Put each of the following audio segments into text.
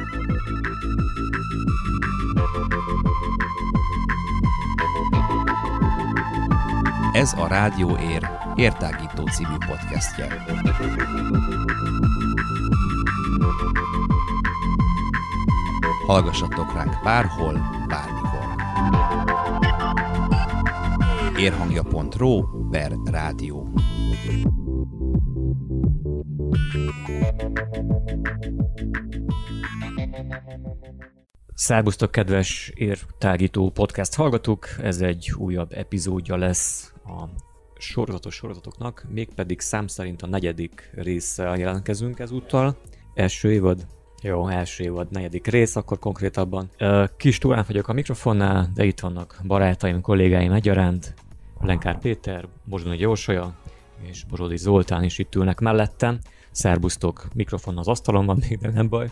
Ez a Rádió Ér értágító című podcastje. Hallgassatok ránk bárhol, bármikor. érhangja.ro/rádió. Szerbusztok, kedves értágító podcast hallgatók! Ez egy újabb epizódja lesz a sorozatoknak, mégpedig szám szerint a 4. résszel jelentkezünk ezúttal. Első évad, 4. rész, akkor konkrétabban. Kis Túrán vagyok a mikrofonnál, de itt vannak barátaim, kollégáim egyaránt. Lenkár Péter, Bozsonyi Jósolya és Bozsodi Zoltán is itt ülnek mellettem. Szerbusztok, mikrofon az asztalon van még, de nem baj.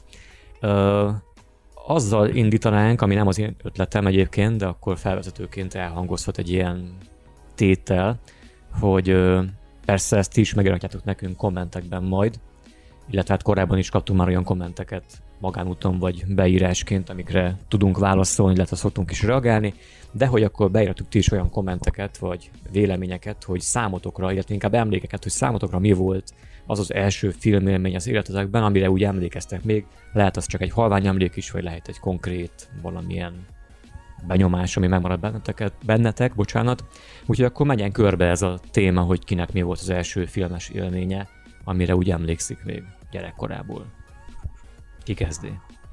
Azzal indítanánk, ami nem az én ötletem egyébként, de akkor felvezetőként elhangozhat egy ilyen tétel, hogy persze ezt is megjelenítjátok nekünk kommentekben majd, illetve hát korábban is kaptunk már olyan kommenteket magánúton vagy beírásként, amikre tudunk válaszolni, illetve szoktunk is reagálni, de hogy akkor beírtuk ti is olyan kommenteket vagy véleményeket, hogy számotokra, illetve inkább emlékeket, hogy számotokra mi volt az az első filmélmény az életetekben, amire úgy emlékeztek még. Lehet az csak egy halvány emlék is, vagy lehet egy konkrét valamilyen benyomás, ami megmarad bennetek. Úgyhogy akkor menjen körbe ez a téma, hogy kinek mi volt az első filmes élménye, amire úgy emlékszik még gyerekkorából. Ki kezdi?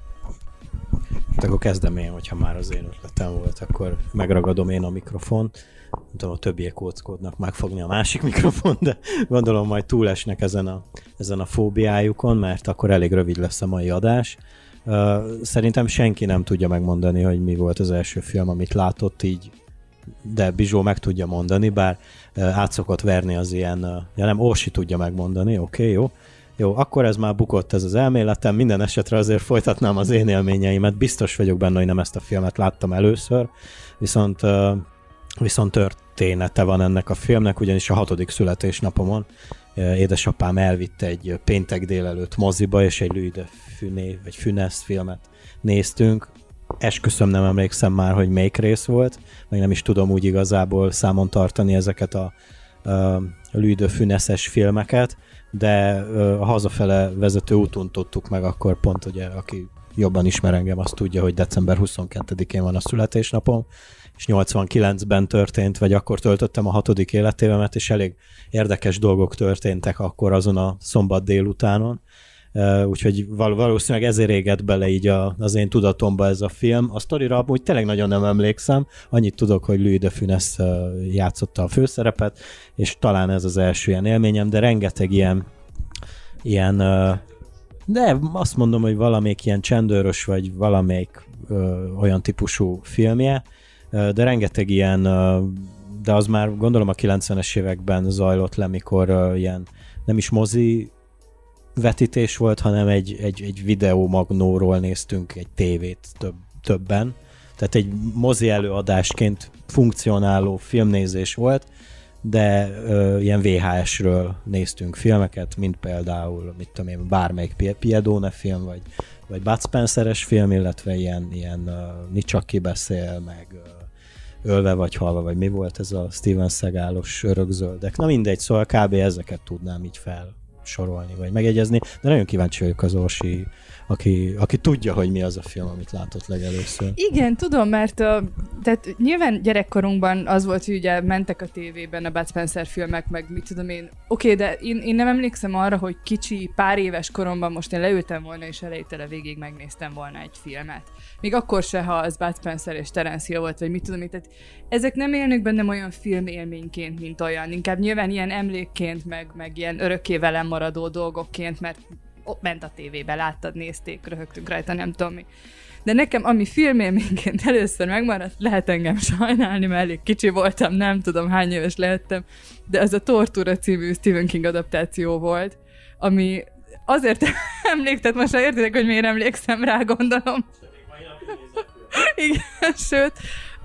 Hát akkor kezdem én, hogyha már az én ötletem volt, akkor megragadom én a mikrofont. Nem tudom, a többiek kóckodnak megfogni a másik mikrofon, de gondolom majd túlesnek ezen a fóbiájukon, mert akkor elég rövid lesz a mai adás. Szerintem senki nem tudja megmondani, hogy mi volt az első film, amit látott így, de Bizsó meg tudja mondani, bár át szokott verni az ilyen, Orsi tudja megmondani, oké, jó. Jó, akkor ez már bukott ez az elméletem, minden esetre azért folytatnám az én élményeimet, biztos vagyok benne, hogy nem ezt a filmet láttam először, viszont története van ennek a filmnek, ugyanis a 6. születésnapomon édesapám elvitte egy péntek délelőtt moziba, és egy Louis de Funès filmet néztünk. Esküszöm, nem emlékszem már, hogy melyik rész volt, meg nem is tudom úgy igazából számon tartani ezeket a Louis de Funès-es filmeket, de a hazafele vezető úton tudtuk meg akkor pont, ugye, aki jobban ismer engem, azt tudja, hogy december 22-én van a születésnapom, és 89-ben történt, vagy akkor töltöttem a 6. életévemet, és elég érdekes dolgok történtek akkor azon a szombat délutánon. Úgyhogy valószínűleg ezért égett bele így az én tudatomba ez a film. A sztorira amúgy tényleg nagyon nem emlékszem, annyit tudok, hogy Louis de Funès játszotta a főszerepet, és talán ez az első ilyen élményem, de rengeteg ilyen de azt mondom, hogy valamelyik ilyen csendőrös, vagy valamelyik olyan típusú filmje, de rengeteg ilyen, de az már gondolom a 90-es években zajlott le, mikor ilyen nem is mozi vetítés volt, hanem egy videómagnóról néztünk egy tévét többen. Tehát egy mozi előadásként funkcionáló filmnézés volt, de ilyen VHS-ről néztünk filmeket, mint például, mit tudom én, bármelyik Piedone film, vagy Bud Spencer-es film, illetve ilyen Nincs csak ki beszél, meg Ölve vagy halva, vagy mi volt ez a Steven Seagal-os örökzöldek. Na mindegy, szóval kb. Ezeket tudnám így felsorolni, vagy megjegyezni, de nagyon kíváncsi vagyok az Orsi, aki tudja, hogy mi az a film, amit látott legelőször. Igen, tudom, mert tehát nyilván gyerekkorunkban az volt, hogy ugye mentek a tévében a Bud Spencer filmek, meg mit tudom én. Oké, de én nem emlékszem arra, hogy kicsi, pár éves koromban most én leültem volna, és elejétől a végig megnéztem volna egy filmet. Még akkor se, ha az Bud Spencer és Terence Hill volt, vagy mit tudom én. Tehát ezek nem élnek bennem olyan filmélményként, mint olyan. Inkább nyilván ilyen emlékként, meg ilyen örökké velem maradó dolgokként, mert ott ment a tévébe, láttad, nézték, röhögtünk rajta, nem tudom mi. De nekem, ami filmélményként először megmaradt, lehet engem sajnálni, mert elég kicsi voltam, nem tudom hány éves lehettem, de az a Tortura című Stephen King adaptáció volt, ami azért emléktet, most már értitek, hogy miért emlékszem rá, gondolom. Igen, sőt,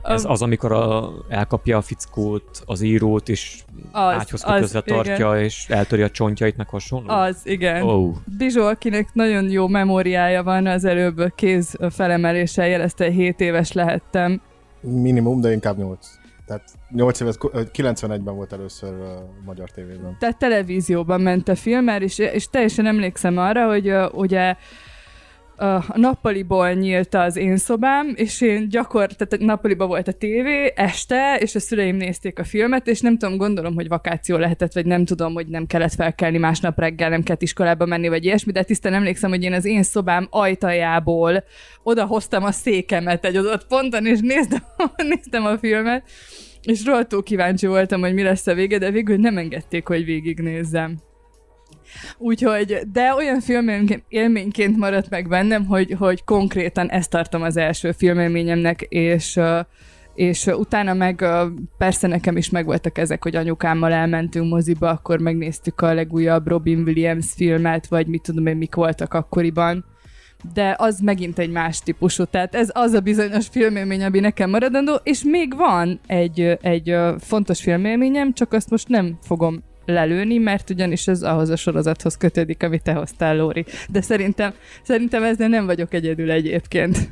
Ez az, amikor elkapja a fickót, az írót, és ágyhoz kötözve tartja, igen. És eltöri a csontjait, meg hasonló? Az, igen. Bizsó, akinek nagyon jó memóriája van, az előbb kéz felemeléssel jelezte, 7 éves lehettem. Minimum, de inkább 8. Tehát 8 éves, 91-ben volt először magyar tévében. Tehát televízióban ment a film, és teljesen emlékszem arra, hogy ugye a nappaliból nyílt az én szobám, és én tehát nappaliban volt a tévé este, és a szüleim nézték a filmet, és nem tudom, gondolom, hogy vakáció lehetett, vagy nem tudom, hogy nem kellett felkelni másnap reggel, nem kellett iskolába menni, vagy ilyesmi, de tisztán emlékszem, hogy én az én szobám ajtajából odahoztam a székemet egy adott ponton, és néztem a filmet, és rohadtul kíváncsi voltam, hogy mi lesz a vége, de végül nem engedték, hogy végignézzem. Úgyhogy, de olyan filmélményként maradt meg bennem, hogy konkrétan ezt tartom az első filmélményemnek, és utána meg persze nekem is megvoltak ezek, hogy anyukámmal elmentünk moziba, akkor megnéztük a legújabb Robin Williams filmet, vagy mit tudom én, mik voltak akkoriban. De az megint egy más típusú, tehát ez az a bizonyos filmélmény, ami nekem maradandó, és még van egy fontos filmélményem, csak azt most nem fogom lelőni, mert ugyanis ez ahhoz a sorozathoz kötődik, amit te hoztál, Lóri. De szerintem ezzel nem vagyok egyedül egyébként.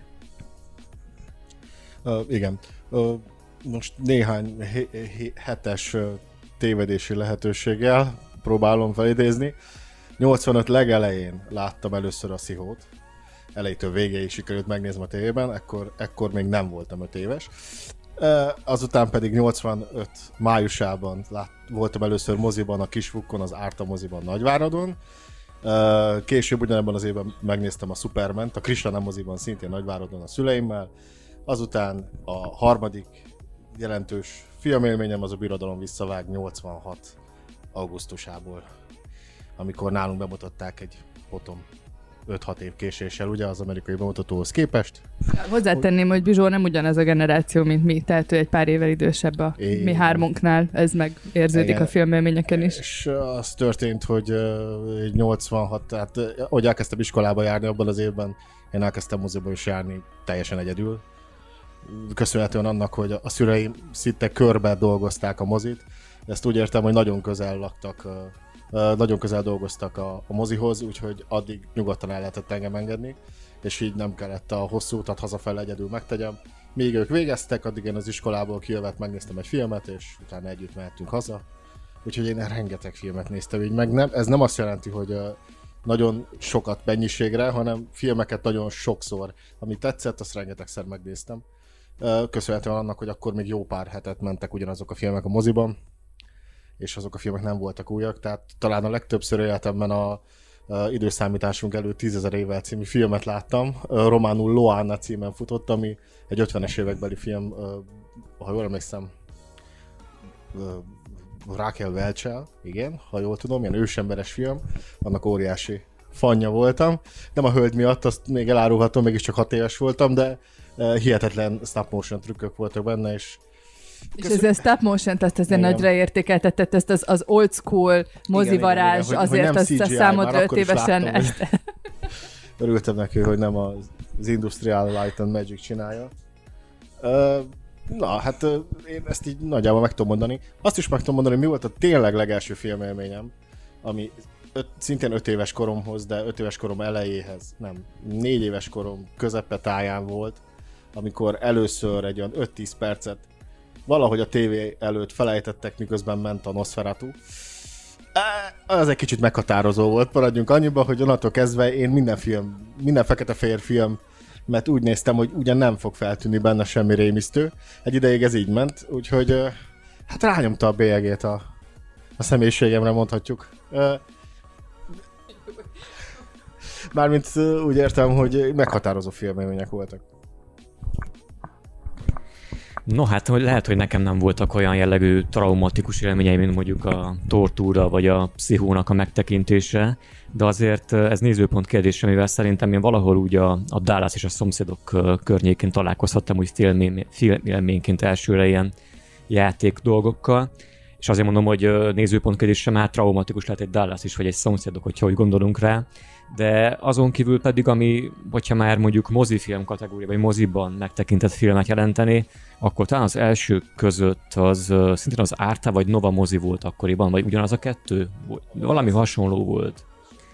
Igen. Most néhány hetes tévedési lehetőséggel próbálom felidézni. 85 legelején láttam először a Szihót. Elejétől végéig sikerült megnéznem a tévében, ekkor még nem voltam 5 éves. Azután pedig 85 májusában voltam először moziban, a Kisfukkon, az Árta moziban Nagyváradon. Később ugyanebben az évben megnéztem a Superment, a Krisna moziban szintén Nagyváradon a szüleimmel. Azután a harmadik jelentős filmélményem az a Birodalom visszavág 86 augusztusából, amikor nálunk bemutatták egy potom 5-6 év késéssel, ugye az amerikai bemutatóhoz képest. Hozzátenném, hogy Bizsó nem ugyanaz a generáció, mint mi, tehát ő egy pár évvel idősebb a mi hármunknál, ez meg érződik a filmélményeken is. És az történt, hogy 86, tehát ahogy elkezdtem iskolába járni abban az évben, én elkezdtem moziba is járni teljesen egyedül. Köszönhetően annak, hogy a szüleim szinte körbe dolgozták a mozit. Ezt úgy értem, hogy nagyon közel laktak, nagyon közel dolgoztak a mozihoz, úgyhogy addig nyugodtan el lehetett engem engedni, és így nem kellett a hosszú utat hazafele egyedül megtegyem. Míg ők végeztek, addig én az iskolából kijövet megnéztem egy filmet, és utána együtt mehettünk haza. Úgyhogy én rengeteg filmet néztem így meg. Ez nem azt jelenti, hogy nagyon sokat mennyiségre, hanem filmeket nagyon sokszor. Ami tetszett, azt rengetegszer megnéztem. Köszönhetően annak, hogy akkor még jó pár hetet mentek ugyanazok a filmek a moziban, és azok a filmek nem voltak újak, tehát talán a legtöbbször életemben a időszámításunk előtt 10 000 évvel című filmet láttam. Románul Loana címen futott, ami egy 50-es évekbeli film, ha jól emlékszem, Raquel Welch-el, igen, ha jól tudom, ilyen ősemberes film, annak óriási fanja voltam. Nem a hölgy miatt, azt még elárulhatom, mégiscsak 6 éves voltam, de hihetetlen stop motion trükkök voltak benne, és ez a stop motion-t azt azért nagyra értékeltetett, ezt az old school mozivarázs, igen, azért azt a számodra 5 évesen ezt... Örültem neki, hogy nem az Industrial Light and Magic csinálja. Na, hát én ezt így nagyjából meg tudom mondani. Azt is meg tudom mondani, hogy mi volt a tényleg legelső filmélményem, ami szintén 5 éves koromhoz, de 5 éves korom elejéhez, nem, 4 éves korom közepetáján volt, amikor először egy olyan 5-10 percet valahogy a tévé előtt felejtettek, miközben ment a Nosferatu. Az egy kicsit meghatározó volt, maradjunk annyiba, hogy onnantól kezdve én minden fekete-fehér film, mert úgy néztem, hogy ugyan nem fog feltűnni benne semmi rémisztő. Egy ideig ez így ment, úgyhogy hát rányomta a bélyegét a személyiségemre, mondhatjuk. Mármint úgy értem, hogy meghatározó filmélmények voltak. No hát, lehet, hogy nekem nem voltak olyan jellegű traumatikus élményeim, mint mondjuk a tortúra vagy a Pszichónak a megtekintése, de azért ez nézőpont kérdése, mivel szerintem én valahol úgy a Dallas és a szomszédok környékén találkozhattam úgy filmélményként elsőre ilyen játék dolgokkal, és azért mondom, hogy nézőpont kérdése már traumatikus lehet egy Dallas is, vagy egy szomszédok, hogyha úgy gondolunk rá, De azon kívül pedig, ami, hogyha már mondjuk mozifilm kategória, vagy moziban megtekintett filmet jelenteni, akkor talán az első között az szintén az Árta vagy Nova mozi volt akkoriban, vagy ugyanaz a kettő? Valami hasonló volt.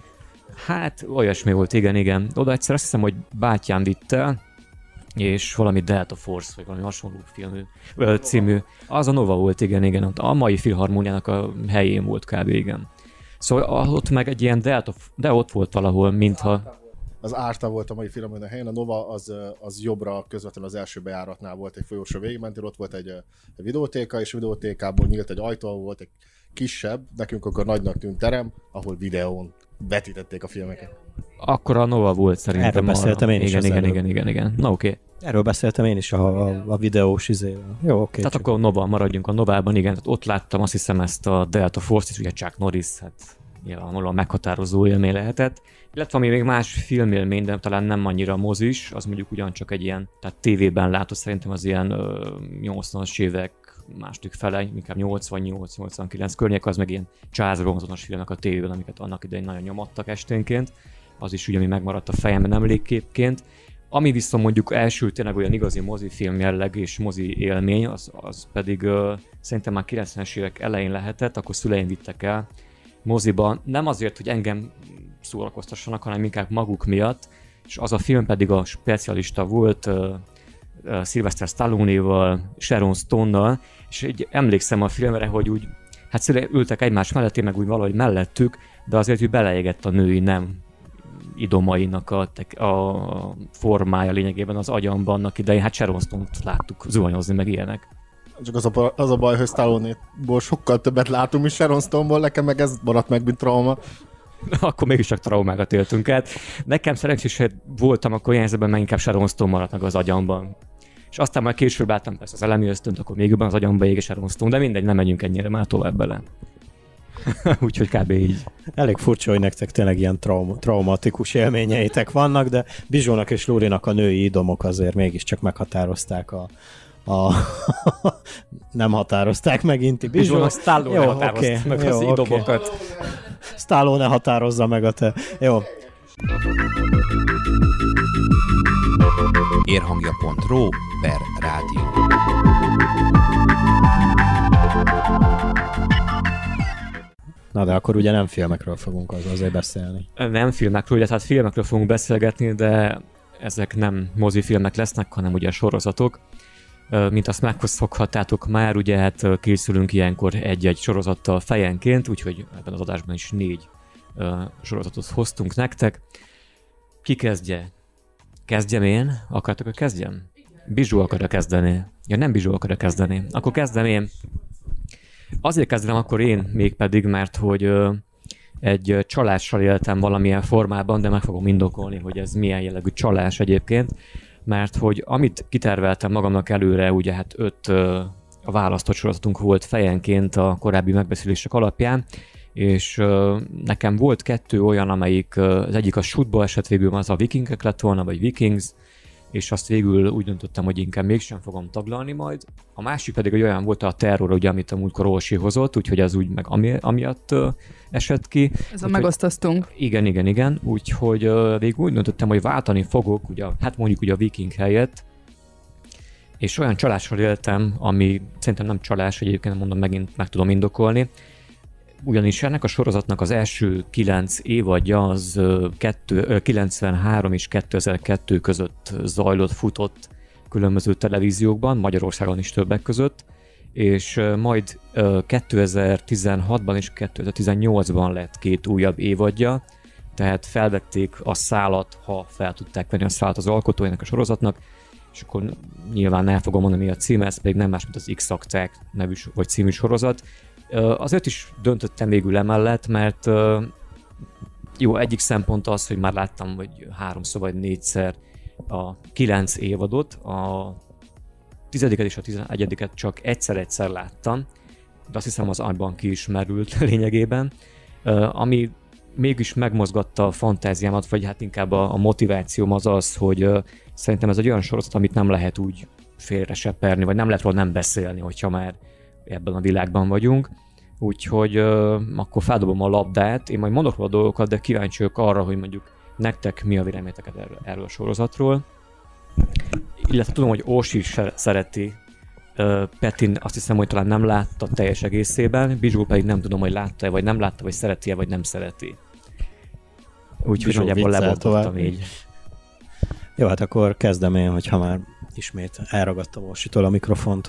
Hát olyasmi volt, igen. Oda egyszer azt hiszem, hogy bátyám vitte, és valami Delta Force, vagy valami hasonló című. Az a Nova volt, igen. A mai Filharmóniának a helyén volt kb. Igen. Szóval ott meg egy ilyen Delta, de ott volt valahol, mintha... Az Árta volt a mai Filharmónia helyen, a Nova az jobbra közvetlenül az első bejáratnál volt egy folyósó végigmentél, ott volt egy videótéka, és a videótékából nyílt egy ajtó, volt egy kisebb, nekünk akkor nagynak tűnt terem, ahol videón vetítették a filmeket. Akkor a Nova volt szerintem. Erről beszéltem én is. Igen. Na oké. Erről beszéltem én is a videós izével. Jó, oké. Tehát akkor Nova, maradjunk a Novában, igen. Tehát ott láttam azt hiszem ezt a Delta Force-t, ugye Chuck Norris, hát nyilvánvalóan meghatározó élmény lehetett. Illetve ami még más filmélmény, de talán nem annyira mozis, az mondjuk ugyancsak egy ilyen, tehát tévében látott szerintem az ilyen 80-as évek második fele, inkább 88-89 környék, az meg ilyen Charles Bronsonos filmek a tévében, amiket annak idején nagyon nyomattak esténként. Az is ugye, ami megmaradt a fejemben emlékképként. Ami viszont mondjuk első tényleg olyan igazi mozifilm jelleg és mozi élmény, az pedig szerintem már 90-es évek elején lehetett, akkor szüleim vittek el moziba. Nem azért, hogy engem szórakoztassanak, hanem inkább maguk miatt, és az a film pedig a specialista volt Sylvester Stallone-val, Sharon Stone-nal, és így emlékszem a filmre, hogy úgy, hát ültek egymás mellett, én meg úgy valahogy mellettük, de azért úgy beleégett a női nem idomainak a formája lényegében az agyamban annak idején. Hát Sharon Stone-t láttuk zuhanyozni, meg ilyenek. Csak az a baj, hogy Stallone-ból sokkal többet látunk, mint Sharon Stone-ból, nekem meg ez maradt meg, mint trauma. Akkor mégis csak traumákat éltünk át. Nekem szerencsés, hogy voltam akkor ilyen helyzetben, mert inkább Sharon Stone maradt meg az agyamban. És aztán már később láttam persze az Elemi Ösztönt, akkor még jobban az agyamba ég Sharon Stone, de mindegy, nem megyünk ennyire már tovább bele. Úgyhogy kb. Így. Elég furcsa, hogy nektek tényleg ilyen traumatikus élményeitek vannak, de Bizsónak és Lórinak a női idomok azért mégiscsak meghatározták nem határozták meg Inti Bizsónak Stallone határozta meg az idomokat. Stallone határozza meg a te. Jó. Érhangja.ro/rádió. Na de akkor ugye nem filmekről fogunk azért beszélni. Nem filmekről, ugye tehát filmekről fogunk beszélgetni, de ezek nem mozifilmek lesznek, hanem ugye sorozatok. Mint azt megszokhattátok már, ugye hát készülünk ilyenkor egy-egy sorozattal fejenként, úgyhogy ebben az adásban is 4 sorozatot hoztunk nektek. Ki kezdje? Kezdjem én? Akartok, hogy kezdjem? Bizsó akar kezdeni. Ja, nem Bizsó akar kezdeni. Akkor kezdem én. Azért kezdem akkor én mégpedig, mert hogy egy csalással éltem valamilyen formában, de meg fogom indokolni, hogy ez milyen jellegű csalás egyébként, mert hogy amit kiterveltem magamnak előre, ugye hát 5 a választott sorozatunk volt fejenként a korábbi megbeszélések alapján, és nekem volt 2 olyan, amelyik az egyik a shootba esett, végül az a Vikingek lett volna, vagy Vikings, és azt végül úgy döntöttem, hogy inkább mégsem fogom taglalni majd. A másik pedig egy olyan volt a Terror, ugye, amit a múltkor Orsi hozott, úgyhogy az úgy meg amiatt esett ki. Ez a megosztoztunk. Igen. Úgyhogy végül úgy döntöttem, hogy váltani fogok, ugye, hát mondjuk ugye a Viking helyett, és olyan csalással éltem, ami szerintem nem csalás, egyébként mondom, megint meg tudom indokolni, ugyanis ennek a sorozatnak az első 9 évadja az 93 és 2002 között zajlott, futott különböző televíziókban, Magyarországon is többek között, és majd 2016-ban és 2018-ban lett 2 újabb évadja, tehát felvették a szálat, ha fel tudták venni a szálat az alkotójának a sorozatnak, és akkor nyilván el fogom mondani, mi a címe, ez pedig nem más, mint az X-akták nevű vagy című sorozat. Azért is döntöttem végül emellett, mert jó, egyik szempont az, hogy már láttam, hogy 3-szor vagy 4-szer a 9 évadot, a 10. és a 11. csak egyszer láttam, de azt hiszem az agyban ki is merült lényegében, ami mégis megmozgatta a fantáziámat, vagy hát inkább a motivációm az az, hogy szerintem ez egy olyan sorozat, amit nem lehet úgy félre seperni, vagy nem lehet róla nem beszélni, hogyha már ebben a világban vagyunk. Úgyhogy akkor feldobom a labdát, én majd mondok róla dolgokat, de kíváncsi vagyok arra, hogy mondjuk nektek mi a véleményeteket erről a sorozatról. Illetve tudom, hogy Orsi is szereti, Petin azt hiszem, hogy talán nem látta teljes egészében, Bizsó pedig nem tudom, hogy látta-e, vagy nem látta, vagy szereti-e, vagy nem szereti. Úgyhogy nagyjából lebontottam így. Jó, hát akkor kezdem én, hogyha már ismét elragadtam Orsitól a mikrofont,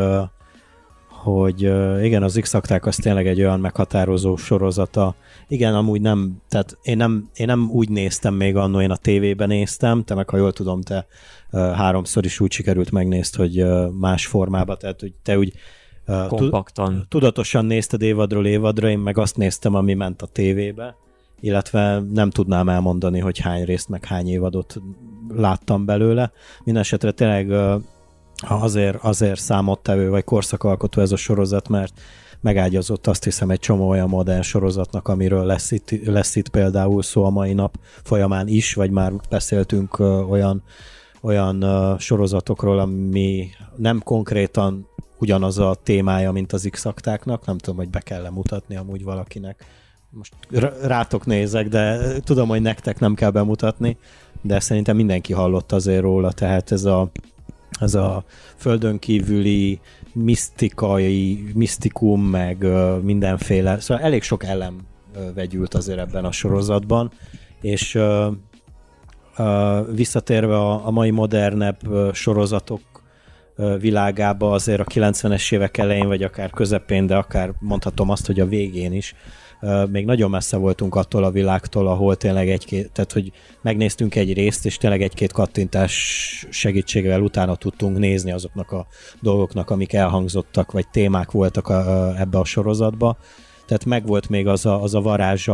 hogy igen, az X-akták az tényleg egy olyan meghatározó sorozata. Igen, amúgy nem, tehát én nem úgy néztem még annól, én a tévében néztem, te meg, ha jól tudom, te 3-szor is úgy sikerült megnézd, hogy más formában, tehát hogy te úgy kompaktan. Tudatosan nézted évadról évadra, én meg azt néztem, ami ment a tévébe, illetve nem tudnám elmondani, hogy hány részt, meg hány évadot láttam belőle. Mindenesetre tényleg azért számottevő vagy korszakalkotó ez a sorozat, mert megágyazott azt hiszem egy csomó olyan modern sorozatnak, amiről lesz itt például szó a mai nap folyamán is, vagy már beszéltünk olyan sorozatokról, ami nem konkrétan ugyanaz a témája, mint az X-aktáknak, nem tudom, hogy be kell mutatni amúgy valakinek. Most rátok nézek, de tudom, hogy nektek nem kell bemutatni, de szerintem mindenki hallott azért róla, tehát ez a földön kívüli misztikum, meg mindenféle, szóval elég sok elem vegyült azért ebben a sorozatban, és visszatérve a mai modernebb sorozatok világába azért a 90-es évek elején, vagy akár közepén, de akár mondhatom azt, hogy a végén is, még nagyon messze voltunk attól a világtól, ahol tényleg tehát hogy megnéztünk egy részt, és tényleg egy-két kattintás segítségével utána tudtunk nézni azoknak a dolgoknak, amik elhangzottak, vagy témák voltak ebbe a sorozatba. Tehát megvolt még az a varázsa,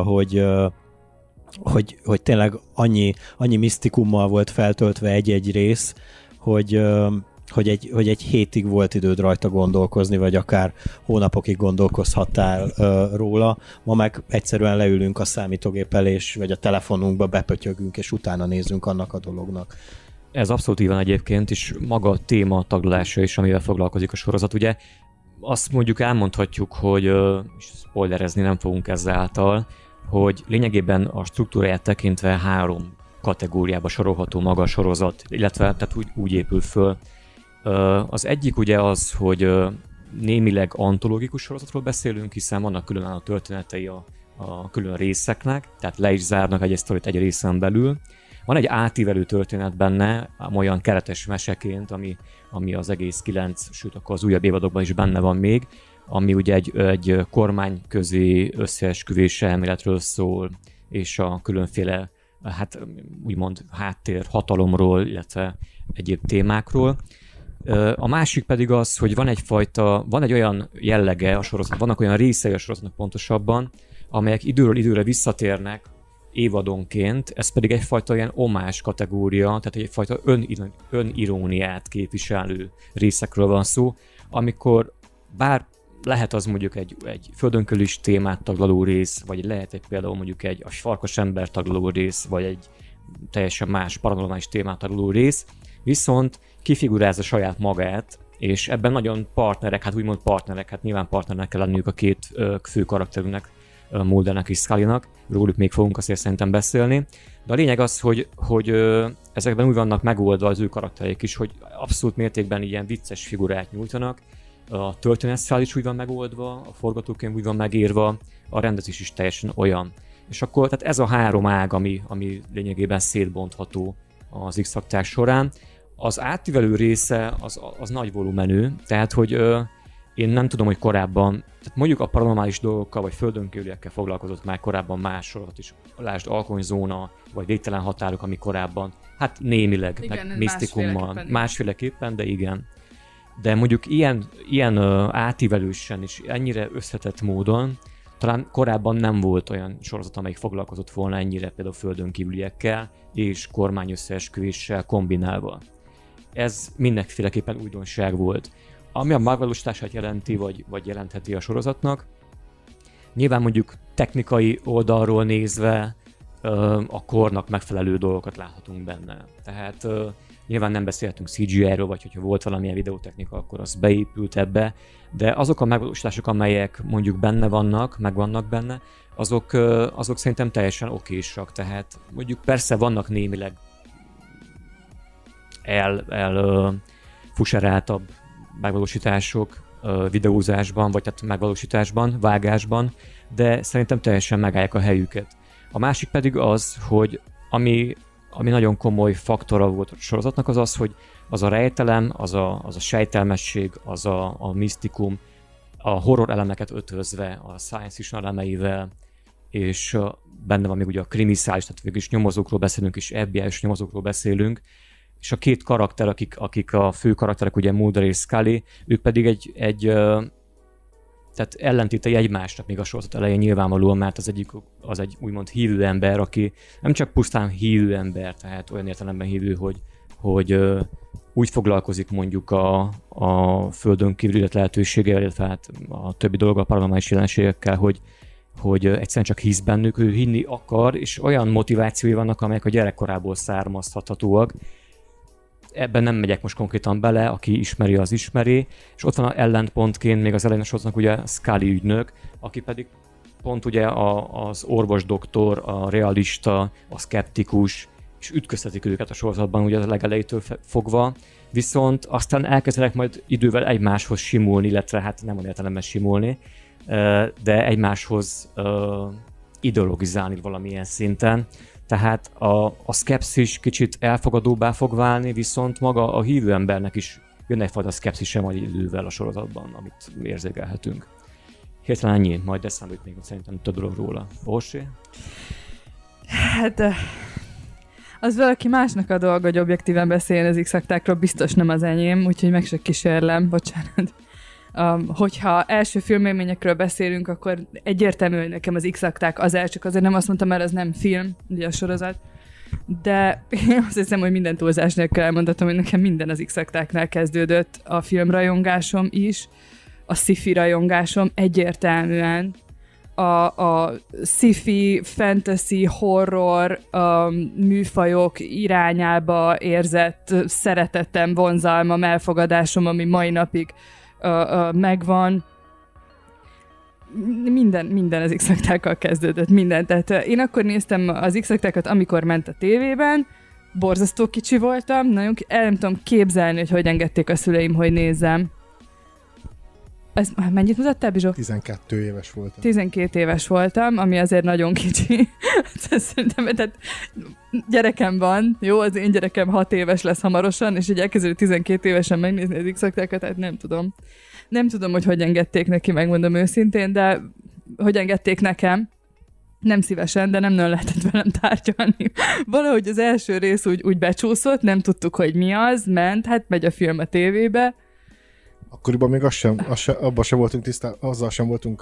hogy tényleg annyi misztikummal volt feltöltve egy-egy rész, hogy egy hétig volt időd rajta gondolkozni, vagy akár hónapokig gondolkozhattál róla. Ma meg egyszerűen leülünk a számítógép elé, vagy a telefonunkba bepötyögünk, és utána nézünk annak a dolognak. Ez abszolút így van egyébként, és maga a téma taglalása is, amivel foglalkozik a sorozat. Ugye azt mondjuk elmondhatjuk, hogy spoilerezni nem fogunk ezáltal, hogy lényegében a struktúráját tekintve 3 kategóriába sorolható maga a sorozat, illetve tehát úgy épül föl. Az egyik ugye az, hogy némileg antológikus sorozatról beszélünk, hiszen vannak különálló történetei a külön részeknek, tehát le is zárnak egy sztorit egy részen belül. Van egy átívelő történet benne, olyan keretes meseként, ami az egész 9, sőt akkor az újabb évadokban is benne van még, ami ugye egy kormányközi összeesküvés elméletről szól, és a különféle, hát úgymond háttér hatalomról, illetve egyéb témákról. A másik pedig az, hogy van egy olyan jellege a sorozat, vannak olyan részei a sorozatnak pontosabban, amelyek időről időre visszatérnek évadonként, ez pedig egyfajta ilyen omás kategória, tehát egyfajta öniróniát képviselő részekről van szó, amikor bár lehet az mondjuk egy földönkörülis témát taglaló rész, vagy lehet például mondjuk egy a farkas ember taglaló rész, vagy egy teljesen más paranormális témát taglaló rész, viszont kifigurázza saját magát, és ebben nagyon partnerek, hát nyilván partnernek kell lenniük a 2 fő karakterünknek, Muldernek és Scullynak, róluk még fogunk azért szerintem beszélni, de a lényeg az, hogy ezekben úgy vannak megoldva az ő karaktereik is, hogy abszolút mértékben ilyen vicces figurát nyújtanak, a történetszál is úgy van megoldva, a forgatókönyv úgy van megírva, a rendezés is teljesen olyan. És akkor tehát ez a 3 ág, ami lényegében szétbontható az X-akták során. Az átívelő része az nagy volumenű, tehát hogy én nem tudom, hogy korábban, tehát mondjuk a paranormális dolgokkal vagy földönkívüliekkel foglalkozott már korábban más sorozat is, lásd Alkonyzóna, vagy Végtelen határok, ami korábban, hát némileg, igen, meg misztikummal, másféleképpen, de igen. De mondjuk ilyen átívelősen és ennyire összetett módon talán korábban nem volt olyan sorozat, amelyik foglalkozott volna ennyire például földönkívüliekkel és kormányösszeesküvéssel kombinálva. Ez mindenféleképpen újdonság volt. Ami a megvalósítását jelenti, vagy jelentheti a sorozatnak, nyilván mondjuk technikai oldalról nézve a kornak megfelelő dolgokat láthatunk benne. Tehát Nyilván nem beszélhetünk CGI-ről, vagy hogyha volt valamilyen videótechnika, akkor az beépült ebbe, de azok a megvalósítások, amelyek mondjuk benne vannak, megvannak benne, azok szerintem teljesen okésak, tehát mondjuk persze vannak némileg fuseráltabb megvalósítások videózásban, vagy tehát megvalósításban, vágásban, de szerintem teljesen megállják a helyüket. A másik pedig az, hogy ami nagyon komoly faktora volt a sorozatnak, az az, hogy az a rejtelem, az a sejtelmesség, az a misztikum, a horror elemeket ötvözve, a science fiction elemeivel, és benne van még ugye a krimiszális, tehát végülis nyomozókról beszélünk, és FBI-s nyomozókról beszélünk, és a két karakter, akik a fő karakterek, ugye Mulder és Scully, ők pedig tehát ellentétei egymásnak még a sorozat elején nyilvánvalóan, mert az egy úgymond hívő ember, aki nem csak pusztán hívő ember, tehát olyan értelemben hívő, hogy úgy foglalkozik mondjuk a földön kívüli élet lehetőséggel, illetve hát a többi dologgal, a paranormális jelenségekkel, hogy egyszerűen csak hisz bennük, ő hinni akar, és olyan motivációi vannak, amelyek a gyerekkorából származhathatóak. Ebben nem megyek most konkrétan bele, aki ismeri, az ismeri, és ott van ellentpontként még az elején a sorozatnak ugye Scully ügynök, aki pedig pont ugye az orvos doktor, a realista, a szkeptikus, és ütköztetik őket a sorozatban ugye a legelejétől fogva, viszont aztán elkezdenek majd idővel egymáshoz simulni, illetve hát nem olyan értelemben simulni, de egymáshoz ideologizálni valamilyen szinten. Tehát a szkepszis kicsit elfogadóbbá fog válni, viszont maga a hívő embernek is jön egyfajta szkepszise majd idővel a sorozatban, amit érzékelhetünk. Hirtelen ennyi, majd eszembe jut még szerintem több dolog róla. Orsi? Hát az valaki másnak a dolga, hogy objektíven beszéljen az X-aktákról, biztos nem az enyém, úgyhogy meg se kísérlem, bocsánat. Hogyha első filmélményekről beszélünk, akkor egyértelmű, hogy nekem az X-akták az csak azért nem azt mondtam, mert ez nem film, ugye a sorozat, de én azt hiszem, hogy minden túlzás nélkül elmondhatom, hogy nekem minden az X-aktáknál kezdődött, a filmrajongásom is, a sci-fi rajongásom egyértelműen, a sci-fi, fantasy, horror műfajok irányába érzett szeretetem, vonzalmam, elfogadásom, ami mai napig megvan. Minden az X-aktákkal kezdődött, minden. Tehát én akkor néztem az X-aktákat, amikor ment a tévében, borzasztó kicsi voltam, nagyon nem tudom képzelni, hogy engedték a szüleim, hogy nézzem. Mennyit mutattál, Bizsó? 12 éves voltam. 12 éves voltam, ami azért nagyon kicsi. Szerintem, tehát gyerekem van, jó, az én gyerekem 6 éves lesz hamarosan, és így elkezdő 12 évesen megnézni az X-aktákat, tehát nem tudom. Nem tudom, hogy engedték neki, megmondom őszintén, de hogy engedték nekem. Nem szívesen, de nem nagyon lehetett velem tárgyalni. Valahogy az első rész úgy becsúszott, nem tudtuk, hogy mi az, ment, hát megy a film a tévébe. Akkoriban még abban sem voltunk tisztán, azzal sem voltunk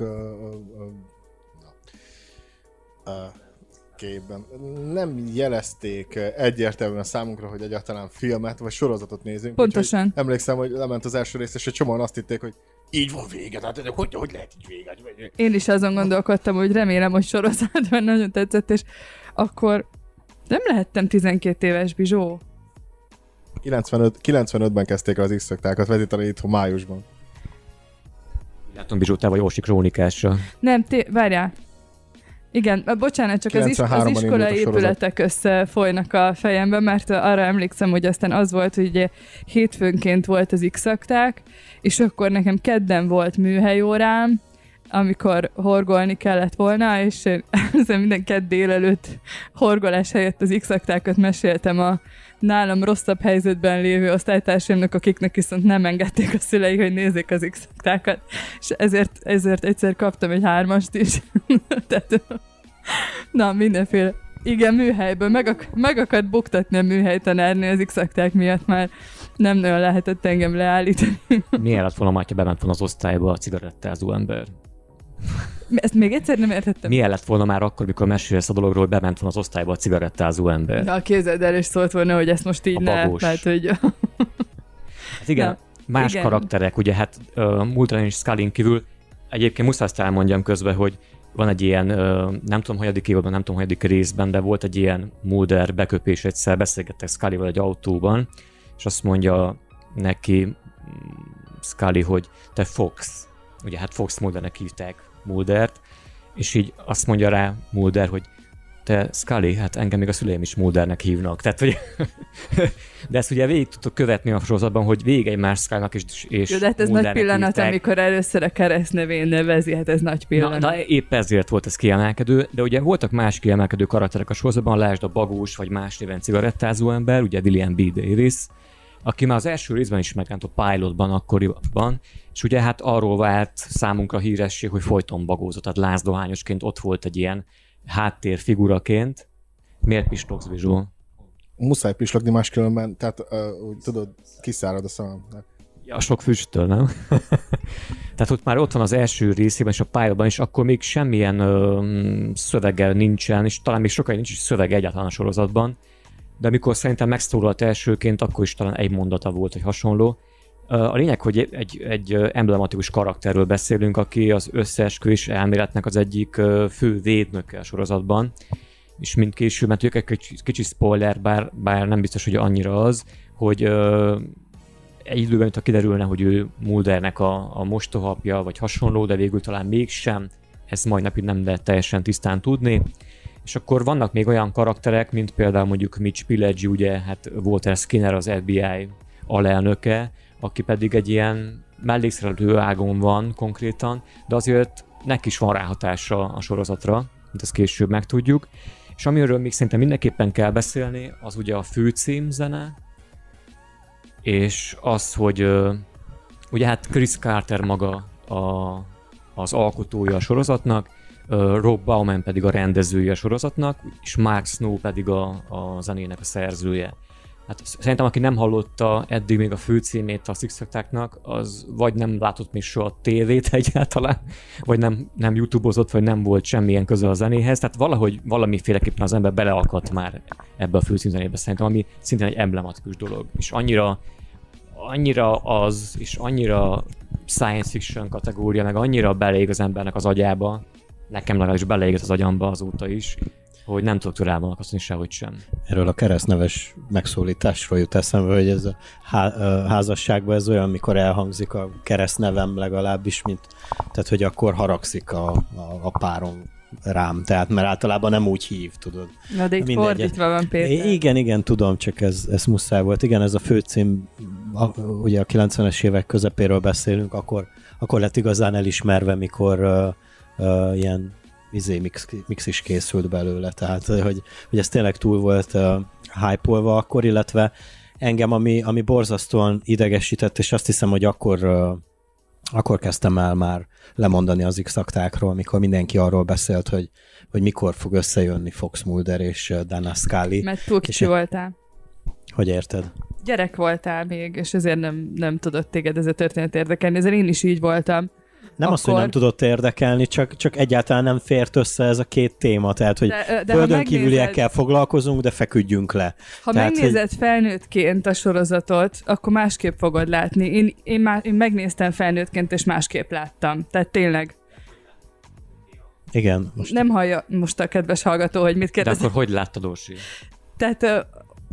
képben. Nem jelezték egyértelműen számunkra, hogy egyáltalán filmet vagy sorozatot nézünk. Pontosan. Emlékszem, hogy lement az első rész, és egy csomóan azt hitték, hogy így van vége, tehát hogy lehet így vége? Én is azon gondolkodtam, hogy remélem, hogy sorozat, mert nagyon tetszett, és akkor nem lehettem 12 éves, Bizsó. 95-ben kezdték az X-aktákat vetíteni itthon májusban. Látom, Bizsó, te vagy Orsi krónikásra. Nem, várjál. Igen, bocsánat, csak az iskolai épületek összefolynak a fejemben, mert arra emlékszem, hogy aztán az volt, hogy ugye hétfőnként volt az X-akták, és akkor nekem kedden volt műhelyórám, amikor horgolni kellett volna, és én minden kedd délelőtt horgolás helyett az X-aktákat meséltem a nálam rosszabb helyzetben lévő osztálytársaimnak, akiknek viszont nem engedték a szülei, hogy nézzék az X-aktákat, és ezért egyszer kaptam egy 3-ast is. Tehát, na, mindenféle. Igen, műhelyből. Meg akart buktatni a műhelytanárnő az X-akták miatt, már nem nagyon lehetett engem leállítani. Milyen lett volna, ha bement volna az osztályba a cigarettázó ember? Ezt még egyszer nem értettem. Milyen lett volna már akkor, mikor mesélsz a dologról, hogy bement volna az osztályba a cigarettázó ember? Na, képzeld el, és szólt volna, hogy ezt most így ne. Tehát, hogy... Hát igen, na, más igen. Karakterek, ugye hát Mulder és Scullyn kívül egyébként muszáj azt elmondjam közben, hogy van egy ilyen, nem tudom, hanyadik évben, nem tudom, hanyadik részben, de volt egy ilyen Mulder beköpés egyszer, beszélgettek Scullyval egy autóban, és azt mondja neki Scully, hogy te Fox. Ugye hát Fox Muldernek hívták Muldert, és így azt mondja rá Mulder, hogy te Scully, hát engem még a szüleim is Muldernek hívnak. Tehát, hogy de ezt ugye végig tudtok követni a sorozatban, hogy végig egymás Scullynak és jó, de hát ez nagy pillanat, hívták. Amikor először a keresztnevén nevezi, hát ez nagy pillanat. Na, épp ezért volt ez kiemelkedő, de ugye voltak más kiemelkedő karakterek a sorozatban, lásd a bagós vagy más néven cigarettázó ember, ugye William B. Davis, aki már az első részben is megjelent a pilotban akkoriban, és ugye hát arról vált számunkra híressé, hogy folyton bagózott, tehát lázdohányosként ott volt egy ilyen háttérfiguraként. Miért pislogsz, Vizsó? Muszáj pislogni máskülönben, tehát úgy tudod, kiszárad a szemem. Ja, sok füsttől, nem? Tehát ott van az első részében és a pilotban, és akkor még semmilyen szöveggel nincsen, és talán még sokáig nincs is szöveg egyáltalán a sorozatban, de amikor szerintem megszólalt elsőként, akkor is talán egy mondata volt, hogy hasonló. A lényeg, hogy egy emblematikus karakterről beszélünk, aki az összeesküvés elméletnek az egyik fő védnöke a sorozatban, és mint később, mert ők egy kicsi spoiler, bár nem biztos, hogy annyira az, hogy egy időben, mint kiderülne, hogy ő Muldernek a mostohaapja, vagy hasonló, de végül talán mégsem, ezt majd napig nem lehet teljesen tisztán tudni. És akkor vannak még olyan karakterek, mint például mondjuk Mitch Pileggi, ugye, hát Walter Skinner az FBI alelnöke, aki pedig egy ilyen mellékszereplő ágon van konkrétan, de azért neki is van ráhatása a sorozatra, mint ezt később megtudjuk. És amiről még szerintem mindenképpen kell beszélni, az ugye a főcímzene, és az, hogy ugye hát Chris Carter maga az alkotója a sorozatnak, Rob Bauman pedig a rendezője a sorozatnak, és Mark Snow pedig a zenének a szerzője. Hát szerintem, aki nem hallotta eddig még a főcímét a Six Attack-nak, az vagy nem látott még soha tévét egyáltalán, vagy nem YouTube-ozott, vagy nem volt semmilyen köze a zenéhez, tehát valamiféleképpen az ember beleakadt már ebbe a főcímzenébe szerintem, ami szintén egy emblematikus dolog, és annyira az, és annyira science fiction kategória, meg annyira beleég az embernek az agyába, nekem legalábbis beleégett az agyamba azóta is, hogy nem tudok tőle elvonalkoztatni sehogy sem. Erről a keresztneves megszólításról jut eszembe, hogy ez a házasságban ez olyan, mikor elhangzik a keresztnevem legalábbis, tehát hogy akkor haragszik a párom rám, tehát mert általában nem úgy hív, tudod. Na de itt fordítva van, Péter. Igen, tudom, csak ez muszáj volt. Igen, ez a főcím, ugye a 90-es évek közepéről beszélünk, akkor lett igazán elismerve, mikor ilyen mix is készült belőle, tehát hogy ez tényleg túl volt hype-olva akkor, illetve engem, ami borzasztóan idegesített, és azt hiszem, hogy akkor kezdtem el már lemondani az X-aktákról, mikor mindenki arról beszélt, hogy mikor fog összejönni Fox Mulder és Dana Scully. Mert túl kicsi voltál. Hogy érted? Gyerek voltál még, és ezért nem tudott téged ez a történet érdekelni, ezért én is így voltam. Nem azt, hogy nem tudott érdekelni, csak egyáltalán nem fért össze ez a két téma, tehát, hogy de földön kívüliekkel foglalkozunk, de feküdjünk le. Ha tehát, megnézed felnőttként a sorozatot, akkor másképp fogod látni. Én megnéztem felnőttként, és másképp láttam. Tehát tényleg. Igen. Nem hallja most a kedves hallgató, hogy mit kérdez. De akkor hogy láttad, Orsi? Tehát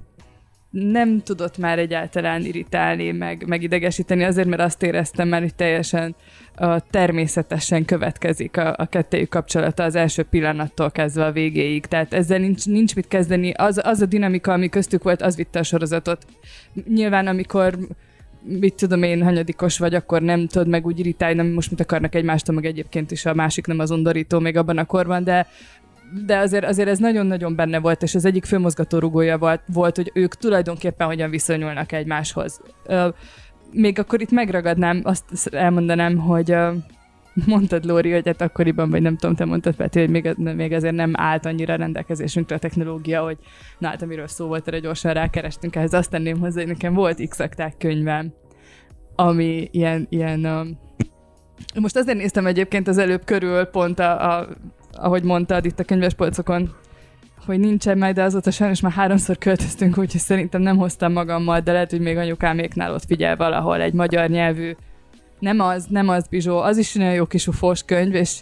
nem tudott már egyáltalán irritálni, meg idegesíteni, azért, mert azt éreztem már, hogy teljesen természetesen következik a kettejük kapcsolata az első pillanattól kezdve a végéig. Tehát ezzel nincs mit kezdeni. Az a dinamika, ami köztük volt, az vitte a sorozatot. Nyilván, amikor mit tudom én, hanyadikos vagy, akkor nem tudod meg úgy irritálni, most mit akarnak egymástól, meg egyébként is a másik nem az undorító még abban a korban, de azért ez nagyon-nagyon benne volt, és az egyik főmozgatórugója volt, hogy ők tulajdonképpen hogyan viszonyulnak egymáshoz. Még akkor itt megragadnám, azt elmondanám, hogy mondtad, Lóri, hogy hát akkoriban, vagy nem tudom, te mondtad, Peti, hogy még azért nem állt annyira rendelkezésünkre a technológia, hogy na hát amiről szó volt, erre gyorsan rákerestünk, ehhez azt tenném hozzá, hogy nekem volt X-akták könyvem, ami ilyen most azért néztem egyébként az előbb körül pont ahogy mondtad itt a könyvespolcokon, hogy nincsen meg, de azóta sajnos már 3-szor költöztünk, úgyhogy szerintem nem hoztam magammal, de lehet, hogy még anyukáméknál ott figyel valahol egy magyar nyelvű. Nem az, Bizsó, az is nagyon jó kis ufós könyv,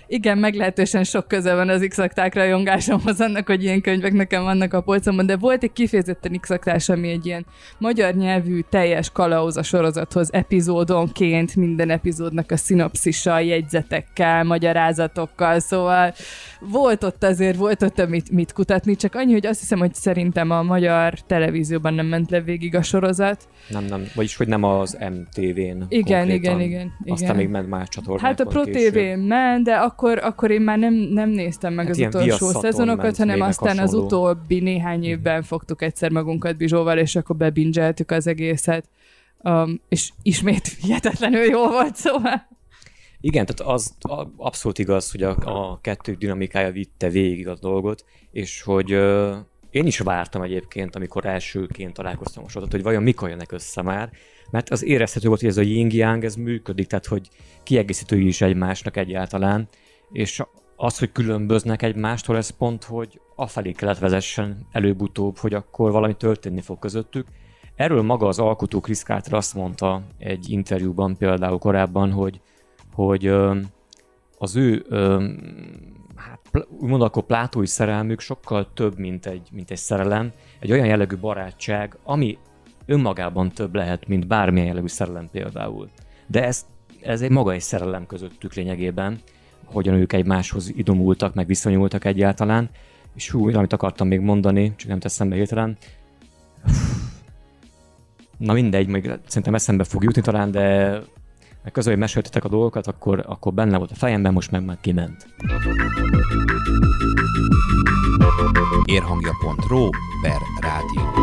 Igen, meglehetősen sok köze van az X-akták rajongásomhoz annak, hogy ilyen könyvek nekem vannak a polcomban, de volt egy kifejezetten X-aktás, ami egy ilyen magyar nyelvű teljes kalauz a sorozathoz, epizódonként, minden epizódnak a szinopszissal, jegyzetekkel, magyarázatokkal, szóval volt ott mit kutatni, csak annyi, hogy azt hiszem, hogy szerintem a magyar televízióban nem ment le végig a sorozat. Nem, vagyis hogy nem az MTV-n Igen. Aztán még ment más csatornákon. Hát a Pro TV-n ment, de akkor én már nem néztem meg hát az utolsó szezonokat, hanem aztán hasonló. az utóbbi néhány évben fogtuk egyszer magunkat Bizsóval, és akkor bebingeltük az egészet. És ismét hihetetlenül jól volt, szóval. Igen, tehát az abszolút igaz, hogy a kettő dinamikája vitte végig a dolgot, és hogy én is vártam egyébként, amikor elsőként találkoztam a sorozatot, hogy vajon mikor jönnek össze már, mert az érezhető volt, hogy ez a yin-yang, ez működik, tehát hogy kiegészítői is egymásnak egyáltalán, és az, hogy különböznek egymástól, ez pont, hogy afelé kellett vezessen előbb-utóbb, hogy akkor valami történni fog közöttük. Erről maga az alkotó Chris Carter azt mondta egy interjúban például korábban, hogy az ő úgymond akkor plátói szerelmük sokkal több, mint egy szerelem, egy olyan jellegű barátság, ami önmagában több lehet, mint bármilyen jellegű szerelem például. De ez egy maga egy szerelem közöttük lényegében, hogyan ők egymáshoz idomultak, meg viszonyultak egyáltalán, és amit akartam még mondani, csak nem teszem be hirtelen. Na mindegy, még szerintem eszembe fog jutni talán, de meg közben, hogy meséltetek a dolgokat, akkor benne volt a fejemben, most meg már kiment. Érhangja.ro/rádió.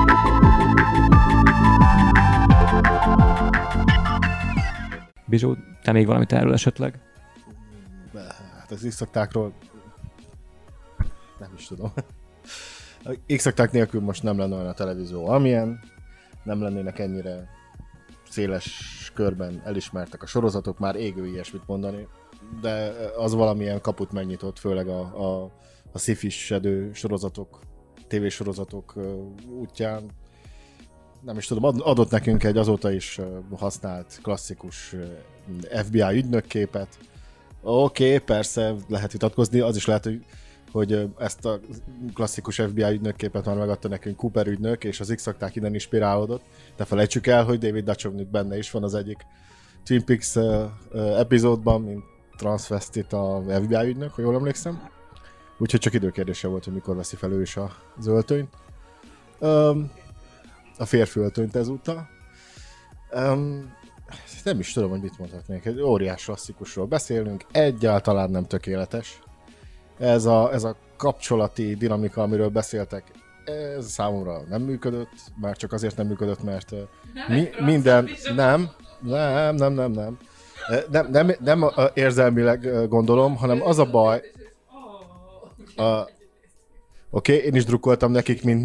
Bizsó, te még valamit erről esetleg? Hát az X-aktákról nem is tudom. X-akták nélkül most nem lenne olyan a televízió, amilyen, nem lennének ennyire széles körben elismertek a sorozatok, már égő ilyesmit mondani, de az valamilyen kaput megnyitott, főleg a sci-fi-sedő sorozatok, tévésorozatok útján. Nem is tudom, adott nekünk egy azóta is használt klasszikus FBI ügynökképet. Oké, persze, lehet vitatkozni, az is lehet, hogy ezt a klasszikus FBI ügynökképet már megadta nekünk Cooper ügynök, és az X-akták innen inspirálódott. De felejtsük el, hogy David Duchovny benne is van az egyik Twin Peaks epizódban, mint transvestit a FBI ügynök, ha jól emlékszem. Úgyhogy csak időkérdése volt, hogy mikor veszi fel ő is az öltönyt. A férfi öltönyt ezúttal. Nem is tudom, hogy mit mondhatnék. Egy óriás klasszikusról beszélünk, egyáltalán nem tökéletes. Ez a kapcsolati dinamika, amiről beszéltek, ez számomra nem működött, már csak azért nem működött, mert minden... Nem érzelmileg gondolom, hanem az a baj... Oké, én is drukkoltam nekik, mint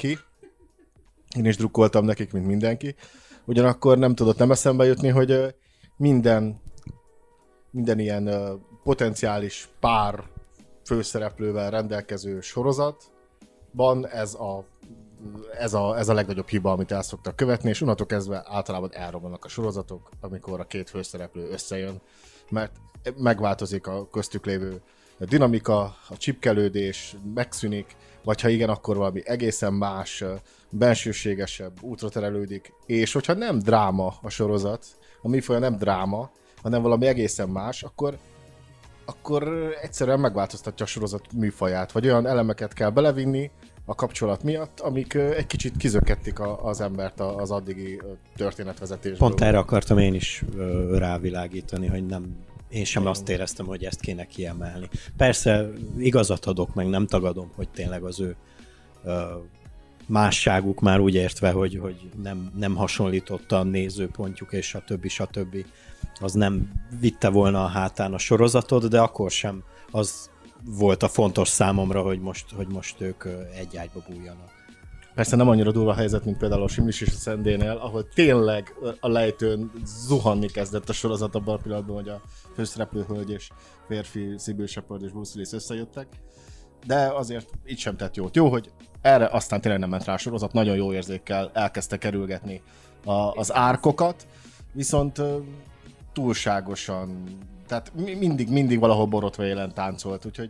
mindenki. Ugyanakkor nem tudott nem eszembe jutni, hogy minden ilyen potenciális pár főszereplővel rendelkező sorozatban ez a legnagyobb hiba, amit el szoktak követni, és onnantól kezdve általában elrobbanak a sorozatok, amikor a két főszereplő összejön, mert megváltozik a köztük lévő dinamika, a csipkelődés megszűnik, vagy ha igen, akkor valami egészen más, bensőségesebb útra terelődik, és hogyha nem dráma a sorozat, a műfaja nem dráma, hanem valami egészen más, akkor egyszerűen megváltoztatja a sorozat műfaját, vagy olyan elemeket kell belevinni a kapcsolat miatt, amik egy kicsit kizökkentik az embert az addigi történetvezetésből. Pont erre akartam én is rávilágítani, hogy én sem azt éreztem, hogy ezt kéne kiemelni. Persze igazat adok, meg nem tagadom, hogy tényleg az ő másságuk már úgy értve, hogy nem hasonlította a nézőpontjuk és stb. Az nem vitte volna a hátán a sorozatot, de akkor sem az volt a fontos számomra, hogy most ők egy ágyba bújjanak. Persze nem annyira durva a helyzet, mint például a Simlis és a Szendénél, ahol tényleg a lejtőn zuhanni kezdett a sorozat abban a pillanatban, hogy a főszereplő hölgy és férfi Sybil Shepherd és Bruce Willis összejöttek. De azért így sem tett jót. Jó, hogy erre aztán tényleg nem ment rá a sorozat, nagyon jó érzékkel elkezdte kerülgetni az árkokat, viszont túlságosan Tehát mindig valahol borotva élen táncolt, úgyhogy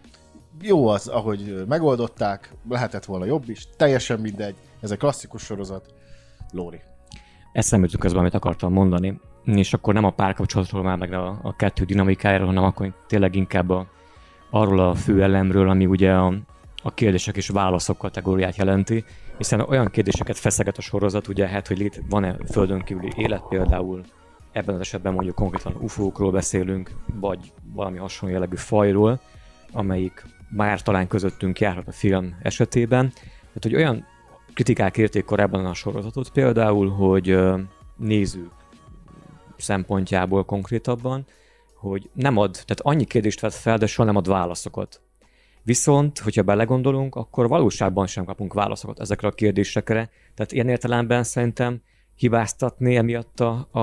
jó az, ahogy megoldották, lehetett volna jobb is, teljesen mindegy, ez egy klasszikus sorozat. Lóri. Eszembe jutott közben, amit akartam mondani, és akkor nem a párkapcsolatról már meg a kettő dinamikájáról, hanem akkor tényleg inkább arról a fő elemről, ami ugye a kérdések és válaszok kategóriát jelenti, hiszen olyan kérdéseket feszeget a sorozat, ugye hát, hogy van-e földön kívüli élet például, ebben az esetben mondjuk konkrétan UFO-król beszélünk, vagy valami hasonló jellegű fajról, amelyik már talán közöttünk járhat a film esetében. Tehát, hogy olyan kritikák érték korábban a sorozatot például, hogy nézők szempontjából konkrétabban, hogy nem ad, tehát annyi kérdést vett fel, de soha nem ad válaszokat. Viszont, hogyha belegondolunk, akkor valóságban sem kapunk válaszokat ezekre a kérdésekre. Tehát ilyen értelemben szerintem hibáztatni emiatt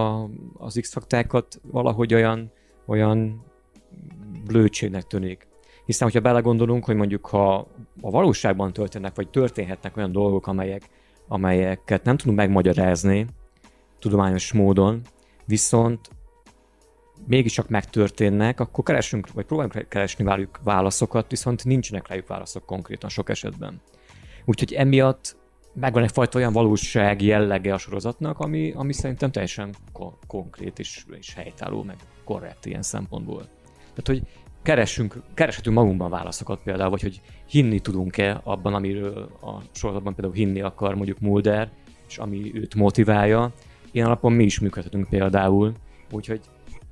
az X-faktákat valahogy olyan blödségnek tűnik. Hiszen, hogyha belegondolunk, hogy mondjuk ha a valóságban történnek, vagy történhetnek olyan dolgok, amelyeket nem tudunk megmagyarázni tudományos módon, viszont mégiscsak megtörténnek, akkor keresünk, vagy próbálunk keresni velük válaszokat, viszont nincsenek rájuk válaszok konkrétan sok esetben. Úgyhogy emiatt megvan egyfajta olyan valóság jellege a sorozatnak, ami szerintem teljesen konkrét és helytálló, meg korrekt ilyen szempontból. Tehát, hogy kereshetünk magunkban válaszokat például, vagy hogy hinni tudunk-e abban, amiről a sorozatban például hinni akar mondjuk Mulder, és ami őt motiválja. Ilyen alapon mi is működhetünk például, úgyhogy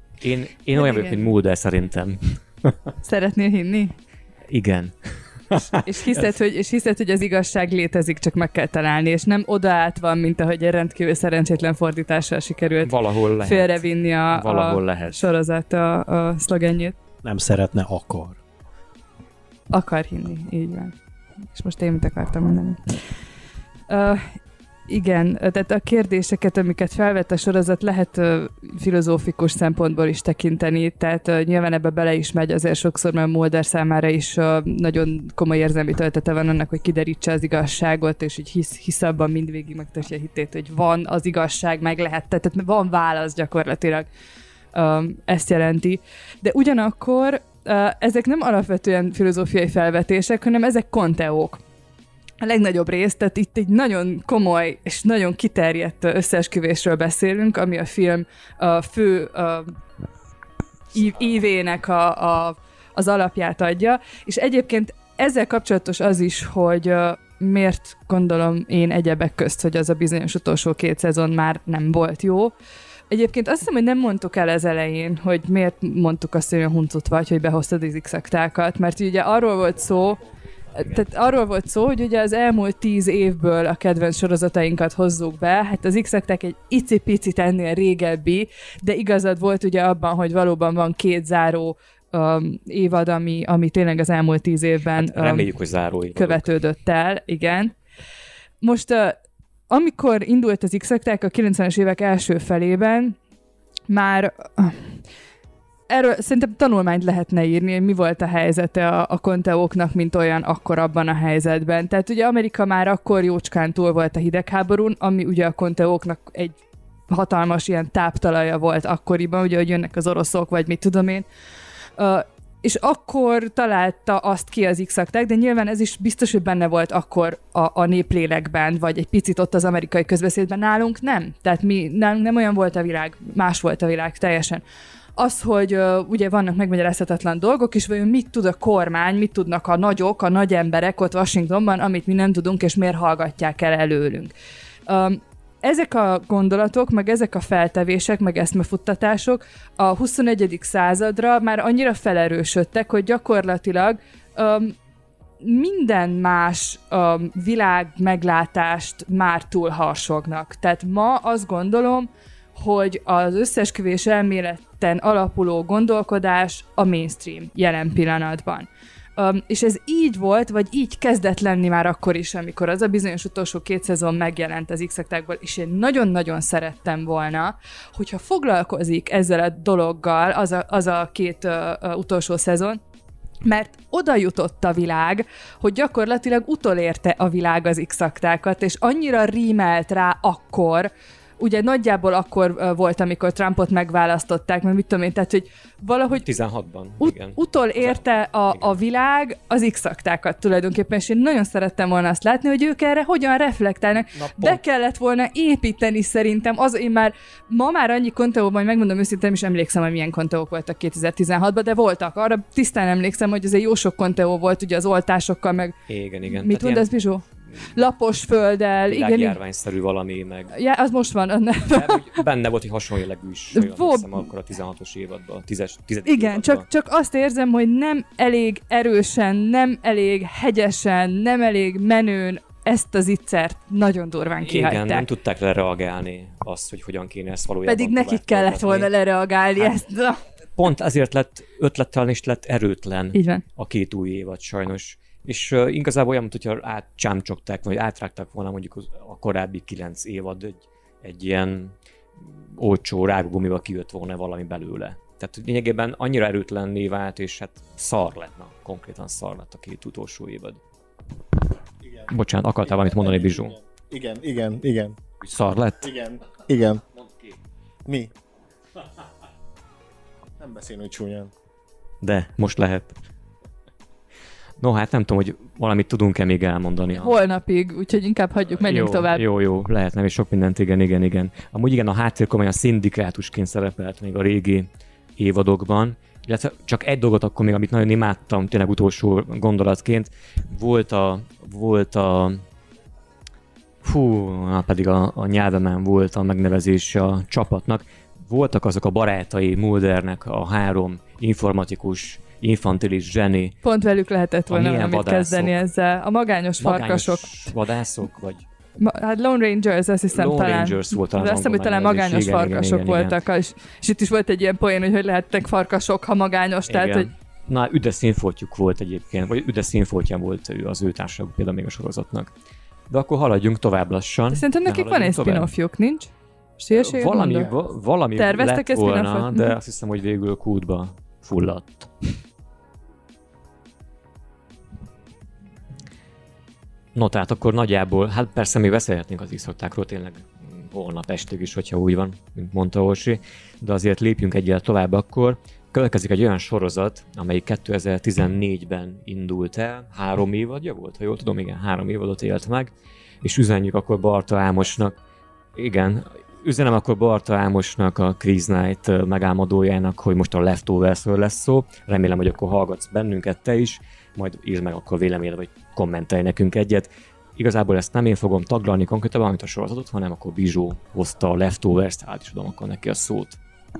én olyan vagyok, mint Mulder szerintem. Szeretnél hinni? Igen. És hiszed, hogy az igazság létezik, csak meg kell találni, és nem odaállt van, mint ahogy egy rendkívül szerencsétlen fordítással sikerült félrevinni a sorozat a szlogenjét. Nem szeretne, akar. Akar hinni, így van. És most én mit akartam mondani? Igen, tehát a kérdéseket, amiket felvett a sorozat, lehet filozófikus szempontból is tekinteni, tehát nyilván ebbe bele is megy azért sokszor, mert Mulder számára is nagyon komoly érzelmi töltete van annak, hogy kiderítse az igazságot, és így hisz abban mindvégig megtartja a hitét, hogy van az igazság, meg lehet, tehát van válasz gyakorlatilag. Ezt jelenti. De ugyanakkor ezek nem alapvetően filozófiai felvetések, hanem ezek konteók. A legnagyobb rész, tehát itt egy nagyon komoly és nagyon kiterjedt összeesküvésről beszélünk, ami a film fő ívének az alapját adja, és egyébként ezzel kapcsolatos az is, hogy miért gondolom én egyebek közt, hogy az a bizonyos utolsó 2 szezon már nem volt jó. Egyébként azt hiszem, hogy nem mondtuk el az elején, hogy miért mondtuk azt, hogy olyan huncut vagy, hogy behoztad az X-aktákat, mert ugye arról volt szó, hogy ugye az elmúlt 10 évből a kedvenc sorozatainkat hozzuk be, hát az X-akták egy icipicit ennél régebbi, de igazad volt ugye abban, hogy valóban van 2 záró évad, ami tényleg az elmúlt 10 évben reméljük, hogy záró évadok követődött el, igen. Most amikor indult az X-akták a 90-es évek első felében, már erről szerintem tanulmányt lehetne írni, hogy mi volt a helyzete a konteóknak, mint olyan akkor abban a helyzetben. Tehát ugye Amerika már akkor jócskán túl volt a hidegháborún, ami ugye a konteóknak egy hatalmas ilyen táptalaja volt akkoriban, ugye, hogy jönnek az oroszok, vagy mit tudom én. És akkor találta azt ki az X-akták, de nyilván ez is biztos, hogy benne volt akkor a néplélekben, vagy egy picit ott az amerikai közbeszédben. Nálunk nem. Tehát nem olyan volt a világ, más volt a világ teljesen. Az, hogy ugye vannak megmagyarázhatatlan dolgok, és vajon mit tud a kormány, mit tudnak a nagyok, a nagy emberek ott Washingtonban, amit mi nem tudunk, és miért hallgatják el előlünk. Ezek a gondolatok, meg ezek a feltevések, meg eszmefuttatások a 21. századra már annyira felerősödtek, hogy gyakorlatilag minden más világ meglátást már túlharsognak. Tehát ma azt gondolom, hogy az összeesküvés elméleten alapuló gondolkodás a mainstream jelen pillanatban. És ez így volt, vagy így kezdett lenni már akkor is, amikor az a bizonyos utolsó 2 szezon megjelent az X-aktákból, és én nagyon-nagyon szerettem volna, hogyha foglalkozik ezzel a dologgal az a 2 utolsó szezon, mert oda jutott a világ, hogy gyakorlatilag utolérte a világ az X-aktákat, és annyira rímelt rá akkor, ugye nagyjából akkor volt, amikor Trumpot megválasztották, mert mit tudom én, tehát, hogy valahogy 16-ban, igen. Utolérte a világ az X-aktákat tulajdonképpen, és én nagyon szerettem volna azt látni, hogy ők erre hogyan reflektálnak. Be kellett volna építeni szerintem. Én ma már annyi konteóban, hogy megmondom őszintén, is emlékszem, hogy milyen konteók voltak 2016-ban, de voltak. Arra tisztán emlékszem, hogy azért jó sok konteó volt ugye az oltásokkal, meg igen. Mit mondasz, Bizsó? Lapos földdel. Világjárványszerű valami, meg... Ja, az most van. Benne volt egy hasonló jellegű is, emlékszem akkor a 16-os évadban, 10. Igen, csak azt érzem, hogy nem elég erősen, nem elég hegyesen, nem elég menőn ezt az ittszert nagyon durván kihagyták. Igen, nem tudták lereagálni azt, hogy hogyan kéne ezt valójában. Pedig nekik kellett volna lereagálni ezt. Pont ezért lett ötlettelen és lett erőtlen a 2 új évad sajnos. És igazából olyan, hogyha átcsámcsogták, vagy átrágták volna mondjuk a korábbi 9 évad egy ilyen olcsó rágógumival kijött volna valami belőle. Tehát lényegében annyira erőtlenné vált, és hát szar lett, konkrétan szar lett a 2 utolsó évad. Igen. Bocsánat, akartál valamit mondani, Bizsó? Igen. Szar lett? Igen. Mondd ki. Mi? Nem beszélünk csúnyán. De, most lehet. No, hát nem tudom, hogy valamit tudunk-e még elmondani. Holnapig, úgyhogy inkább hagyjuk, menjünk tovább. Jó, lehetne, és sok mindent, igen. Amúgy igen, a háttérkormány a szindikátusként szerepelt még a régi évadokban, illetve csak egy dolgot akkor még, amit nagyon imádtam, tényleg utolsó gondolatként, volt a pedig a nyelvemen volt a megnevezése a csapatnak. Voltak azok a barátai Muldernek, a 3 informatikus, infantilis zseni. Pont velük lehetett volna valamit kezdeni ezzel. A magányos farkasok. Vadászok, vagy... Hát Lone Rangers, azt hiszem Lone talán. Rangers volt talán. Azt hiszem, hogy talán magányos farkasok voltak. És itt is volt egy ilyen poén, hogy lehettek farkasok, ha magányos. Igen. Tehát, hogy... Na, üdes színfoltjuk volt egyébként, vagy üdes színfoltján volt az ő társaságuk például még a sorozatnak. De akkor haladjunk tovább lassan. De szerintem nekik van egy spin-offjuk, nincs? Valami terveztek lett volna, de azt hiszem, hogy végül kútba fulladt. No, tehát akkor nagyjából, hát persze még beszélhetnénk az X-aktákról tényleg holnap estig is, hogyha úgy van, mint mondta Orsi, de azért lépjünk egyel tovább akkor. Következik egy olyan sorozat, amelyik 2014-ben indult el, 3 évadja volt, ha jól tudom, igen, 3 évadot élt meg, és üzenjük akkor Barta Ámosnak, üzenem akkor Barta Ámosnak, a Quiz Night megálmodójának, hogy most a Leftovers-ről lesz szó, remélem, hogy akkor hallgatsz bennünket te is, majd írd meg akkor véleményed, vagy kommentelj nekünk egyet. Igazából ezt nem én fogom taglalni konkrétan, amit a sorozatot, hanem akkor Bizsó hozta a Leftovers-t, át is adom akkor neki a szót.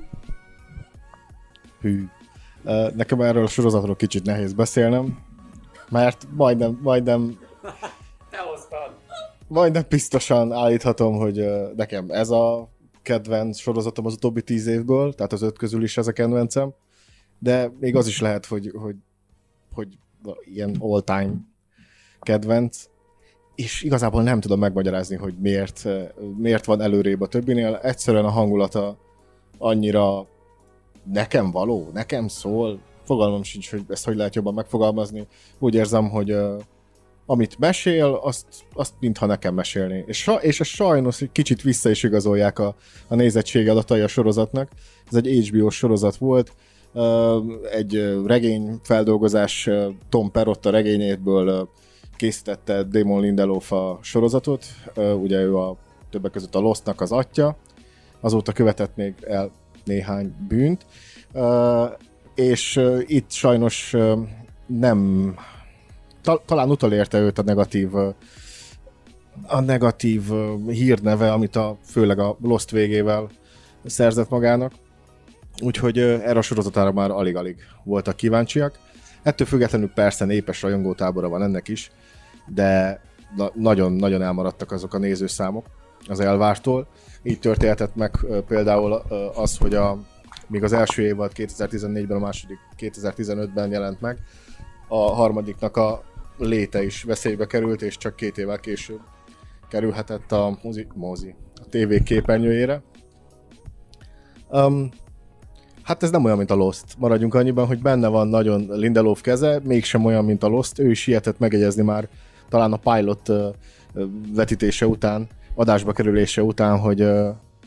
Nekem erről a sorozatról kicsit nehéz beszélnem, mert majdnem biztosan állíthatom, hogy nekem ez a kedvenc sorozatom az utóbbi 10 évből, tehát az 5 közül is ez a kedvencem, de még az is lehet, hogy ilyen all-time kedvenc, és igazából nem tudom megmagyarázni, hogy miért van előrébb a többinél. Egyszerűen a hangulata annyira nekem való, nekem szól, fogalmam sincs, hogy ezt hogy lehet jobban megfogalmazni. Úgy érzem, hogy amit mesél, azt mintha nekem mesélni. És ez sajnos egy kicsit vissza is igazolják a nézettségi adatai a sorozatnak. Ez egy HBO sorozat volt, egy regényfeldolgozás, Tom Perotta regényéből készítette Damon Lindelof a sorozatot, ugye ő többek között a Lostnak az atya, azóta követett még el néhány bűnt, és itt sajnos nem, talán utolérte őt a negatív hírneve, amit főleg a Lost végével szerzett magának, úgyhogy erre a sorozatára már alig-alig voltak kíváncsiak. Ettől függetlenül persze népes rajongótábora van ennek is, de nagyon-nagyon elmaradtak azok a nézőszámok az elvártól. Így történhetett meg például az, hogy míg az első évad 2014-ben, a második 2015-ben jelent meg, a harmadiknak a léte is veszélybe került, és csak 2 évvel később kerülhetett a TV képernyőjére. Hát ez nem olyan, mint a Lost. Maradjunk annyiban, hogy benne van nagyon Lindelof keze, mégsem olyan, mint a Lost. Ő is sietett megegyezni már talán a pilot vetítése után, adásba kerülése után,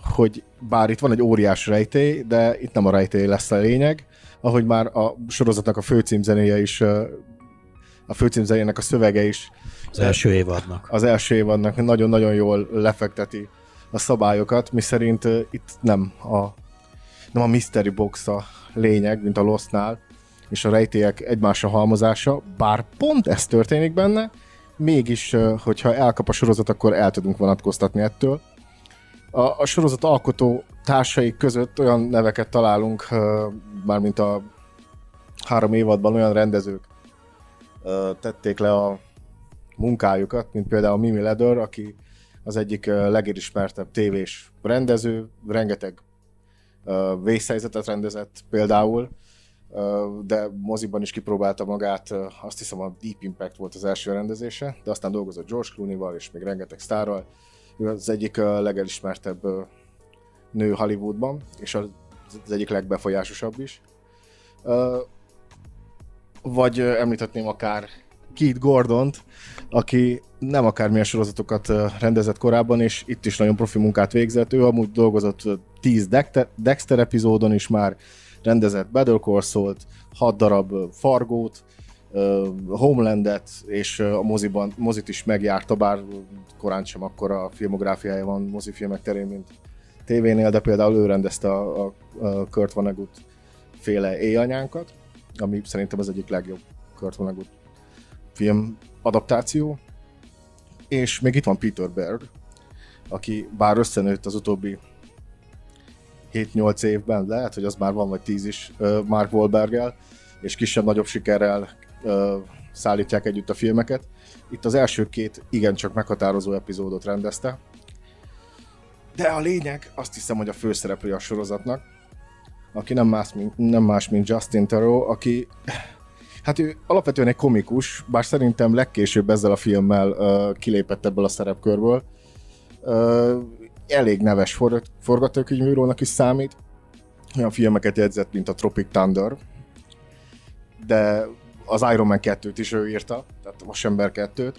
hogy bár itt van egy óriás rejtély, de itt nem a rejtély lesz a lényeg, ahogy már a sorozatnak a főcímzenéje is, a főcímzenének a szövege is Az első évadnak. Az első évadnak nagyon-nagyon jól lefekteti a szabályokat, miszerint itt nem a mystery box a lényeg, mint a Lostnál, és a rejtélyek egymásra halmozása, bár pont ez történik benne, mégis, hogyha elkap a sorozat, akkor el tudunk vonatkoztatni ettől. A sorozat alkotó társai között olyan neveket találunk, mármint a 3 évadban olyan rendezők tették le a munkájukat, mint például Mimi Leder, aki az egyik legismertebb tévés rendező, rengeteg vészhelyzetet rendezett például, de moziban is kipróbálta magát, azt hiszem a Deep Impact volt az első rendezése, de aztán dolgozott George Clooney-val és még rengeteg sztárral. Ő az egyik legelismertebb nő Hollywoodban, és az egyik legbefolyásosabb is. Vagy említhetném akár Keith Gordont, aki nem akármilyen sorozatokat rendezett korábban, és itt is nagyon profi munkát végzett. Ő amúgy dolgozott 10 Dexter epizódon is már, rendezett Better Call Saul-t, 6 darab Fargót, Homelandet, és a mozit is megjárta, bár korán sem akkora filmográfiája van mozifilmek terén, mint tévénél, de például ő rendezte a Kurt Vonnegut féle Éjanyánkat, ami szerintem az egyik legjobb Kurt Vonnegut film adaptáció. És még itt van Peter Berg, aki bár összenőtt az utóbbi 7-8 évben, lehet, hogy az már van, vagy 10 is Mark Wahlberggel, és kisebb-nagyobb sikerrel szállítják együtt a filmeket. Itt az első 2 igencsak meghatározó epizódot rendezte, de a lényeg, azt hiszem, hogy a főszereplője a sorozatnak, aki nem más, mint Justin Theroux, aki hát ő alapvetően egy komikus, bár szerintem legkésőbb ezzel a filmmel kilépett ebből a szerepkörből. Elég neves forgatókönyvírónak is számít. Olyan filmeket jegyzett, mint a Tropic Thunder, de az Iron Man 2-t is ő írta, tehát a Vasember 2-t.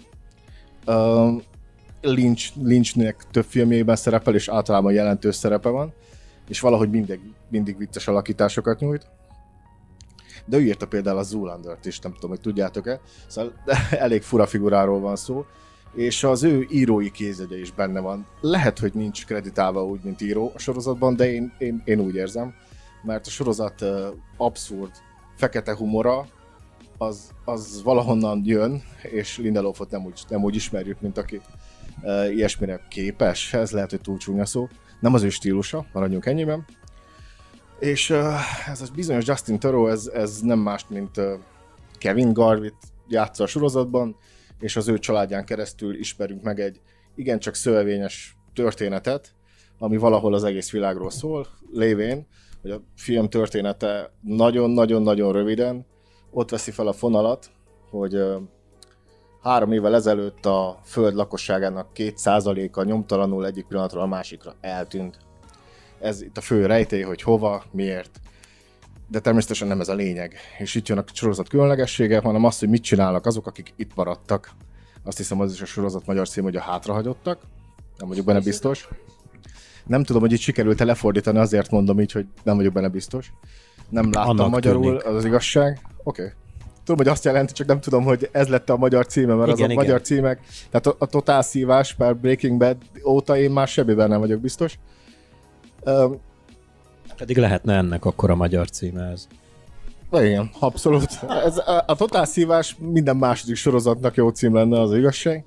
Lynchnek több filmjében szerepel, és általában jelentős szerepe van, és valahogy mindig vicces alakításokat nyújt. De ő írta például a Zoolandert is, nem tudom, hogy tudjátok-e. Szóval elég fura figuráról van szó, és az ő írói kézjegye is benne van. Lehet, hogy nincs kreditálva úgy, mint író a sorozatban, de én úgy érzem, mert a sorozat abszurd, fekete humora, az valahonnan jön, és Lindelofot nem úgy ismerjük, mint aki ilyesmire képes. Ez lehet, hogy túl csúnya szó. Nem az ő stílusa, maradjunk ennyiben. És ez a bizonyos Justin Theroux, ez nem más, mint Kevin Garvey-t játsza a sorozatban, és az ő családján keresztül ismerünk meg egy igencsak szövevényes történetet, ami valahol az egész világról szól, lévén, hogy a film története nagyon-nagyon-nagyon röviden ott veszi fel a fonalat, hogy 3 évvel ezelőtt a föld lakosságának 2%-a nyomtalanul egyik pillanatról a másikra eltűnt. Ez itt a fő rejtély, hogy hova, miért. De természetesen nem ez a lényeg. És itt jön a sorozat különlegessége, hanem az, hogy mit csinálnak azok, akik itt maradtak. Azt hiszem, az is a sorozat magyar cím, hogy a hátrahagyottak. Nem vagyok benne biztos. Nem tudom, hogy itt sikerült lefordítani, azért mondom így, hogy nem vagyok benne biztos. Nem láttam Annak magyarul, tűnik. az igazság. Oké. Tudom, hogy azt jelenti, csak nem tudom, hogy ez lett a magyar címe, mert igen, az a magyar címek. Tehát a Totál Szívás, per Breaking Bad óta én már semmiben nem vagyok biztos. Pedig lehetne ennek akkor a magyar címe ez. Igen, abszolút. Ez a Totál Szívás minden második sorozatnak jó cím lenne, az igazság.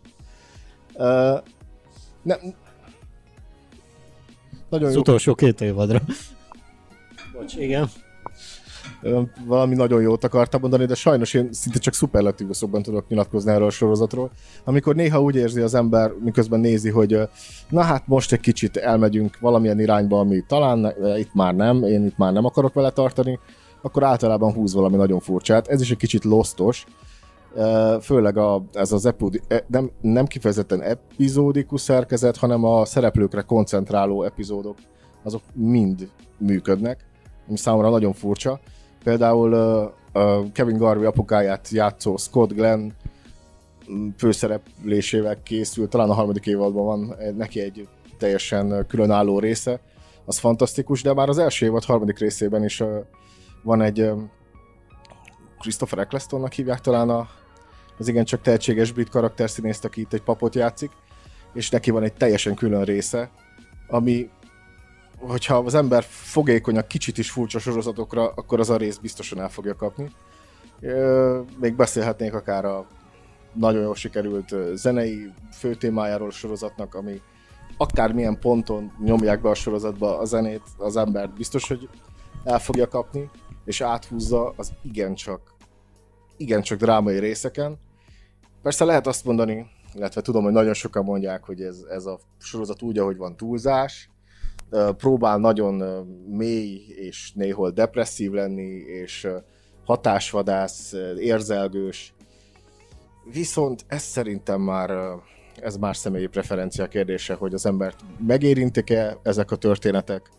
Nagyon Az jó. utolsó 2 évadra. Bocs, igen. Valami nagyon jót akartam mondani, de sajnos én szinte csak szuperlatívuszokban tudok nyilatkozni erről a sorozatról. Amikor néha úgy érzi az ember, miközben nézi, hogy na hát most egy kicsit elmegyünk valamilyen irányba, ami talán itt már nem, én itt már nem akarok vele tartani, akkor általában húz valami nagyon furcsát. Ez is egy kicsit lostos, főleg ez az nem kifejezetten epizódikus szerkezet, hanem a szereplőkre koncentráló epizódok, azok mind működnek, ami számomra nagyon furcsa. Például Kevin Garvey apukáját játszó Scott Glenn főszereplésével készült, talán a 3. évadban van neki egy teljesen különálló része, az fantasztikus, de már az első évad harmadik részében is van egy Christopher Ecclestonnak hívják talán az igencsak tehetséges brit karakterszínészt, aki itt egy papot játszik, és neki van egy teljesen külön része, ami, hogyha az ember fogékonyak kicsit is furcsa sorozatokra, akkor az a rész biztosan el fogja kapni. Még beszélhetnénk akár a nagyon jól sikerült zenei főtémájáról a sorozatnak, ami akármilyen ponton nyomják be a sorozatba a zenét, az embert biztos, hogy el fogja kapni, és áthúzza az igencsak drámai részeken. Persze lehet azt mondani, illetve tudom, hogy nagyon sokan mondják, hogy ez a sorozat úgy, ahogy van, túlzás, próbál nagyon mély és néhol depresszív lenni, és hatásvadász, érzelgős. Viszont ez szerintem ez már személyi preferencia kérdése, hogy az embert megérintik-e ezek a történetek,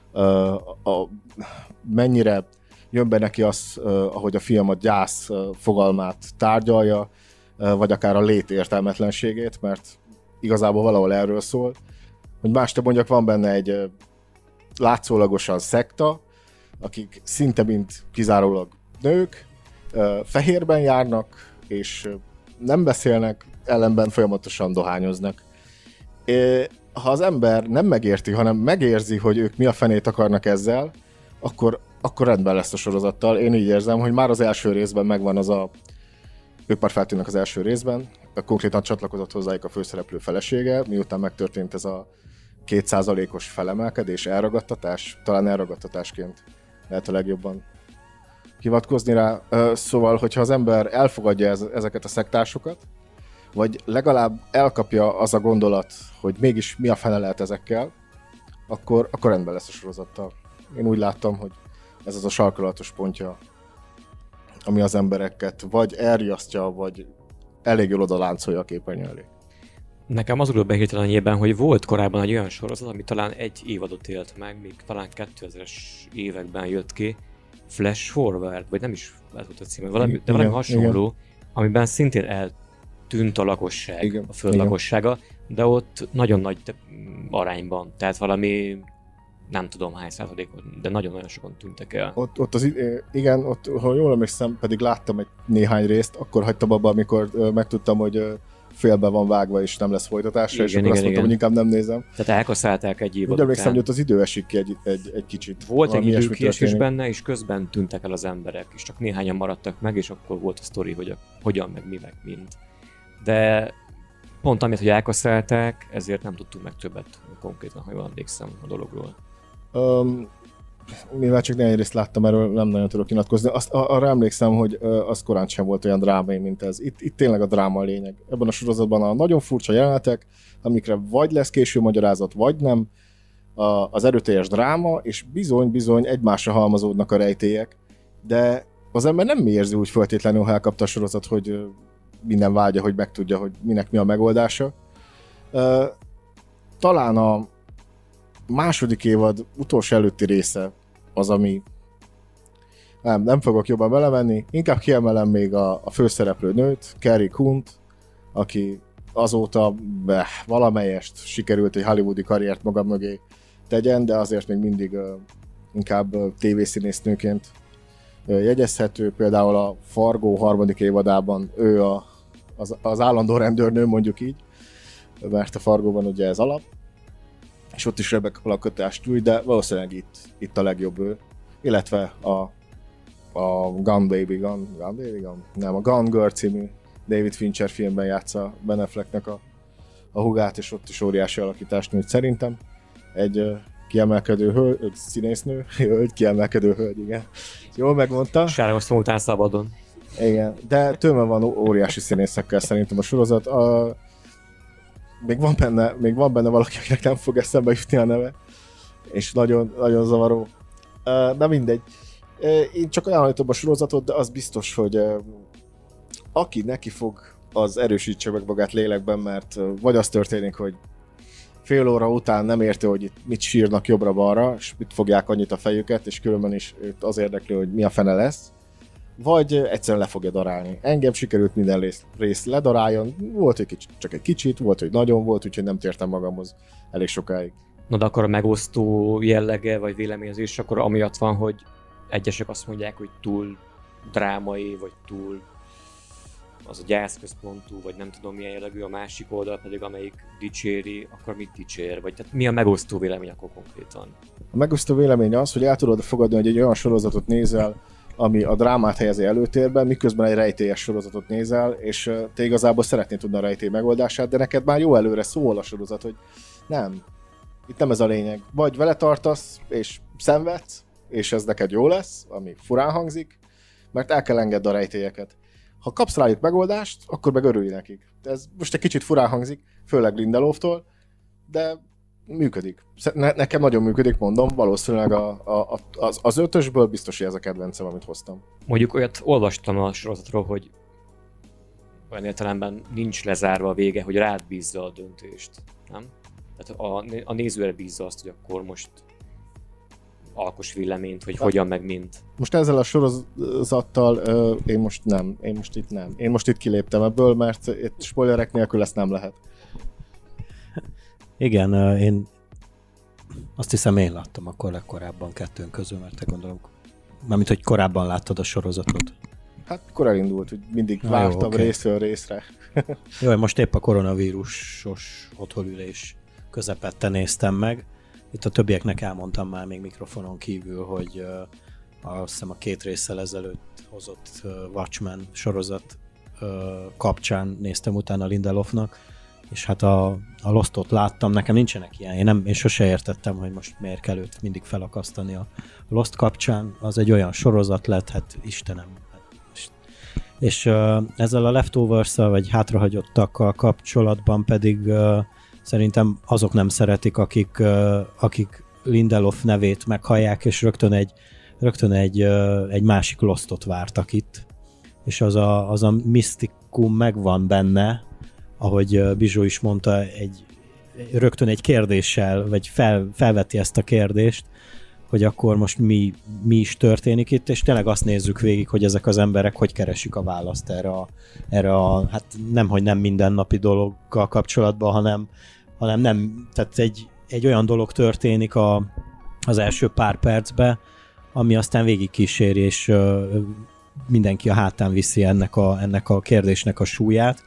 mennyire jön be neki az, ahogy a film a gyász fogalmát tárgyalja, vagy akár a lét értelmetlenségét, mert igazából valahol erről szól. Hogy más te mondjak, van benne egy látszólagosan szekta, akik szinte mind kizárólag nők, fehérben járnak, és nem beszélnek, ellenben folyamatosan dohányoznak. Ha az ember nem megérti, hanem megérzi, hogy ők mi a fenét akarnak ezzel, akkor rendben lesz a sorozattal. Én így érzem, hogy már az első részben megvan ők már feltűnnek az első részben, konkrétan csatlakozott hozzájuk a főszereplő felesége, miután megtörtént ez a 2%-os felemelkedés, elragadtatás, talán elragadtatásként lehet a legjobban hivatkozni rá. Szóval, hogyha az ember elfogadja ezeket a szektásokat, vagy legalább elkapja az a gondolat, hogy mégis mi a fene lehet ezekkel, akkor rendben lesz a sorozattal. Én úgy láttam, hogy ez az a sarkalatos pontja, ami az embereket vagy elriasztja, vagy elég jól oda láncolja a képernyő elé. Nekem az ugrott be hirtelenjében, hogy volt korábban egy olyan sorozat, ami talán egy évadot élt meg, még talán 2000-es években jött ki, Flash Forward, vagy nem is lehet volt a címe, valami hasonló, igen. Amiben szintén eltűnt a lakosság, igen, a föld lakossága, de ott nagyon nagy arányban, tehát valami nem tudom hány százalékot, de nagyon-nagyon sokan tűntek el. Ott, ha jól emlékszem, pedig láttam egy néhány részt, akkor hagytam abba, amikor megtudtam, hogy félbe van vágva, és nem lesz folytatása, és akkor azt mondtam, hogy inkább nem nézem. Tehát elkaszálták egy évad után. Emlékszem, hogy ott az idő esik ki egy kicsit. Volt egy időkésés benne, és közben tűntek el az emberek, és csak néhányan maradtak meg, és akkor volt a sztori, hogy hogyan, meg mi, meg mind. De pont amiatt, hogy elkaszálták, ezért nem tudtunk meg többet konkrétan, ha jól emlékszem a dologról. Mivel csak néhány részt láttam, erről nem nagyon tudok nyilatkozni. Arra emlékszem, hogy az korán sem volt olyan drámai, mint ez. Itt tényleg a dráma a lényeg. Ebben a sorozatban a nagyon furcsa jelenetek, amikre vagy lesz késő magyarázat, vagy nem, az erőteljes dráma, és bizony egymásra halmazódnak a rejtélyek, de az ember nem érzi úgy feltétlenül, ha elkapta a sorozat, hogy minden vágya, hogy megtudja, hogy minek mi a megoldása. Talán a második évad utolsó előtti része az, ami nem fogok jobban belemenni, inkább kiemelem még a főszereplő nőt, Carrie Coont, aki azóta valamelyest sikerült egy hollywoodi karriert maga mögé tegyen, de azért még mindig inkább tévészínésznőként jegyezhető. Például a Fargo harmadik évadában ő az állandó rendőrnő, mondjuk így, mert a Fargoban ugye ez alap, és ott is remek alakítást nyújt, de valószínűleg itt a legjobb ő. Illetve a Gun Baby Gun, nem, a Gone Girl című David Fincher filmben játsza Ben Afflecknek a hugát, és ott is óriási alakítást nyújt szerintem. Egy kiemelkedő hölgy, színésznő, kiemelkedő hölgy, igen. Jól megmondta. Sárga szóltál szabadon. Igen, de tömve van óriási színészekkel szerintem a sorozat. Még van benne valaki, akinek nem fog eszembe jutni a neve, és nagyon, nagyon zavaró. De mindegy. Én csak ajánlítom a sorozatot, de az biztos, hogy aki neki fog, az erősítse meg magát lélekben, mert vagy az történik, hogy fél óra után nem érti, hogy itt mit sírnak jobbra-balra, és mit fogják annyit a fejüket, és különben is az érdekli, hogy mi a fene lesz. vagy egyszerűen le fogja darálni. Engem sikerült minden rész ledaráljon, volt, hogy csak egy kicsit, volt, hogy nagyon volt, úgyhogy nem tértem magamhoz elég sokáig. Na de akkor a megosztó jellege, vagy véleményezés, akkor amiatt van, hogy egyesek azt mondják, hogy túl drámai, vagy túl az a gyászközpontú, vagy nem tudom milyen jellegű, a másik oldal pedig amelyik dicséri, akkor mit dicsér? Vagy tehát mi a megosztó vélemény akkor konkrétan? A megosztó vélemény az, hogy el tudod fogadni, hogy egy olyan sorozatot nézel, ami a drámát helyezi előtérben, miközben egy rejtélyes sorozatot nézel, és te igazából szeretnéd tudni a rejtély megoldását, de neked már jó előre szól a sorozat, hogy nem, itt nem ez a lényeg. Vagy vele tartasz, és szenvedsz, és ez neked jó lesz, ami furán hangzik, mert el kell engedni a rejtélyeket. Ha kapsz rájuk megoldást, akkor meg örülj nekik. Ez most egy kicsit furán hangzik, főleg Lindeloftól, de működik. Nekem nagyon működik, mondom, valószínűleg az 5-ösből biztos, hogy ez a kedvencem, amit hoztam. Mondjuk olyat olvastam a sorozatról, hogy olyan értelemben nincs lezárva a vége, hogy rád bízza a döntést, nem? Tehát a nézőre bízza azt, hogy akkor most alkos véleményt, hogy hogyan meg mint. Most ezzel a sorozattal én most itt kiléptem ebből, mert itt spoilerek nélkül ezt nem lehet. Igen, én azt hiszem én láttam akkor legkorábban kettőnk közül, mert te gondolom, mármint, hogy korábban láttad a sorozatot. Hát akkor elindult, hogy mindig vártam okay. részről részre. Jó, most épp a koronavírusos otthonülés közepette néztem meg. Itt a többieknek elmondtam már még mikrofonon kívül, hogy azt hiszem a 2 résszel ezelőtt hozott Watchmen sorozat kapcsán néztem utána Lindelofnak, és hát a Lostot láttam, nekem nincsenek ilyen, én sose értettem, hogy most miért kell őt mindig felakasztani a Lost kapcsán, az egy olyan sorozat lett, hát Istenem. És ezzel a Leftovers-szal, vagy hátrahagyottakkal kapcsolatban pedig szerintem azok nem szeretik, akik Lindelof nevét meghallják, és rögtön egy másik Lostot vártak itt. És az a misztikum megvan benne, ahogy Bizsó is mondta, rögtön egy kérdéssel, vagy felveti ezt a kérdést, hogy akkor most mi is történik itt, és tényleg azt nézzük végig, hogy ezek az emberek hogy keresik a választ erre a hát nemhogy nem mindennapi dologgal kapcsolatban, hanem nem, tehát egy olyan dolog történik az első pár percben, ami aztán végig kíséri, és mindenki a hátán viszi ennek a kérdésnek a súlyát.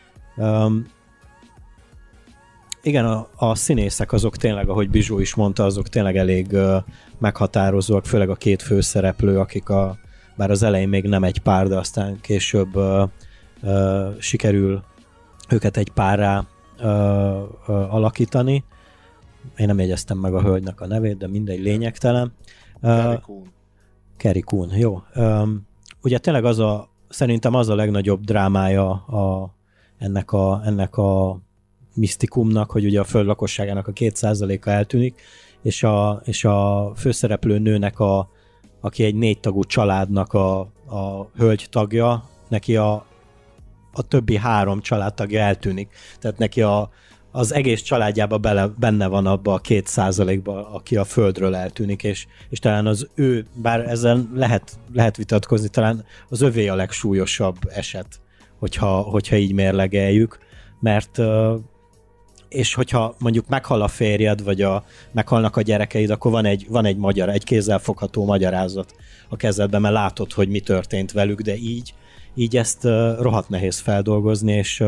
Igen, a színészek azok tényleg, ahogy Bizsó is mondta, azok tényleg elég meghatározóak, főleg a 2 főszereplő, akik bár az elején még nem egy pár, de aztán később sikerül őket egy párrá alakítani. Én nem jegyeztem meg a hölgynek a nevét, de mindegy, lényegtelen. Carrie Coon, jó. Ugye tényleg szerintem az a legnagyobb drámája ennek a misztikumnak, hogy ugye a föld lakosságának a 2%-a eltűnik, és a főszereplő nőnek, aki egy 4 tagú családnak a hölgy tagja, neki a többi 3 családtagja eltűnik. Tehát neki az egész családjában benne van abba a 2%-ba, aki a földről eltűnik, és talán az ő, bár ezzel lehet vitatkozni, talán az övé a legsúlyosabb eset, hogyha így mérlegeljük, mert és hogyha mondjuk meghal a férjed, vagy meghalnak a gyerekeid, akkor van egy kézzelfogható magyarázat a kezedben, mert látod, hogy mi történt velük, de így ezt rohadt nehéz feldolgozni, és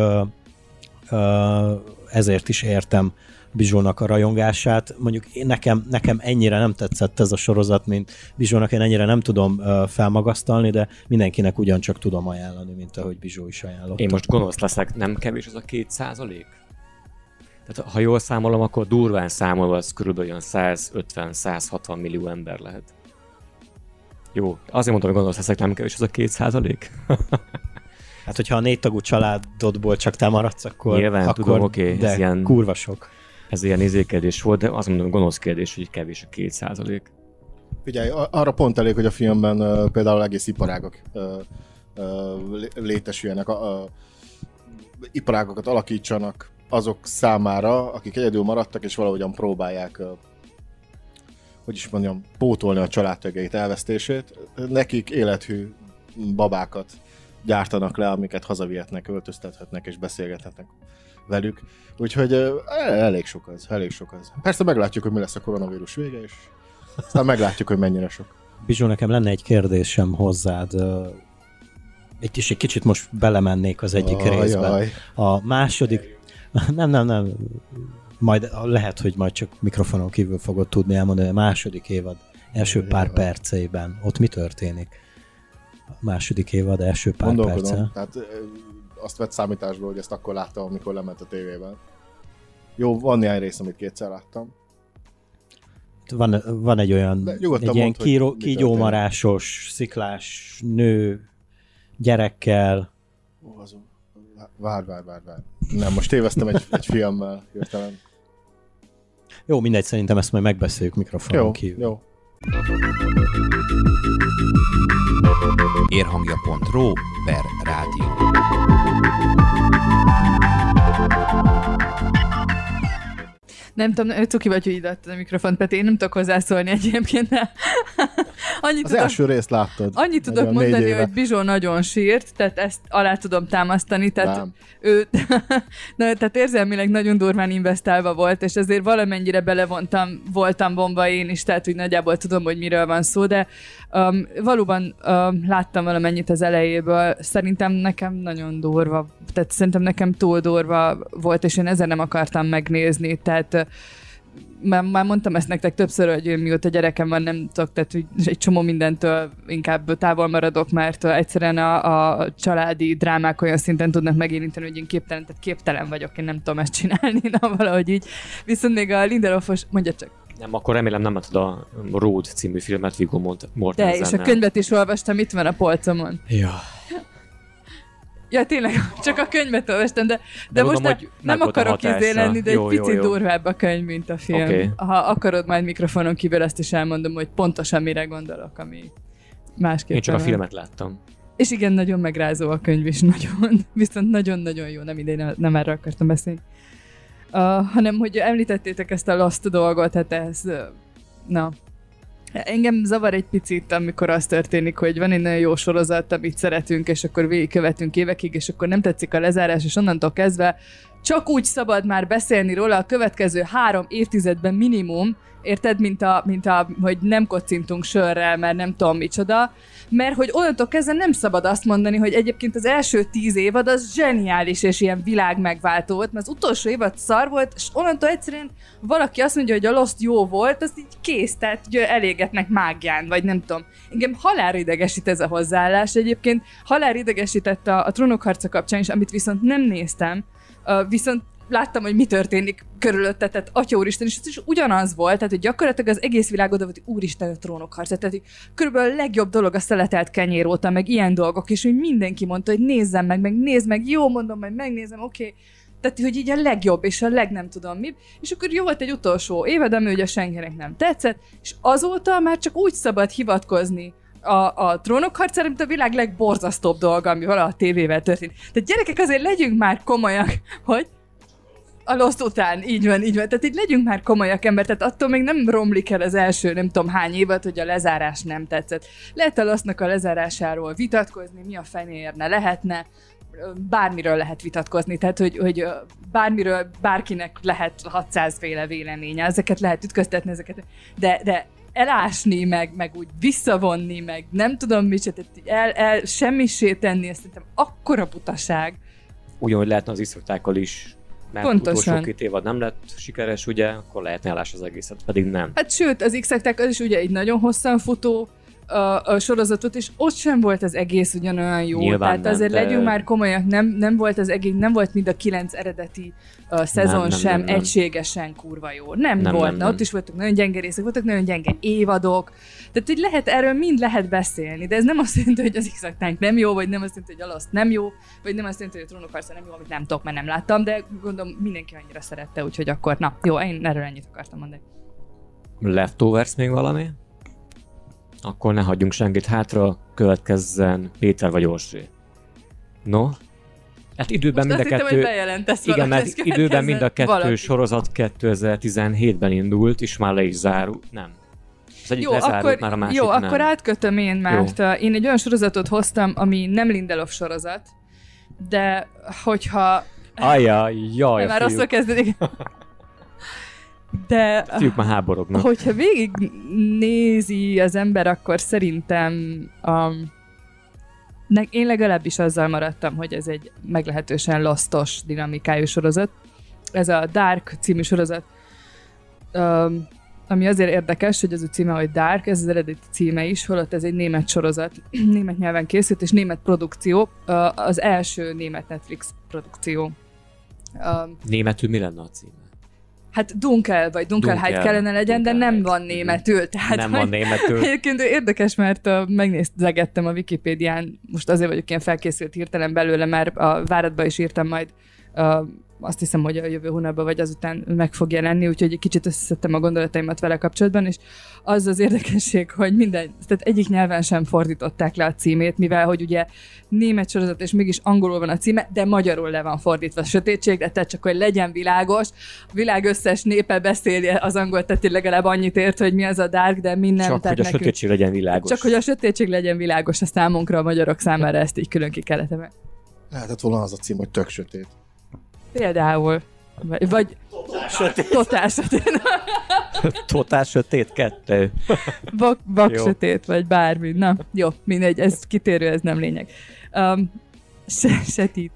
ezért is értem Bizsónak a rajongását. Mondjuk nekem ennyire nem tetszett ez a sorozat, mint Bizsónak, én ennyire nem tudom felmagasztalni, de mindenkinek ugyancsak tudom ajánlani, mint ahogy Bizsó is ajánlott. Én most gonosz leszek, nem kevés az a 2%? Tehát ha jól számolom, akkor durván számolva az körülbelül olyan 150-160 millió ember lehet. Jó, azért mondtam, hogy gonosz leszek, nem kevés az a 2%? Hát, hogyha a 4 tagú családodból csak te maradsz, akkor... Nyilván, akkor, tudom, oké, de ez ilyen, kurva sok. Ez ilyen izékedés volt, de azt mondom, gonosz kérdés, hogy kevés a 2%. Figyelj, arra pont elég, hogy a filmben például egész iparágok létesüljenek, iparágokat alakítsanak azok számára, akik egyedül maradtak, és valahogyan próbálják, hogy is mondjam, pótolni a családtagjait elvesztését. Nekik élethű babákat gyártanak le, amiket hazavihetnek, öltöztethetnek és beszélgethetnek velük. Úgyhogy elég sok az. Persze meglátjuk, hogy mi lesz a koronavírus vége, és aztán meglátjuk, hogy mennyire sok. Bizsó, nekem lenne egy kérdésem hozzád. Egy kicsit most belemennék az egyik részben. Jaj. A második... Nem. Majd lehet, hogy majd csak mikrofonon kívül fogod tudni elmondani. A második évad első pár perceiben. Ott mi történik? A második évad első pár perce. Tehát azt vett számításba, hogy ezt akkor láttam, amikor lement a tévében. Jó, van néhány rész, amit kétszer láttam. Van egy olyan egy ilyen kígyómarásos, sziklás nő gyerekkel. Várj. Nem, most téveztem egy filmmel hirtelen. Jó, mindegy, szerintem ezt majd megbeszéljük mikrofonon kívül. Jó. Érhangja.ro/rádió. Nem tudom, cuki vagy, hogy ide adtad a mikrofont, Peti, én nem tudok hozzászólni egyébként. Első részt láttad. Annyit tudok mondani, hogy Bizsó nagyon sírt, tehát ezt alá tudom támasztani, tehát ő tehát érzelmileg nagyon durván investálva volt, és ezért valamennyire voltam bomba én is, tehát úgy nagyjából tudom, hogy miről van szó, de valóban láttam valamennyit az elejéből, szerintem nekem nagyon durva, tehát szerintem nekem túl durva volt, és én ezen nem akartam megnézni, tehát már mondtam ezt nektek többször, hogy mióta gyerekem van, nem tudok, tehát egy csomó mindentől inkább távol maradok, mert egyszerűen a családi drámák olyan szinten tudnak megérinteni, hogy én képtelen vagyok, én nem tudom ezt csinálni, valahogy így. Viszont még a Lindelofos, mondja csak. Nem, akkor remélem nem láttad a Road című filmet Viggo Mortensennel. De, és a könyvet is olvastam, itt van a polcomon. Ja, tényleg, csak a könyvet olvastam, de most nem akarok lenni, de egy picit durvább a könyv, mint a film. Okay. Ha akarod, majd mikrofonon kívül azt is elmondom, hogy pontosan mire gondolok, ami másképp. Én csak a filmet láttam. És igen, nagyon megrázó a könyv is, nagyon, viszont nagyon-nagyon jó, nem erre akartam beszélni. Hanem, hogy említettétek ezt a Lost dolgot, hát ez, engem zavar egy picit, amikor az történik, hogy van egy nagyon jó sorozat, amit szeretünk, és akkor végigkövetünk évekig, és akkor nem tetszik a lezárás, és onnantól kezdve csak úgy szabad már beszélni róla a következő 3 évtizedben minimum, érted, mint hogy nem kocintunk sörrel, mert nem tudom micsoda, mert hogy onnantól kezdve nem szabad azt mondani, hogy egyébként az első 10 évad az zseniális és ilyen világmegváltó volt, mert az utolsó évad szar volt, és onnantól egyszerűen valaki azt mondja, hogy a Lost jó volt, az így kész, tehát hogy elégetnek mágián, vagy nem tudom. Engem halálra idegesít ez a hozzáállás, egyébként halálra idegesített a Trónok harca kapcsán is, amit viszont nem néztem, viszont láttam, hogy mi történik körülötte, tehát Atya Úristen, és ez is ugyanaz volt, tehát hogy gyakorlatilag az egész világ oda volt, hogy Úristen, a Trónok harca, tehát körülbelül a legjobb dolog a szeletelt kenyér óta, meg ilyen dolgok, és hogy mindenki mondta, hogy nézzem meg nézd meg, jó, mondom, majd megnézem, oké. Tehát, hogy így a legjobb, és a nem tudom mi. És akkor jó volt egy utolsó évad, ami ugye senkinek nem tetszett, és azóta már csak úgy szabad hivatkozni a Trónok harcára, mint a világ legborzasztóbb dolga, ami valaha a tévével történt. Tehát gyerekek, azért legyünk már komolyak, hogy a Lost után, így van. Tehát így legyünk már komolyak ember, tehát attól még nem romlik el az első nem tudom hány évet, hogy a lezárás nem tetszett. Lehet a Lostnak a lezárásáról vitatkozni, mi a fenéérne lehetne, bármiről lehet vitatkozni, tehát hogy bármiről bárkinek lehet 600 féle véleménye, ezeket lehet ütköztetni, de elásni, meg úgy visszavonni, meg nem tudom mit, tehát semmissé tenni, ezt szerintem akkora butaság. Ugyanúgy lehetne az iszoktákkal is, mert utolsó 2 évad nem lett sikeres, ugye, akkor lehetne elás az egészet, pedig nem. Hát sőt, az X-ekták az is ugye egy nagyon hosszan futó a sorozatot, és ott sem volt az egész ugyanolyan jó. Nyilván tehát azért legyünk már komolyak, nem volt az egész, nem volt mind a 9 eredeti szezon sem egységesen kurva jó. Nem volt. Ott is voltak nagyon gyenge részek, voltak nagyon gyenge évadok. Tehát, hogy erről mind lehet beszélni, de ez nem azt jelenti, hogy az X-aktánk nem jó, vagy nem azt jelenti, hogy a Lost nem jó, vagy nem azt jelenti, hogy a Trónok harca nem jó, amit nem tudok, mert nem láttam, de gondolom mindenki annyira szerette, úgyhogy akkor, jó, én erről ennyit akartam mondani. Leftovers még valami? Akkor ne hagyjunk senkit hátra, következzen Péter vagy Orsi. No? Hát időben most mind a kettő... Igen, mert időben mind a kettő sorozat 2017-ben indult, és már le is zárult. Nem. Az egyik Jó, lezárult, már a másik jó, nem. akkor átkötöm én, mert én egy olyan sorozatot hoztam, ami nem Lindelof sorozat, de hogyha... Ajjaj, jaj, már a rosszul fiúk. kezdődik. De A fiúk már háborognak. hogyha végignézi az ember, akkor szerintem én legalábbis azzal maradtam, hogy ez egy meglehetősen lasztos dinamikájú sorozat. Ez a Dark című sorozat, ami azért érdekes, hogy az a címe, hogy Dark, ez az eredeti címe is, holott ez egy német sorozat, német nyelven készült, és német produkció, az első német Netflix produkció. Németül mi lenne a címe? Hát Dunkel, vagy Dunkelheit Dunkel, kellene legyen, de nem Dunkelheit. van németül. Tehát, Nem van németül. Egyébként érdekes, mert megnézegettem a Wikipédián, most azért vagyok ilyen felkészült hirtelen belőle, mert a váratba is írtam majd, azt hiszem, hogy a jövő hónapban vagy azután meg fog jelenni, úgyhogy egy kicsit összeszedtem a gondolataimat vele kapcsolatban, és az az érdekesség, hogy tehát egyik nyelven sem fordították le a címét, mivel hogy ugye német sorozat, és mégis angolul van a címe, de magyarul le van fordítva a sötétségre, tehát csak hogy legyen világos, a világ összes népe beszéli az angol, tehát legalább annyit ért, hogy mi az a dark, de mi nem. Csak hogy a sötétség legyen világos. Csak hogy a sötétség legyen világos a számunkra, a magyarok számára ezt így külön ki kellett emelni. Lehetett volna az a cím, hogy tök sötét. Például. Vagy totál sötét. Totál sötét 2. Vak sötét, vagy bármi. Na, jó, mindegy, ez kitérő, ez nem lényeg. Setít.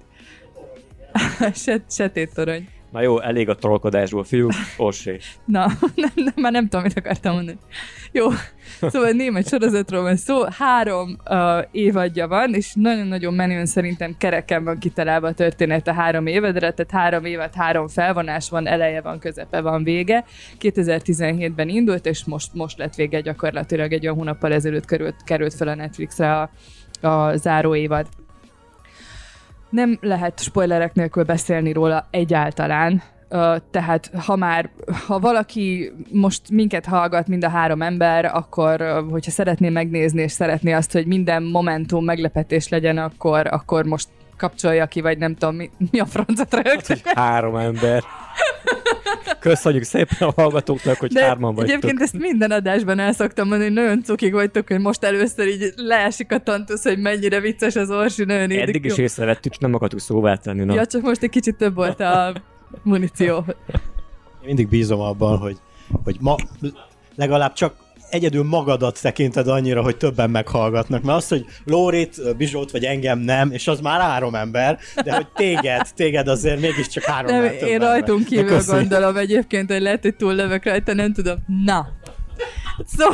Setét torony. Na jó, elég a trollkodásból, fiúk. Orsé. Na, már nem tudom, mit akartam mondani. Jó, szóval német sorozatról van szó, 3 évadja van, és nagyon-nagyon menően szerintem kereken van kitalálva a történet a 3 évadra, tehát 3 évad, 3 felvonás van, eleje van, közepe van, vége. 2017-ben indult, és most lett vége gyakorlatilag, egy olyan hónappal ezelőtt került fel a Netflixre a záró évad. Nem lehet spoilerek nélkül beszélni róla egyáltalán, tehát ha valaki most minket hallgat, mind a 3 ember, akkor hogyha szeretné megnézni, és szeretné azt, hogy minden momentum meglepetés legyen, akkor most kapcsolja ki, vagy nem tudom, mi a francot rögtön. 3 ember. Köszönjük szépen a hallgatóknak, hogy 3-an vagytok. Egyébként ezt minden adásban el szoktam mondani, hogy nagyon cukik vagytok, hogy most először így leesik a tantusz, hogy mennyire vicces az Orsi, nagyon érik. Eddig is észrevettük, és nem akartuk szóvá tenni. Na. Ja, csak most egy kicsit több volt a muníció. Én mindig bízom abban, hogy ma legalább csak egyedül magadat tekinted annyira, hogy többen meghallgatnak. Mert az, hogy Lórit, Bizsót vagy engem nem, és az már 3 ember, de hogy téged azért mégiscsak 3 ember több Én ember. rajtunk kívül gondolom egyébként, hogy lehet, hogy túllövök rajta, nem tudom. Na. Szóval...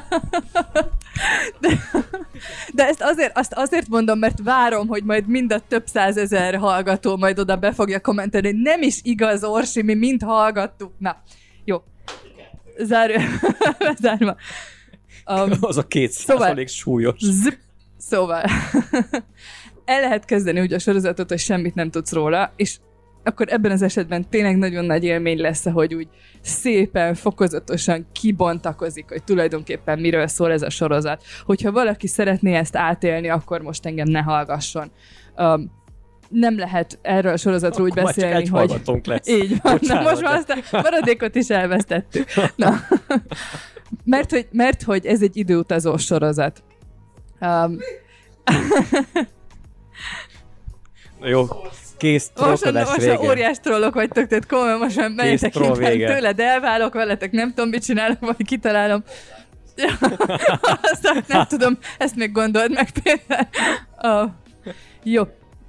De ezt azért mondom, mert várom, hogy majd mind a több 100 000 hallgató majd oda be fogja kommentelni, hogy nem is igaz, Orsi, mi mind hallgattuk. Na, jó. Zárva. Az a 2% súlyos. Szóval el lehet kezdeni úgy a sorozatot, hogy semmit nem tudsz róla, és akkor ebben az esetben tényleg nagyon nagy élmény lesz, hogy úgy szépen, fokozatosan kibontakozik, hogy tulajdonképpen miről szól ez a sorozat. Hogyha valaki szeretné ezt átélni, akkor most engem ne hallgasson. Nem lehet erről a sorozatról úgy beszélni, hogy... lesz. Így van. Na, most már aztán maradékot is elvesztettük. Na. Mert hogy ez egy időutazó sorozat. Jó, kész trollkodás vége. Most óriás trollok vagytok, tehát komolyan most már menjetek innen tőled, elválok veletek, nem tudom, mit csinálok, vagy kitalálom. Aztán nem tudom, ezt még gondold meg például. Jó.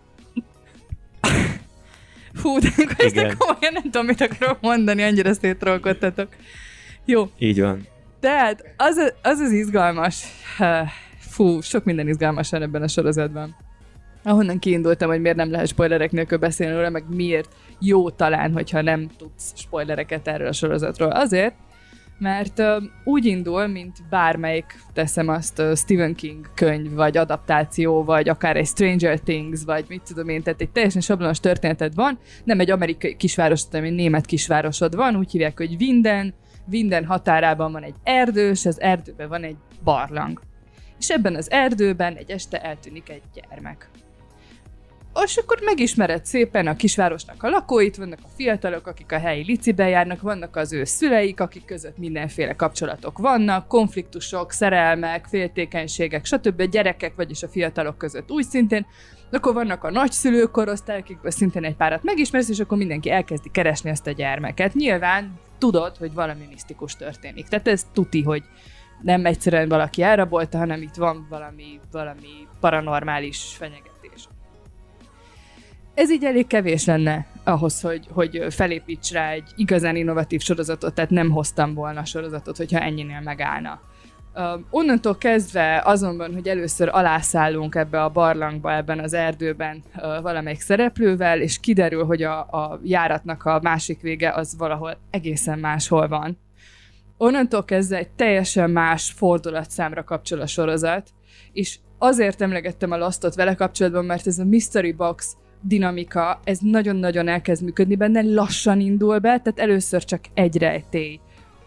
Fú, de ezt komolyan nem tudom, mit akarok mondani, annyira széttrollkodtatok. Jó. Így van. Tehát az izgalmas. Fú, sok minden izgalmas van ebben a sorozatban. Ahonnan kiindultam, hogy miért nem lehet spoilerek nélkül beszélni róla, meg miért jó talán, hogyha nem tudsz spoilereket erről a sorozatról. Azért, mert úgy indul, mint bármelyik, teszem azt, Stephen King könyv, vagy adaptáció, vagy akár egy Stranger Things, vagy mit tudom én, tehát egy teljesen sablonos történeted van, nem egy amerikai kisvárosod, hanem egy német kisvárosod van, úgy hívják, hogy Winden határában van egy erdő, és az erdőben van egy barlang. És ebben az erdőben egy este eltűnik egy gyermek. és akkor megismered szépen a kisvárosnak a lakóit, vannak a fiatalok, akik a helyi licibe járnak, vannak az ő szüleik, akik között mindenféle kapcsolatok vannak, konfliktusok, szerelmek, féltékenységek, stb. Gyerekek, vagyis a fiatalok között úgy szintén. Akkor vannak a nagyszülők korosztályok, akikből szintén egy párat megismersz, és akkor mindenki elkezdi keresni ezt a gyermeket. Nyilván tudod, hogy valami misztikus történik. Tehát ez tuti, hogy nem egyszerűen valaki elrabolta, hanem itt van valami paranormális fenyegetés. Ez így elég kevés lenne ahhoz, hogy felépíts rá egy igazán innovatív sorozatot, tehát nem hoztam volna a sorozatot, hogyha ennyinél megállna. Onnantól kezdve azonban, hogy először alászállunk ebbe a barlangba, ebben az erdőben valamelyik szereplővel, és kiderül, hogy a járatnak a másik vége az valahol egészen máshol van. Onnantól kezdve egy teljesen más fordulatszámra kapcsol a sorozat, és azért emlegettem a Lostot vele kapcsolatban, mert ez a Mystery Box dinamika, ez nagyon-nagyon elkezd működni benne, lassan indul be, tehát először csak egy rejtély,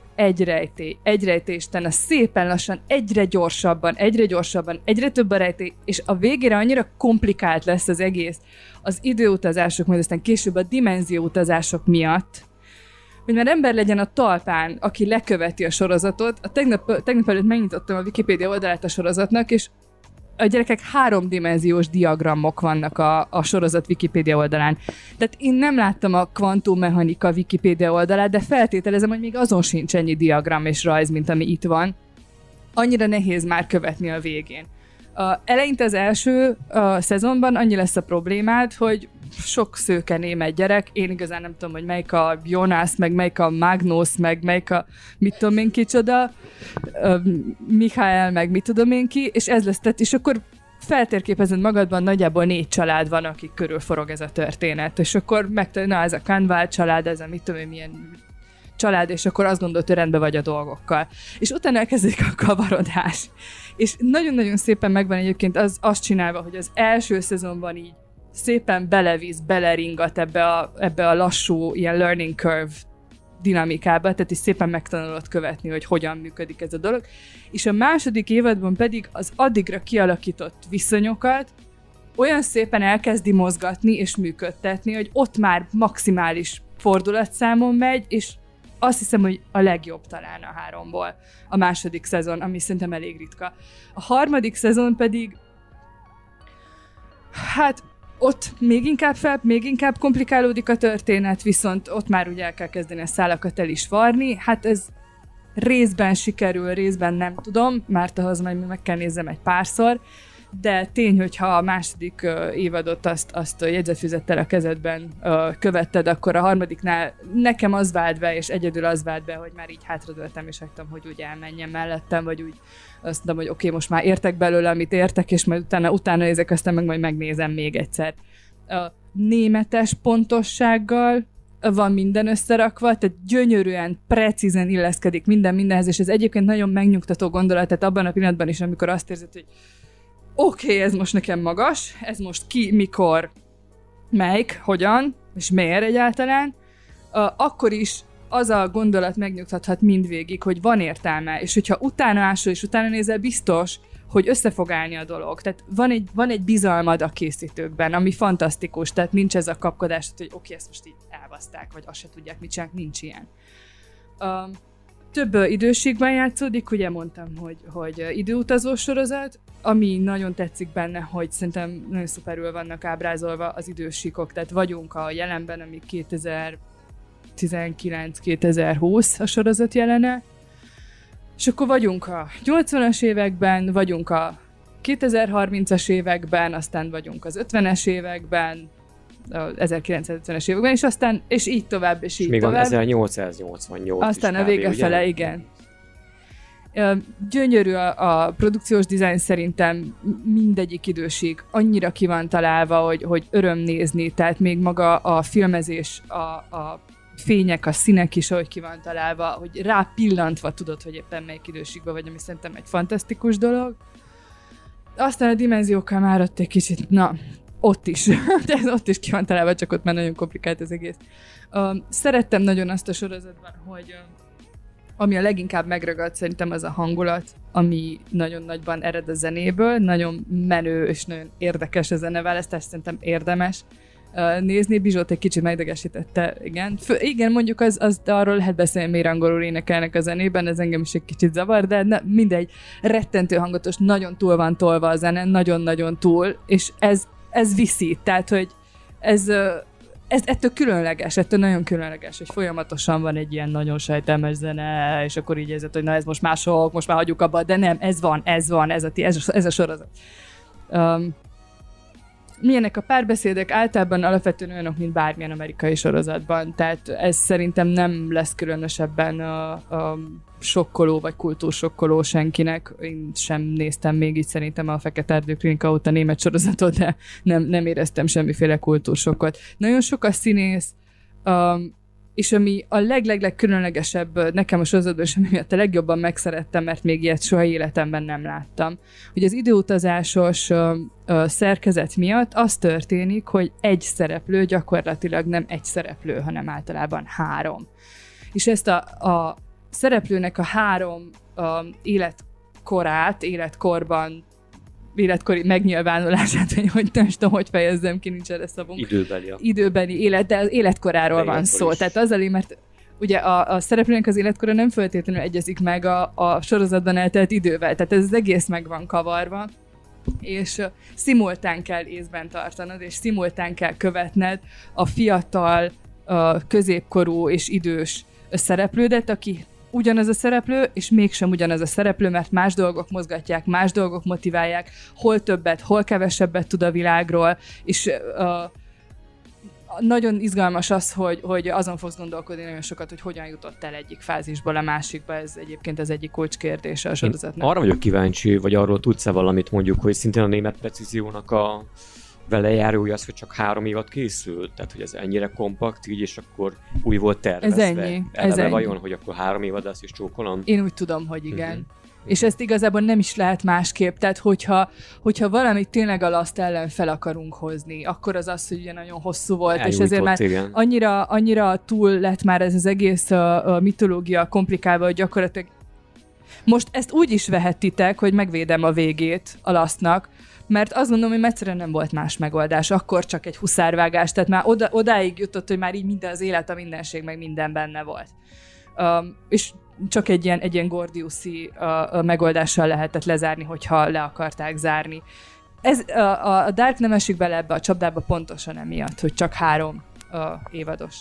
és utána szépen lassan, egyre gyorsabban, egyre több a rejtély, és a végére annyira komplikált lesz az egész az időutazások, majd aztán később a dimenzióutazások miatt, hogy már ember legyen a talpán, aki leköveti a sorozatot. Tegnap előtt megnyitottam a Wikipédia oldalát a sorozatnak, és a gyerekek 3D diagramok vannak a sorozat Wikipédia oldalán. Tehát én nem láttam a kvantummechanika Wikipédia oldalát, de feltételezem, hogy még azon sincs ennyi diagram és rajz, mint ami itt van. Annyira nehéz már követni a végén. Eleinte az első szezonban annyi lesz a problémád, hogy sok szőke német gyerek, én igazán nem tudom, hogy melyik a Jonas, meg melyik a Magnus, meg melyik a mit tudom én kicsoda, Michael, meg mit tudom én ki, és ez lesz, és akkor feltérképezed magadban, nagyjából 4 család van, akik körül forog ez a történet, és akkor na ez a Kanvál család, ez a mit tudom én milyen család, és akkor azt gondolod, hogy rendben vagy a dolgokkal. És utána elkezdődik a kavarodás. És nagyon-nagyon szépen megvan egyébként azt csinálva, hogy az első szezonban így szépen beleringat ebbe a lassú ilyen learning curve dinamikába, tehát is szépen megtanulod követni, hogy hogyan működik ez a dolog. És a második évadban pedig az addigra kialakított viszonyokat olyan szépen elkezdi mozgatni és működtetni, hogy ott már maximális fordulatszámon megy, és azt hiszem, hogy a legjobb talán a 3-ból a második szezon, ami szerintem elég ritka. A harmadik szezon pedig hát ott még inkább komplikálódik a történet, viszont ott már ugye el kell kezdeni a szálakat el is varni. Hát ez részben sikerül, részben nem tudom, mert ahhoz majd meg kell nézzem egy párszor, de tény, hogyha a második évadot azt jegyzetfüzettel a kezedben követted, akkor a harmadiknál nekem az vált be, és egyedül az vált be, hogy már így hátradőltem, és hagytam, hogy úgy elmenjen mellettem, vagy úgy azt mondom, hogy oké, most már értek belőle, amit értek, és majd utána nézek, aztán meg majd megnézem még egyszer. A németes pontossággal van minden összerakva, tehát gyönyörűen, precízen illeszkedik mindenhez, és ez egyébként nagyon megnyugtató gondolat, tehát abban a pillanatban is, amikor azt érzed, hogy oké, ez most nekem magas, ez most ki, mikor, melyik, hogyan, és miért egyáltalán, akkor is az a gondolat megnyugtathat mindvégig, hogy van értelme, és hogyha utána ásol, és utána nézel, biztos, hogy össze fog állni a dolog. Tehát van egy bizalmad a készítőkben, ami fantasztikus, tehát nincs ez a kapkodás, hogy oké, ezt most így elbaszták, vagy azt se tudják, mit csinálnak, nincs ilyen. Több időségben játszódik, ugye mondtam, hogy időutazó sorozat, ami nagyon tetszik benne, hogy szerintem nagyon szuperül vannak ábrázolva az idősíkok, tehát vagyunk a jelenben, ami 2019-2020 a sorozat jelene, és akkor vagyunk a 80-as években, vagyunk a 2030-as években, aztán vagyunk az 50-es években, az 1950-es években, és aztán, és így tovább, és így még tovább. Még van 1888 aztán a vége fele, igen. Gyönyörű a produkciós dizájn, szerintem mindegyik időség annyira ki van találva, hogy öröm nézni, tehát még maga a filmezés, a fények, a színek is, ahogy ki van találva, hogy rá pillantva tudod, hogy éppen melyik időségben vagy, ami szerintem egy fantasztikus dolog. Aztán a dimenziókkal már ott egy kicsit, ott is. De ez ott is ki van találva, csak ott már nagyon komplikált az egész. Szerettem nagyon azt a sorozatban, ami a leginkább megragad szerintem az a hangulat, ami nagyon nagyban ered a zenéből, nagyon menő és nagyon érdekes a zeneválasztás, szerintem érdemes nézni. Bizsót egy kicsit megidegesítette, igen. Igen, mondjuk az arról lehet beszélni, miért angolul énekelnek a zenében, ez engem is egy kicsit zavar, de mindegy, rettentő hangatos, nagyon túl van tolva a zene, nagyon-nagyon túl, és ez viszi, tehát, hogy ez ettől különleges, ettől nagyon különleges, hogy folyamatosan van egy ilyen nagyon sejtelmes zene, és akkor így érzed, hogy na ez most mások, most már hagyjuk abba, de nem, ez van, ez a sorozat. Milyenek a párbeszédek? Általában alapvetően olyanok, mint bármilyen amerikai sorozatban, tehát ez szerintem nem lesz különösebben sokkoló vagy kultúrsokkoló senkinek. Én sem néztem még így szerintem a Fekete Erdő Klinika óta német sorozatot, de nem éreztem semmiféle kultúrsokkot. Nagyon sok a színész, és ami a legkülönlegesebb nekem a sorozatban, és ami miatt a legjobban megszerettem, mert még ilyet soha életemben nem láttam, hogy az időutazásos szerkezet miatt az történik, hogy egy szereplő gyakorlatilag nem egy szereplő, hanem általában 3. És ezt a szereplőnek a 3 életkori megnyilvánulását, hogy nem tudom, hogy fejezzem ki, nincs erre szavunk. Időbeli élet, de az életkoráról van szó. Is. Tehát azért, mert ugye a szereplőnek az életkora nem feltétlenül egyezik meg a sorozatban eltelt idővel. Tehát ez az egész meg van kavarva, és szimultán kell észben tartanod, és szimultán kell követned a fiatal, középkorú és idős szereplődet, aki ugyanaz a szereplő, és mégsem ugyanaz a szereplő, mert más dolgok mozgatják, más dolgok motiválják, hol többet, hol kevesebbet tud a világról, és nagyon izgalmas az, hogy azon fogsz gondolkodni nagyon sokat, hogy hogyan jutott el egyik fázisból a másikba, ez egyébként az egyik kulcskérdése a sorozatnak. Én arra vagyok kíváncsi, vagy arról tudsz-e valamit mondjuk, hogy szintén a német precíziónak a velejárója az, hogy csak 3 évad készült, tehát hogy ez ennyire kompakt, így, és akkor új volt tervezve. Ez ennyi. Vajon, hogy akkor 3 évad lesz, és csókolom? Én úgy tudom, hogy igen. És ezt igazából nem is lehet másképp, tehát hogyha valamit tényleg a Lost ellen fel akarunk hozni, akkor az, hogy ugye nagyon hosszú volt, és ezért már annyira túl lett már ez az egész a mitológia komplikálva, hogy gyakorlatilag most ezt úgy is vehetitek, hogy megvédem a végét a Lostnak, mert azt gondolom, hogy egyszerűen nem volt más megoldás, akkor csak egy huszárvágás, tehát már odáig jutott, hogy már így minden az élet, a mindenség, meg minden benne volt. És csak egy ilyen Gordiuszi megoldással lehetett lezárni, hogyha le akarták zárni. A Dark nem esik bele ebbe a csapdába pontosan emiatt, hogy csak 3 évados.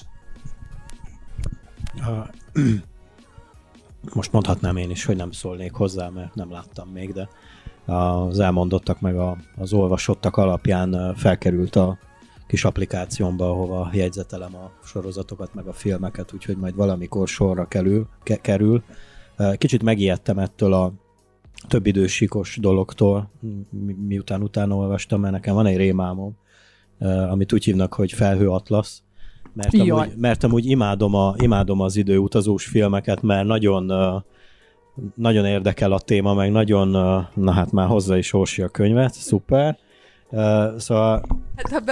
Most mondhatnám én is, hogy nem szólnék hozzá, mert nem láttam még, de az elmondottak meg az olvasottak alapján felkerült a kis applikációmba, ahova jegyzetelem a sorozatokat, meg a filmeket, úgyhogy majd valamikor sorra kerül. Kicsit megijedtem ettől a több idősíkos dologtól, miután utána olvastam, mert nekem van egy rémálmom, amit úgy hívnak, hogy Felhőatlasz, mert amúgy imádom az időutazós filmeket, mert nagyon érdekel a téma, meg nagyon, na hát már hozzá is Orsi a könyvet, szuper. Szóval hát,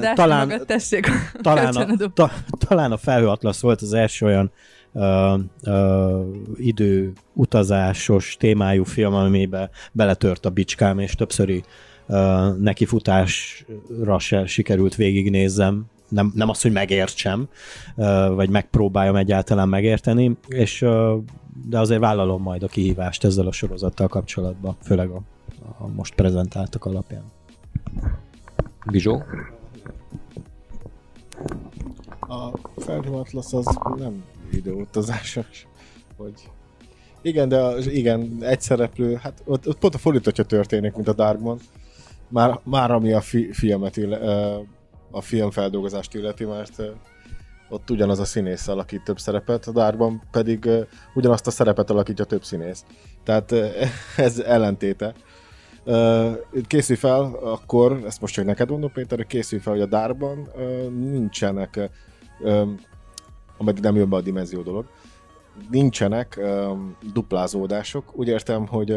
talán a Felhőatlasz volt az első olyan időutazásos témájú film, amiben beletört a bicskám, és többszöri nekifutásra se sikerült végignézzem. Nem az, hogy megértsem, vagy megpróbáljam egyáltalán megérteni, de azért vállalom majd a kihívást ezzel a sorozattal kapcsolatban, főleg a most prezentáltak alapján. Bizsó? A Felhőatlasz az nem időutazásos, hogy igen, de igen, egy szereplő, hát ott pont a fordítottja történik, mint a Darkban, már ami a filmet a filmfeldolgozást illeti, mert ott ugyanaz a színész alakít több szerepet, a Darkban pedig ugyanazt a szerepet alakítja több színész. Tehát ez ellentéte. Készülj fel, akkor, ezt most csak neked mondom, Péter, készülj fel, hogy a Darkban nincsenek, ameddig nem jön be a dimenzió dolog, nincsenek duplázódások. Úgy értem, hogy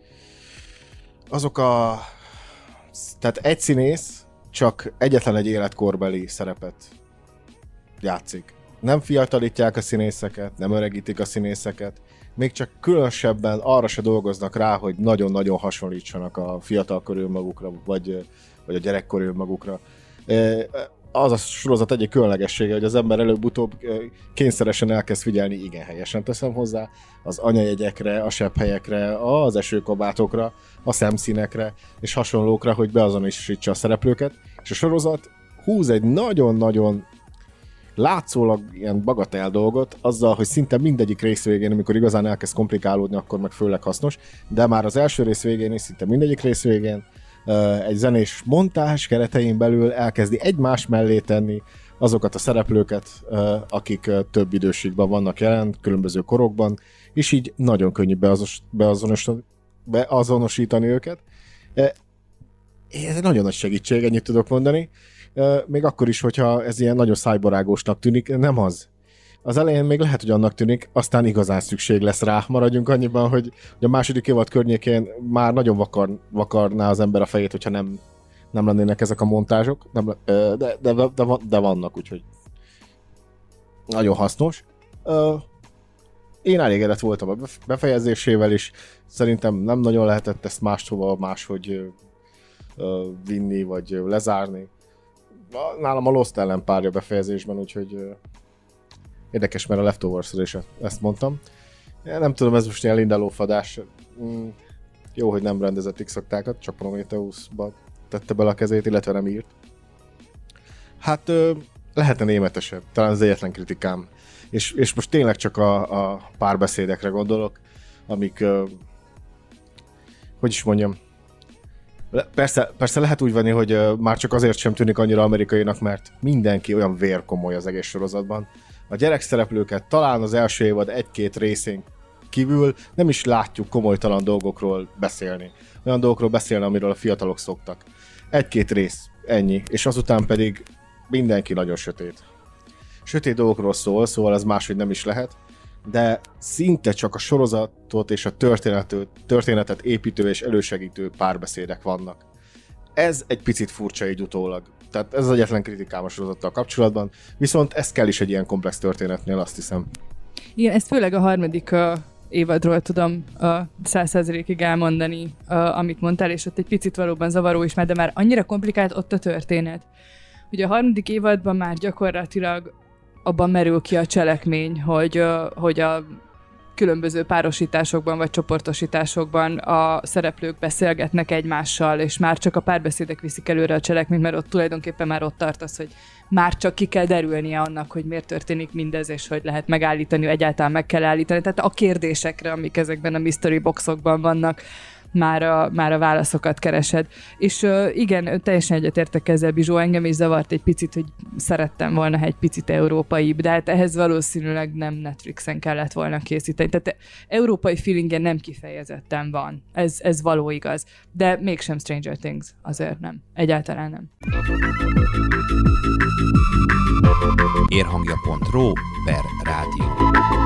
tehát egy színész csak egyetlen egy életkorbeli szerepet játszik. nem fiatalítják a színészeket, nem öregítik a színészeket, még csak különösebben arra se dolgoznak rá, hogy nagyon-nagyon hasonlítsanak a fiatalkorú magukra, vagy a gyerekkorú magukra. Az a sorozat egyik különlegessége, hogy az ember előbb-utóbb kényszeresen elkezd figyelni, igen helyesen teszem hozzá, az anyajegyekre, a sebhelyekre, az esőkabátokra, a szemszínekre és hasonlókra, hogy beazonosítsa a szereplőket, és a sorozat húz egy nagyon-nagyon látszólag ilyen bagatel dolgot, azzal, hogy szinte mindegyik rész végén, amikor igazán elkezd komplikálódni, akkor meg főleg hasznos, de már az első rész végén és szinte mindegyik rész végén egy zenés montázs keretein belül elkezdi egymás mellé tenni azokat a szereplőket, akik több időségben vannak jelen, különböző korokban, és így nagyon könnyű beazonosítani őket. Ez egy nagyon nagy segítség, ennyit tudok mondani. Még akkor is, hogyha ez ilyen nagyon szájbarágosnak tűnik, nem az. Az elején még lehet, hogy annak tűnik, aztán igazán szükség lesz rá. Maradjunk annyiban, hogy a második évad környékén már nagyon vakarná az ember a fejét, hogyha nem lennének ezek a montázsok, de vannak, úgyhogy nagyon hasznos. Én elégedett voltam a befejezésével is, szerintem nem nagyon lehetett ezt máshogy vinni, vagy lezárni. Nálam a Lost ellen párja befejezésben, úgyhogy érdekes, mert a Leftovers-ra is ezt mondtam. Nem tudom, ez most ilyen Linda lófadás. Jó, hogy nem rendezett X-aktákat, csak Prometheusba tette bele a kezét, illetve nem írt. Hát lehetne németesebb, talán az egyetlen kritikám. És most tényleg csak a párbeszédekre gondolok, amik, hogy is mondjam, persze lehet úgy venni, hogy már csak azért sem tűnik annyira amerikainak, mert mindenki olyan vérkomoly az egész sorozatban. A gyerekszereplőket talán az első évad egy-két részén kívül nem is látjuk komolytalan dolgokról beszélni. Olyan dolgokról beszélni, amiről a fiatalok szoktak. Egy-két rész, ennyi. És azután pedig mindenki nagyon sötét. Sötét dolgokról szól, szóval ez máshogy nem is lehet, de szinte csak a sorozatot és a történetet építő és elősegítő párbeszédek vannak. Ez egy picit furcsa így utólag. Tehát ez az egyetlen kritikám a sorozattal kapcsolatban, viszont ez kell is egy ilyen komplex történetnél, azt hiszem. Igen, ezt főleg a harmadik évadról tudom 100%-ig elmondani, amit mondtál, és ott egy picit valóban zavaró is már, de már annyira komplikált ott a történet. Ugye a harmadik évadban már gyakorlatilag abban merül ki a cselekmény, hogy a különböző párosításokban vagy csoportosításokban a szereplők beszélgetnek egymással, és már csak a párbeszédek viszik előre a cselekményt, mert ott tulajdonképpen már ott tartasz, hogy már csak ki kell derülnie annak, hogy miért történik mindez, és hogy lehet megállítani, vagy egyáltalán meg kell állítani. Tehát a kérdésekre, amik ezekben a mystery boxokban vannak, már a válaszokat keresed. És igen, teljesen egyetértek ezzel, Bizsó, engem is zavart egy picit, hogy szerettem volna egy picit európaibb, de hát ehhez valószínűleg nem Netflixen kellett volna készíteni. Tehát európai feelingje nem kifejezetten van. Ez való igaz. De mégsem Stranger Things, azért nem. Egyáltalán nem. Érhangja.ro/rádió.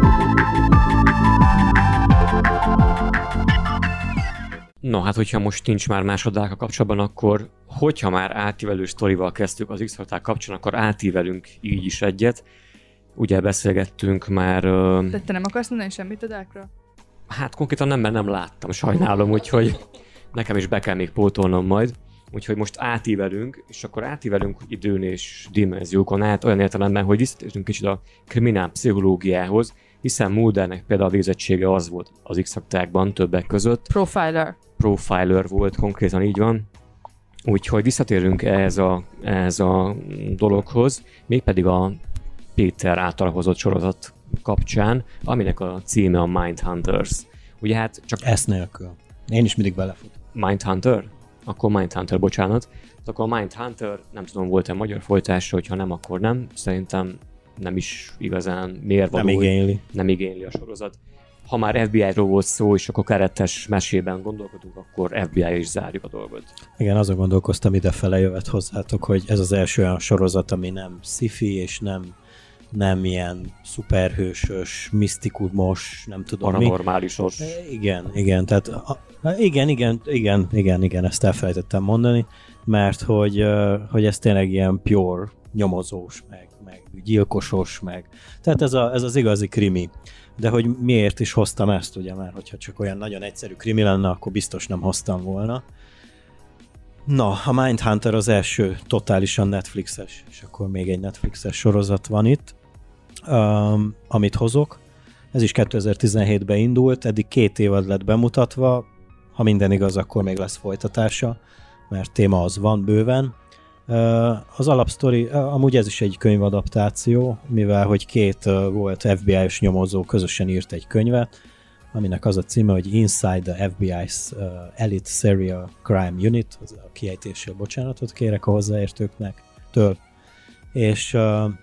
No, hát hogyha most nincs már másodák a kapcsolatban, akkor hogyha már átívelő sztorival kezdtük az X-Fakták kapcsán, akkor átívelünk így is egyet. Ugye beszélgettünk már... De te nem akarsz mondani semmit a dákra? Hát konkrétan nem, mert nem láttam, sajnálom, úgyhogy nekem is be kell még pótolnom majd. Úgyhogy most átívelünk, és akkor átívelünk időn és dimenziókon át, olyan értelemben, hogy visszatérünk kicsit a kriminálpszichológiához, hiszen Muldernek például a végzettsége az volt az X-Faktákban többek között. Profiler volt, konkrétan így van. Úgyhogy visszatérünk ehhez a dologhoz, mégpedig a Péter által hozott sorozat kapcsán, aminek a címe a Mindhunters. Ugye hát csak... Ezt nélkül. Én is mindig belefut. Mindhunter? Akkor Mindhunter, bocsánat. Akkor a Mindhunter, nem tudom, volt-e magyar folytása, hogyha nem, akkor nem. Szerintem nem is igazán mérvaló. Nem igényli a sorozat. Ha már FBI-ról volt szó, és akkor keretes mesében gondolkodunk, akkor FBI is zárjuk a dolgot. Igen, azon gondolkoztam, idefele jövet hozzátok, hogy ez az első olyan sorozat, ami nem sci-fi, és nem ilyen szuperhősös, misztikumos, nem tudom paranormálisos. Igen, tehát igen, ezt elfelejtettem mondani, mert hogy ez tényleg ilyen pure nyomozós, meg gyilkosos, meg... Tehát ez az igazi krimi. De hogy miért is hoztam ezt, ugye már, hogyha csak olyan nagyon egyszerű krimi lenne, akkor biztos nem hoztam volna. Na, a Mindhunter az első totálisan Netflixes, és akkor még egy Netflixes sorozat van itt, amit hozok. Ez is 2017-ben indult, eddig 2 évad lett bemutatva, ha minden igaz, akkor még lesz folytatása, mert téma az van bőven. Az alapsztori, amúgy ez is egy könyvadaptáció, mivel hogy 2 volt FBI-s nyomozó közösen írt egy könyvet, aminek az a címe, hogy Inside the FBI's Elite Serial Crime Unit, az a kiejtésről bocsánatot kérek a hozzáértőknek től, és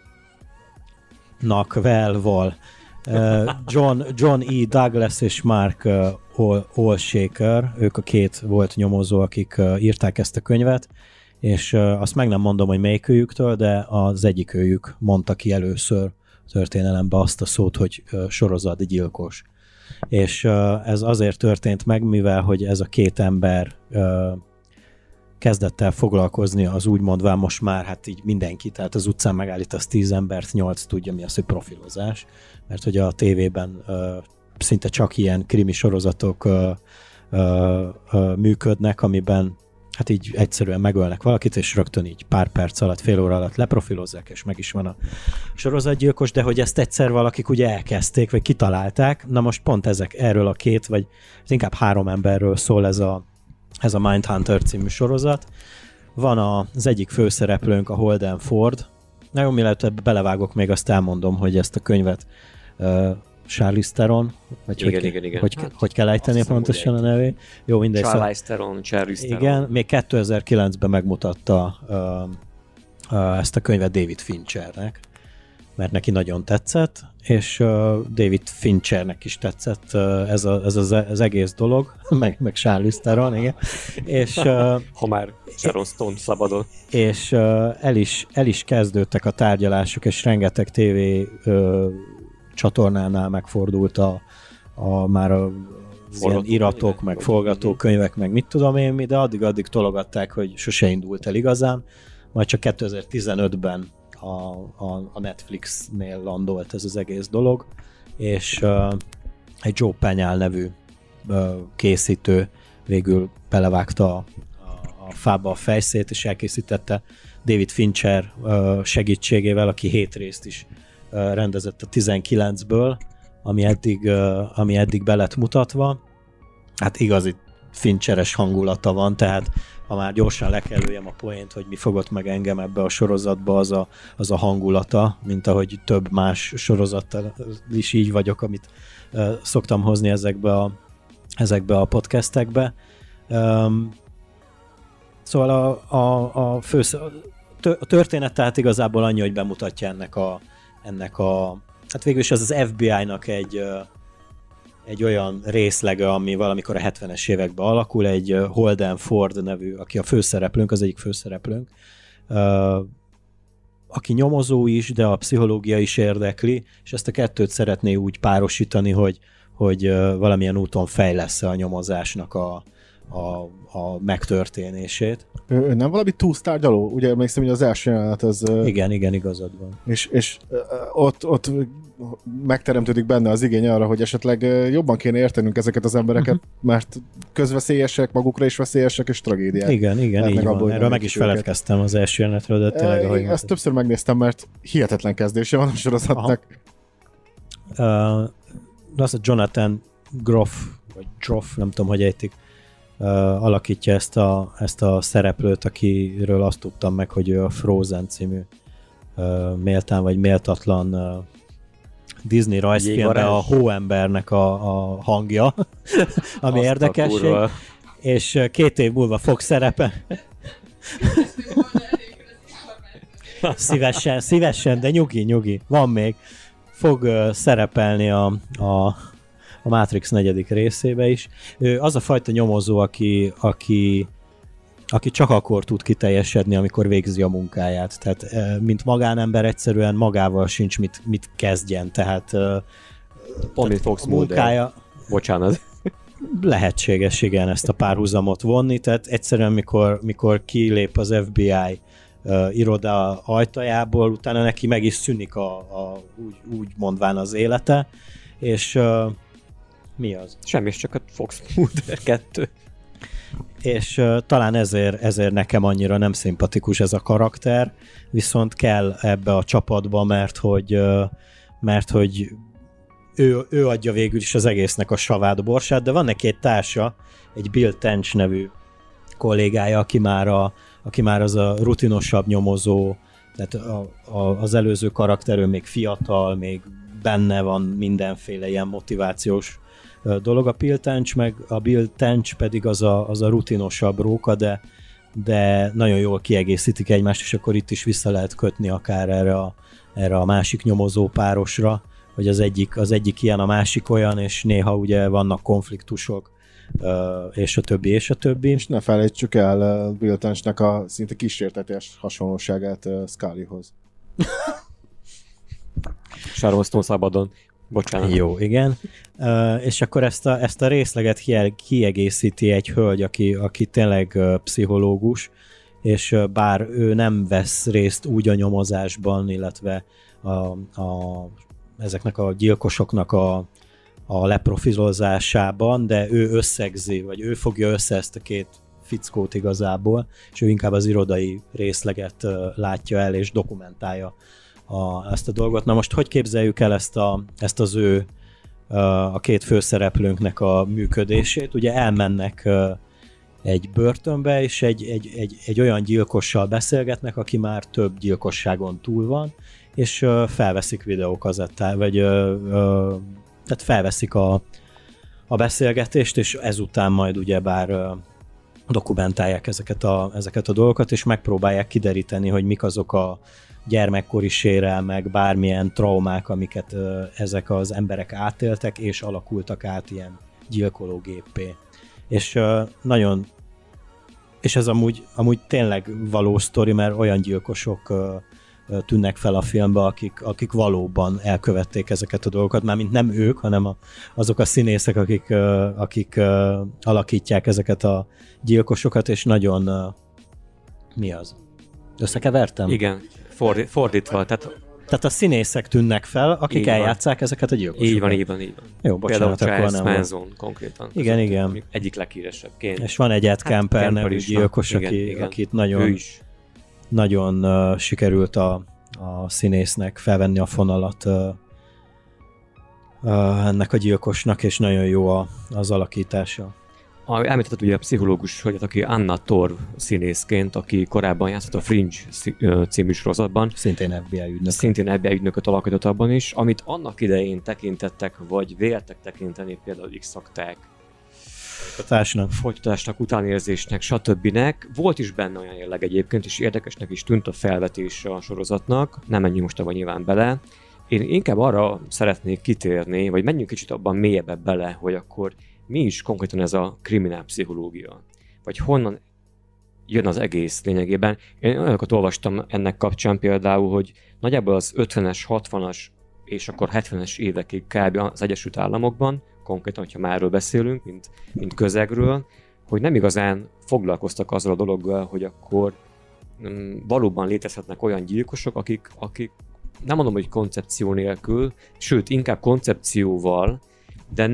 John E. Douglas és Mark Olshaker, ők a 2 volt nyomozó, akik írták ezt a könyvet, és azt meg nem mondom, hogy melyikőjüktől, de az egyikőjük mondta ki először a történelemben azt a szót, hogy sorozatgyilkos. És ez azért történt meg, mivel hogy ez a 2 ember kezdett el foglalkozni az úgy mondván most már, hát így mindenki, tehát az utcán megállítasz 10 embert, 8 tudja mi az, hogy profilozás, mert hogy a tévében szinte csak ilyen krimi sorozatok működnek, amiben hát így egyszerűen megölnek valakit, és rögtön így pár perc alatt, fél óra alatt leprofilozzák, és meg is van a sorozatgyilkos, de hogy ezt egyszer valakik ugye elkezdték, vagy kitalálták, na most pont erről a 2, vagy inkább 3 emberről szól ez a Mindhunter című sorozat. Van az egyik főszereplőnk, a Holden Ford. Na jó, mielőtt ebbe belevágok, még azt elmondom, hogy ezt a könyvet Charlize Theron, vagy igen. Hogy kell ejteni pontosan a nevét? Jó, mindegy. Charlize Theron. Igen, még 2009-ben megmutatta ezt a könyvet David Finchernek, mert neki nagyon tetszett, és David Finchernek is tetszett ez az egész dolog, meg Charlize Theron, igen. És, ha már Sharon Stone szabadon. És el is kezdődtek a tárgyalások, és rengeteg TV csatornánál megfordult már ilyen iratok, meg forgatókönyvek, meg mit tudom én mi, de addig tologatták, hogy sose indult el igazán, majd csak 2015-ben a Netflixnél landolt ez az egész dolog, és egy Joe Penyál nevű készítő végül belevágta a fába a fejszét, és elkészítette David Fincher segítségével, aki 7 részt is rendezett a 19-ből, ami eddig be lett mutatva. Hát igazi Fincheres hangulata van, tehát ha már gyorsan le kell lőjem a poént, hogy mi fogott meg engem ebbe a sorozatba, az a hangulata, mint ahogy több más sorozattal is így vagyok, amit szoktam hozni ezekbe a podcastekbe. Szóval a történet tehát igazából annyi, hogy bemutatja ennek a hát végül is ez az FBI-nak egy olyan részlege, ami valamikor a 70-es években alakul, egy Holden Ford nevű, aki a főszereplőnk, az egyik főszereplőnk, aki nyomozó is, de a pszichológia is érdekli, és ezt a kettőt szeretné úgy párosítani, hogy valamilyen úton fejlesz a nyomozásnak a megtörténését. Nem valami túlsztárgyaló? Ugye emlékszem, hogy az első jelenet az... Igen, igazad van. És ott megteremtődik benne az igény arra, hogy esetleg jobban kéne értenünk ezeket az embereket, mert közveszélyesek, magukra is veszélyesek, és tragédiák. Igen, így van. Erről meg is feledkeztem az első jelenetről, de tényleg, ahogy... Ezt többször megnéztem, mert hihetetlen kezdése van a sorozatnak. Az a Jonathan Groff, vagy Groff, nem tudom, hogy ejtik, alakítja ezt a szereplőt, akiről azt tudtam meg, hogy ő a Frozen című méltán vagy méltatlan Disney rajzfilmben a hóembernek a hangja, ami érdekesség, és 2 év múlva fog szerepelni. Szívesen, de nyugi, van még. Fog szerepelni a Matrix 4. részébe is. Ő az a fajta nyomozó, aki csak akkor tud kiteljesedni, amikor végzi a munkáját. Tehát mint magánember egyszerűen magával sincs mit kezdjen. Tehát Pont Fox munkája... Bocsánat. Lehetséges, igen, ezt a párhuzamot vonni. Tehát egyszerűen mikor kilép az FBI iroda ajtajából, utána neki meg is szűnik úgy mondván az élete, és mi az? Semmi, csak a Fox Mulder 2. És talán ezért nekem annyira nem szimpatikus ez a karakter, viszont kell ebbe a csapatba, mert hogy ő adja végül is az egésznek a savát, borsát, de van neki egy társa, egy Bill Tench nevű kollégája, aki már az a rutinosabb nyomozó, tehát az előző karakter, ő még fiatal, még benne van mindenféle ilyen motivációs dolog. A Bill Tench pedig az a rutinosabb róka, de nagyon jól kiegészítik egymást, és akkor itt is vissza lehet kötni akár erre a másik nyomozó párosra, hogy az egyik ilyen, a másik olyan, és néha ugye vannak konfliktusok, és a többi, és a többi. És ne felejtsük el Bill Tenchnek a szinte kísérteties hasonlóságát Scullyhoz. Sharon Stone szabadon. Bocsánat. Jó, igen. És akkor ezt a részleget kiegészíti egy hölgy, aki tényleg pszichológus, és bár ő nem vesz részt úgy a nyomozásban, illetve ezeknek a gyilkosoknak a leprofilozásában, de ő összegzi, vagy ő fogja össze ezt a két fickót igazából, és ő inkább az irodai részleget látja el, és dokumentálja ezt a dolgot. Na most hogy képzeljük el ezt az ő, a két főszereplőnknek a működését? Ugye elmennek egy börtönbe, és egy olyan gyilkossal beszélgetnek, aki már több gyilkosságon túl van, és felveszik videókazettát, vagy tehát felveszik a beszélgetést, és ezután majd ugyebár dokumentálják ezeket a dolgokat, és megpróbálják kideríteni, hogy mik azok a gyermekkori sérelmek, bármilyen traumák, amiket ezek az emberek átéltek, és alakultak át ilyen gyilkológéppé. És nagyon, és ez amúgy tényleg valós sztori, mert olyan gyilkosok tűnnek fel a filmbe, akik valóban elkövették ezeket a dolgokat, mármint nem ők, hanem azok a színészek, akik alakítják ezeket a gyilkosokat, és nagyon mi az? Összekevertem? Igen, fordítva. Tehát a színészek tűnnek fel, akik eljátszák ezeket a gyilkosokat. Így van. Jó, bocsánat, például akkor Charles Manson konkrétan. Igen. Egyik leghíresebbként. És van egy Ed Kemper nevű gyilkos, akit nagyon sikerült a színésznek felvenni a fonalat ennek a gyilkosnak, és nagyon jó az alakítása. Elmítetted ugye a pszichológus hölgyet, aki Anna Torv színészként, aki korábban játszott a Fringe című sorozatban. Szintén FBI ügynök. Szintén FBI ügynököt alakított abban is, amit annak idején tekintettek, vagy véltek tekinteni például X-akták, folytatásnak, utánérzésnek, stb. Volt is benne olyan jelleg egyébként, és érdekesnek is tűnt a felvetés a sorozatnak, nem menjünk most abban nyilván bele. Én inkább arra szeretnék kitérni, vagy menjünk kicsit abban mélyebbre bele, hogy akkor mi is konkrétan ez a kriminálpszichológia? Vagy honnan jön az egész lényegében? Én olyanokat olvastam ennek kapcsán például, hogy nagyjából az 50-es, 60-as és akkor 70-es évekig kb. Az Egyesült Államokban, konkrétan, hogyha már erről beszélünk, mint közegről, hogy nem igazán foglalkoztak azzal a dologgal, hogy akkor valóban létezhetnek olyan gyilkosok, akik nem mondom, hogy koncepció nélkül, sőt, inkább koncepcióval, de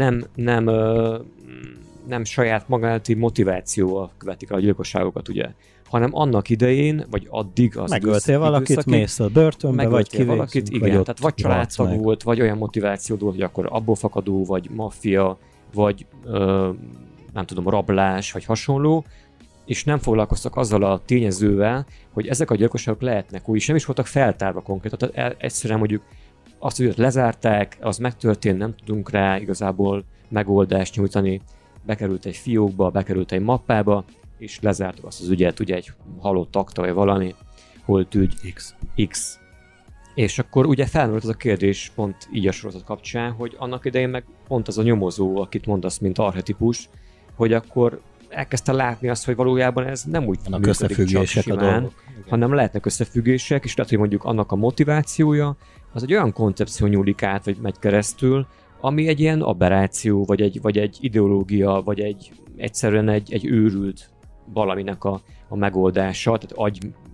nem saját magánti motivációval követik el a gyilkosságokat, ugye, hanem annak idején, vagy addig az megöltél valakit, mész a börtönbe, vagy kivégzünk, valakit, igen, tehát vagy családtag volt, vagy olyan motiváció volt, hogy akkor abból fakadó, vagy maffia, vagy nem tudom, rablás, vagy hasonló, és nem foglalkoztak azzal a tényezővel, hogy ezek a gyilkosságok lehetnek úgy, és nem is voltak feltárva konkrétan, tehát egyszerűen mondjuk azt, hogy lezárták, az megtörtént, nem tudunk rá igazából megoldást nyújtani, bekerült egy fiókba, bekerült egy mappába, és lezártuk azt az ügyet, ugye egy halott akta, vagy valami, holt ügy X. És akkor ugye felmerült az a kérdés pont így a sorozat kapcsán, hogy annak idején meg pont az a nyomozó, akit mondasz, mint archetipus, hogy akkor elkezdte látni azt, hogy valójában ez nem úgy működik csak simán, hanem lehetnek összefüggések, és lehet, hogy mondjuk annak a motivációja, az egy olyan koncepció nyúlik át, vagy megy keresztül, ami egy ilyen aberráció, vagy egy ideológia, vagy egyszerűen egy őrült valaminek a megoldása, tehát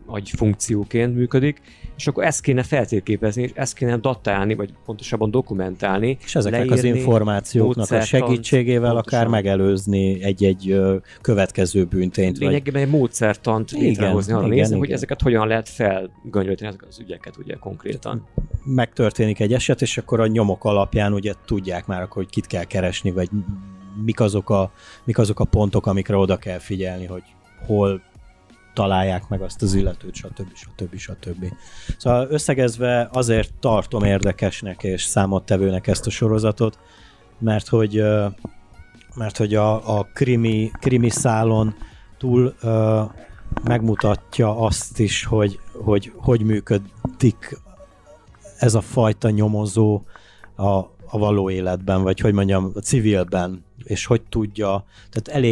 agyfunkcióként működik, és akkor ezt kéne feltérképezni, és ezt kéne datálni, vagy pontosabban dokumentálni. És ezeknek az információknak a segítségével akár megelőzni egy következő bűntényt. Lényegében egy módszertant létrehozni arra nézni, hogy ezeket hogyan lehet felgöngyölíteni, ezeket az ügyeket ugye konkrétan. Megtörténik egy eset, és akkor a nyomok alapján ugye tudják már, hogy kit kell keresni, vagy mik azok a pontok, amikre oda kell figyelni, hogy hol találják meg azt az illetőt, stb. Szóval összegezve azért tartom érdekesnek és számottevőnek ezt a sorozatot, mert hogy a krimi szálon túl megmutatja azt is, hogy működik ez a fajta nyomozó a való életben, vagy hogy mondjam, a civilben, és hogy tudja, tehát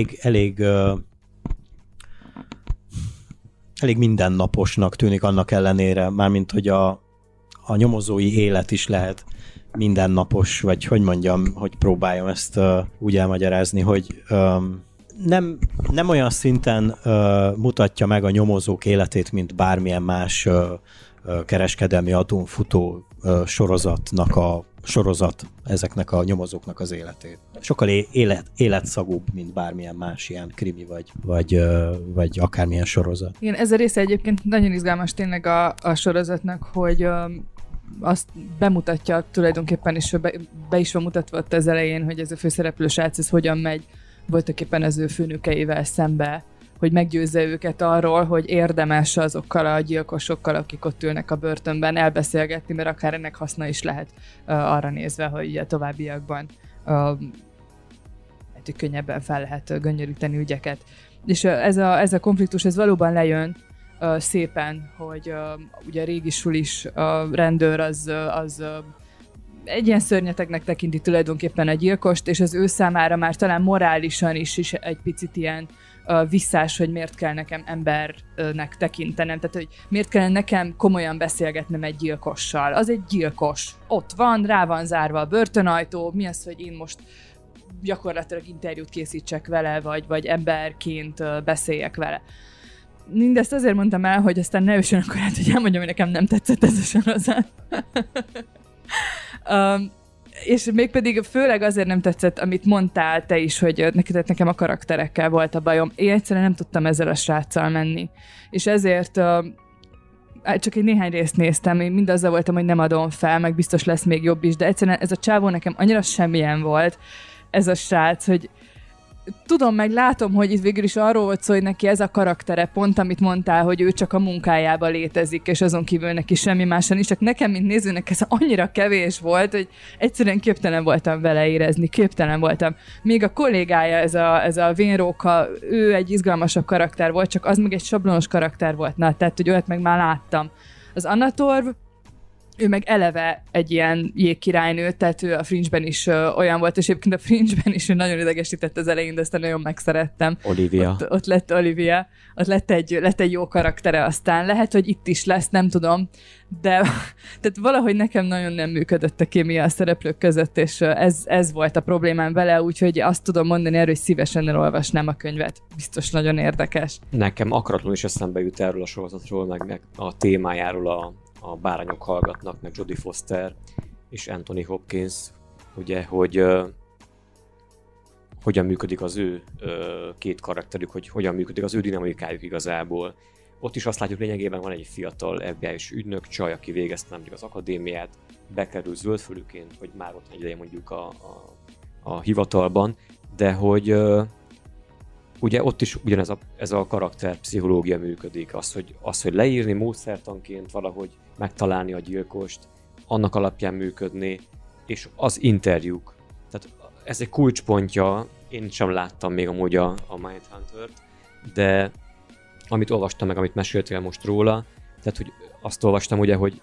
elég mindennaposnak tűnik annak ellenére, mármint hogy a nyomozói élet is lehet mindennapos, vagy hogy mondjam, hogy próbáljam ezt úgy elmagyarázni, hogy nem olyan szinten mutatja meg a nyomozók életét, mint bármilyen más kereskedelmi atomfutó sorozat ezeknek a nyomozóknak az életét. Sokkal életszagúbb, mint bármilyen más ilyen krimi vagy akármilyen sorozat. Igen, ez a része egyébként nagyon izgalmas tényleg a sorozatnak, hogy azt bemutatja tulajdonképpen, és be is van mutatva ott az elején, hogy ez a főszereplő srác, ez hogyan megy voltaképpen az ő főnökeivel szembe, hogy meggyőzze őket arról, hogy érdemes azokkal a gyilkosokkal, akik ott ülnek a börtönben elbeszélgetni, mert akár ennek haszna is lehet arra nézve, hogy a továbbiakban könnyebben fel lehet göngyöríteni ügyeket. És ez a konfliktus, ez valóban lejön szépen, hogy ugye a régi sulis rendőr az egy ilyen szörnyetegnek tekinti tulajdonképpen a gyilkost, és az ő számára már talán morálisan is egy picit ilyen visszás, hogy miért kell nekem embernek tekintenem, tehát hogy miért kell nekem komolyan beszélgetnem egy gyilkossal. Az egy gyilkos. Ott van, rá van zárva a börtönajtó, mi az, hogy én most gyakorlatilag interjút készítsek vele, vagy emberként beszéljek vele. Mindezt azért mondtam el, hogy aztán ne üssön akkor át, hogy elmondjam, hogy nekem nem tetszett ez a sorozat. És mégpedig főleg azért nem tetszett, amit mondtál te is, hogy nekem a karakterekkel volt a bajom. Én egyszerűen nem tudtam ezzel a sráccal menni. És ezért csak egy néhány részt néztem, én mindazzal voltam, hogy nem adom fel, meg biztos lesz még jobb is, de egyszerűen ez a csávó nekem annyira semmilyen volt, ez a srác, hogy tudom, meg látom, hogy itt végül is arról volt szó, hogy neki ez a karaktere, pont amit mondtál, hogy ő csak a munkájában létezik, és azon kívül neki semmi máson is, csak nekem, mint nézőnek ez annyira kevés volt, hogy egyszerűen képtelen voltam vele érezni, képtelen voltam. Még a kollégája, ez a vénróka, ő egy izgalmasabb karakter volt, csak az meg egy sablonos karakter volt, na, tehát, hogy olyat meg már láttam. Az Anna Torv, ő meg eleve egy ilyen jégkirálynő, tehát ő a Fringe-ben is olyan volt, és egyébként a Fringe-ben is ő nagyon idegesített az elején, de aztán nagyon megszerettem. Olivia. Ott lett Olivia, ott lett egy jó karaktere aztán. Lehet, hogy itt is lesz, nem tudom, de tehát valahogy nekem nagyon nem működött a kémia a szereplők között, és ez volt a problémám vele, úgyhogy azt tudom mondani erről, hogy szívesen elolvasnám a könyvet. Biztos nagyon érdekes. Nekem akaratlanul is eszembe jut erről a sorozatról, meg a témájáról a Bárányok hallgatnak, meg Jodie Foster és Anthony Hopkins, ugye, hogy hogyan működik az ő két karakterük, hogy hogyan működik az ő dinamikájuk igazából. Ott is azt látjuk, lényegében van egy fiatal FBI-s ügynök, csaj, aki végezte mondjuk az akadémiát, bekerül zöldfülűként, hogy már ott egy ideje mondjuk a hivatalban, de hogy ugye ott is ugyanez ez a karakterpszichológia működik, az, hogy leírni módszertanként valahogy megtalálni a gyilkost, annak alapján működni, és az interjúk. Tehát ez egy kulcspontja, én sem láttam még amúgy a Mindhunter-t, de amit olvastam meg, amit meséltél most róla, tehát hogy azt olvastam ugye, hogy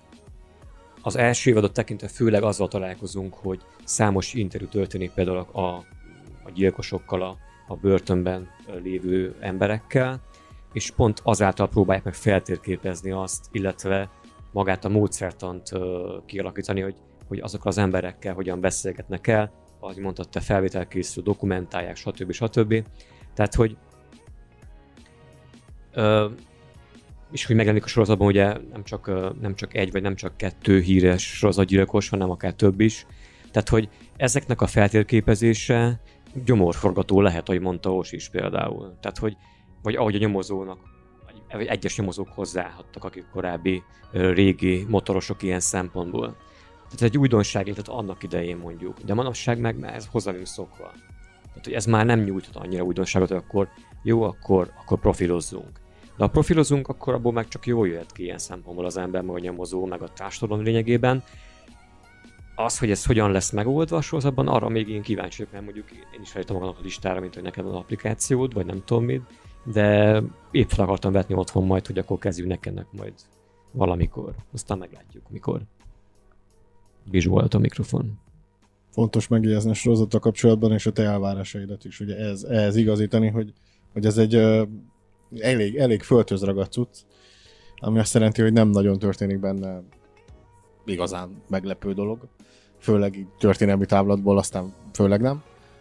az első évadot tekintve főleg azzal találkozunk, hogy számos interjú történik például a gyilkosokkal, a börtönben lévő emberekkel, és pont azáltal próbálják meg feltérképezni azt, illetve magát a módszertant kialakítani, hogy azokkal az emberekkel hogyan beszélgetnek el, ahogy mondtad, te felvételkészül, dokumentálják, stb. Tehát, hogy és hogy megjelenik a sorozatban, ugye nem csak egy vagy nem csak 2 híres sorozatgyilkos, hanem akár több is. Tehát, hogy ezeknek a feltérképezése gyomorforgató lehet, ahogy mondta Ós is például. Tehát, hogy vagy ahogy a nyomozónak, vagy egyes nyomozók hozzáállhattak, akik korábbi régi motorosok ilyen szempontból. Tehát egy újdonság, tehát annak idején mondjuk, de manapság meg már ez hozzá vagyunk szokva. Tehát, hogy ez már nem nyújtott annyira újdonságot, hogy akkor jó, akkor profilozzunk. De ha profilozunk, akkor abból meg csak jól jöhet ki ilyen szempontból az ember, meg a nyomozó, meg a társadalom lényegében. Az, hogy ez hogyan lesz megoldva a sorozatban, arra még én kíváncsi vagyok, mert mondjuk én is felírtam magamnak a listára, mint hogy neked van applikációd, vagy nem tudom mit, de épp fel akartam vetni otthon majd, hogy akkor kezdjünk nekennek majd valamikor. Aztán meglátjuk, mikor. Vizsgált a mikrofon. Fontos megjegyezni a sorozattal kapcsolatban, és a te elvárásaidat is. Ugye ez igazítani, hogy ez egy elég földhöz ragadt cucc, ami azt jelenti, hogy nem nagyon történik benne igazán meglepő dolog. Főleg így történelmi távlatból, aztán főleg nem.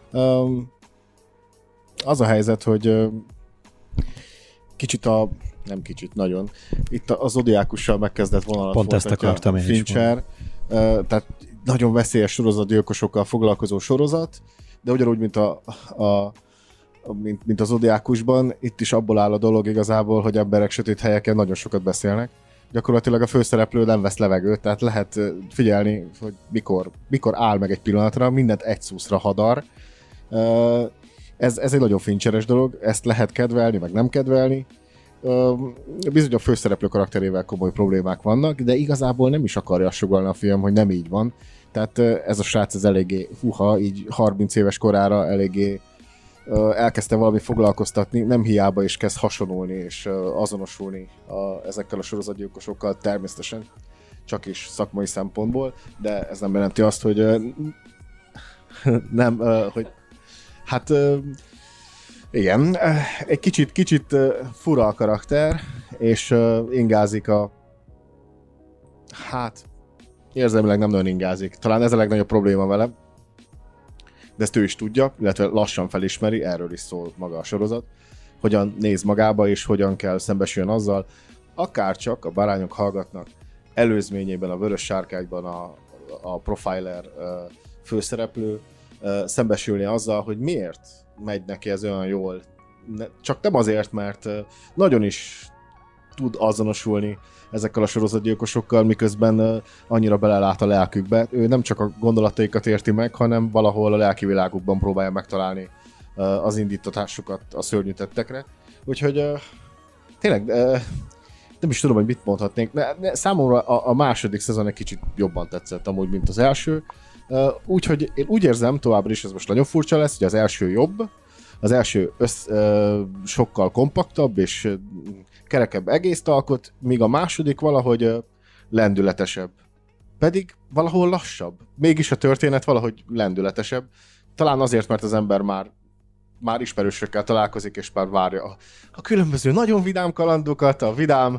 Az a helyzet, hogy nagyon. Itt a Zodiákussal megkezdett vonalat pont ezt akartam én Fincher, tehát nagyon veszélyes sorozatgyilkosokkal foglalkozó sorozat, de ugyanúgy, mint a Zodiákusban, itt is abból áll a dolog igazából, hogy emberek sötét helyeken nagyon sokat beszélnek. Gyakorlatilag a főszereplő nem vesz levegőt, tehát lehet figyelni, hogy mikor áll meg egy pillanatra, mindent egy szuszra hadar. Ez egy nagyon Fincheres dolog, ezt lehet kedvelni, meg nem kedvelni. Bizony a főszereplő karakterével komoly problémák vannak, de igazából nem is akarja sugallni a film, hogy nem így van. Tehát ez a srác ez eléggé, így 30 éves korára eléggé elkezdte valami foglalkoztatni, nem hiába is kezd hasonulni és azonosulni ezekkel a sorozatgyilkosokkal, természetesen csak is szakmai szempontból, de ez nem jelenti azt, hogy nem, hogy hát igen, egy kicsit fura a karakter, és ingázik érzelmileg nem nagyon ingázik. Talán ez a legnagyobb probléma vele, de ezt ő is tudja, illetve lassan felismeri, erről is szól maga a sorozat, hogyan néz magába, és hogyan kell szembesüljön azzal, akárcsak a Bárányok hallgatnak előzményében, a Vörös Sárkányban a profiler főszereplő szembesülni azzal, hogy miért megy neki ez olyan jól. Csak nem azért, mert nagyon is tud azonosulni ezekkel a sorozatgyilkosokkal, miközben annyira belelát a lelkükbe. Ő nem csak a gondolataikat érti meg, hanem valahol a lelki világukban próbálja megtalálni az indítatásukat a szörnyű tettekre. Úgyhogy tényleg nem is tudom, hogy mit mondhatnék. Számomra a második szezon egy kicsit jobban tetszett amúgy, mint az első. Úgyhogy én úgy érzem továbbra is, ez most nagyon furcsa lesz, hogy az első jobb, az első sokkal kompaktabb és kerekebb egészt alkot, míg a második valahogy lendületesebb. Pedig valahol lassabb. Mégis a történet valahogy lendületesebb. Talán azért, mert az ember már ismerősökkel találkozik, és már várja a különböző nagyon vidám kalandokat, a vidám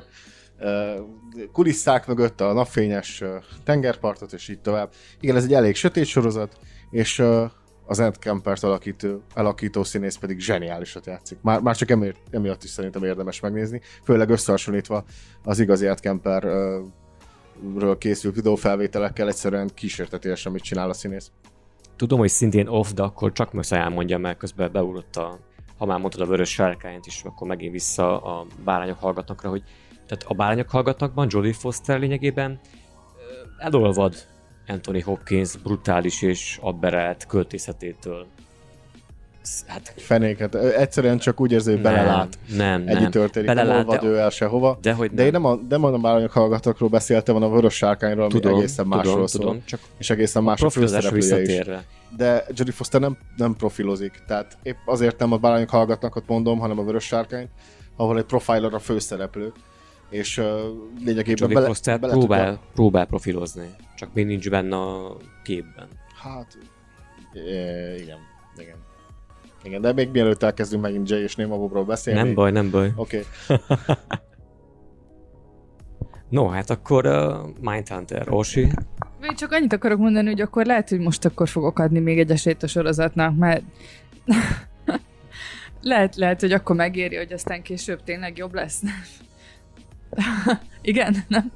kulisszák mögött, a napfényes tengerpartot, és így tovább. Igen, ez egy elég sötét sorozat, és az Ed Kempert alakító színész pedig zseniálisat játszik. Már csak emiatt is szerintem érdemes megnézni, főleg összehasonlítva az igazi Ed Kemperről készült videófelvételekkel, egyszerűen kísérteties, amit csinál a színész. Tudom, hogy szintén off, de akkor csak muszáj elmondjam, mert közben beugrott ha már mondtad a Vörös Sárkányt is, akkor megint vissza a Bárányok hallgatnakra, hogy tehát a Bárányok hallgatnakban Jodie Foster lényegében elolvad Anthony Hopkins brutális és aberrált költészetétől. Hát, fenéket. Egyszerűen csak úgy érzi, hogy belelát. Nem. Történik, nem olvad ő el sehova. De én nem a Bárányok hallgatókról beszéltem, hanem a Vörös Sárkányról, ami egészen másról szól. Csak és egészen más a főszereplője is. De Jodie Foster nem profilozik. Tehát épp azért nem a Bárányok hallgatnak, ott mondom, hanem a Vörös Sárkányt, ahol egy profiler a főszereplő. És lényegében próbál profilozni. Csak még nincs benne a képben. Hát, igen, de még mielőtt elkezdünk megint Jay és Néma Bobról beszélni. Nem baj. Oké. No, hát akkor Mindhunter, Orsi. Még csak annyit akarok mondani, hogy akkor lehet, hogy most akkor fogok adni még egy esélyt a sorozatnak, mert lehet, hogy akkor megéri, hogy aztán később tényleg jobb lesz. Igen? Nem?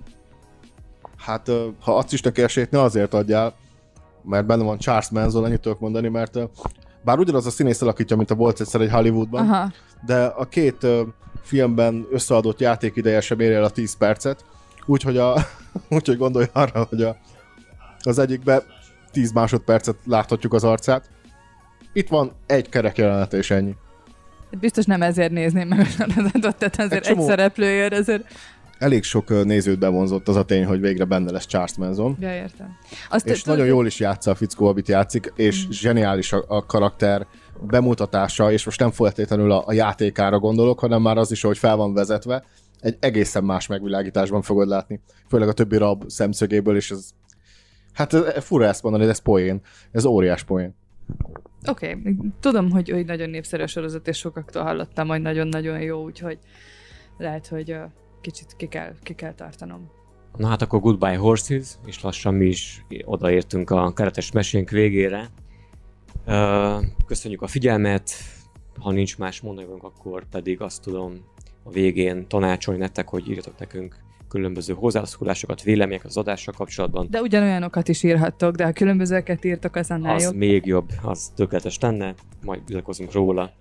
Hát, ha azt is neki esélyt, ne azért adjál, mert benne van Charles Manson, ennyit tudok mondani, mert bár ugyanaz a színész alakítja, mint a volt egyszer egy Hollywoodban, Aha. de a két filmben összeadott játékideje sem éri el a 10 percet, úgyhogy úgyhogy gondolj arra, hogy az egyikben 10 másodpercet láthatjuk az arcát. Itt van egy kerek jelenet, és ennyi. Biztos nem ezért nézném meg a sorozatot, tehát azért egy szereplőjér, ezért... Elég sok nézőt bevonzott az a tény, hogy végre benne lesz Charles Manson. Ja, értem. És nagyon jól is játsza a fickó, amit játszik, és zseniális a karakter bemutatása, és most nem feltétlenül a játékára gondolok, hanem már az is, hogy fel van vezetve, egy egészen más megvilágításban fogod látni. Főleg a többi rab szemszögéből, és ez... Hát fura ezt mondani, de ez poén. Ez óriás poén. Oké. Tudom, hogy nagyon népszerű a sorozat, és sokaktól hallottam, hogy nagyon-nagyon jó, úgyhogy lehet, hogy kicsit ki kell tartanom. Na hát akkor Goodbye Horses, és lassan mi is odaértünk a keretes mesénk végére. Köszönjük a figyelmet, ha nincs más mondaniunk, akkor pedig azt tudom a végén tanácsolni nektek, hogy írjatok nekünk különböző hozzászólásokat, véleményeket az adással kapcsolatban. De ugyanolyanokat is írhattok, de ha különbözőeket írtok, az annál az jobb. még jobb, az tökéletes lenne, majd bizakozunk róla.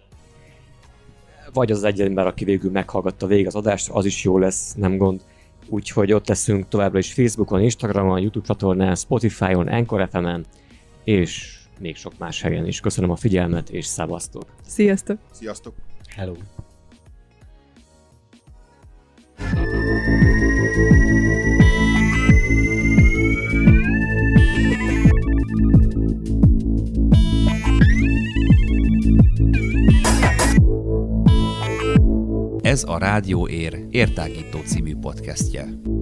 Vagy az egy ember, aki végül meghallgatta végig az adást, az is jó lesz, nem gond. Úgyhogy ott leszünk továbbra is Facebookon, Instagramon, YouTube csatornán, Spotify-on, Anchor FM-en, és még sok más helyen is. Köszönöm a figyelmet, és szevasztok! Sziasztok! Sziasztok! Hello! Ez a Rádió Ér értágító című podcastje.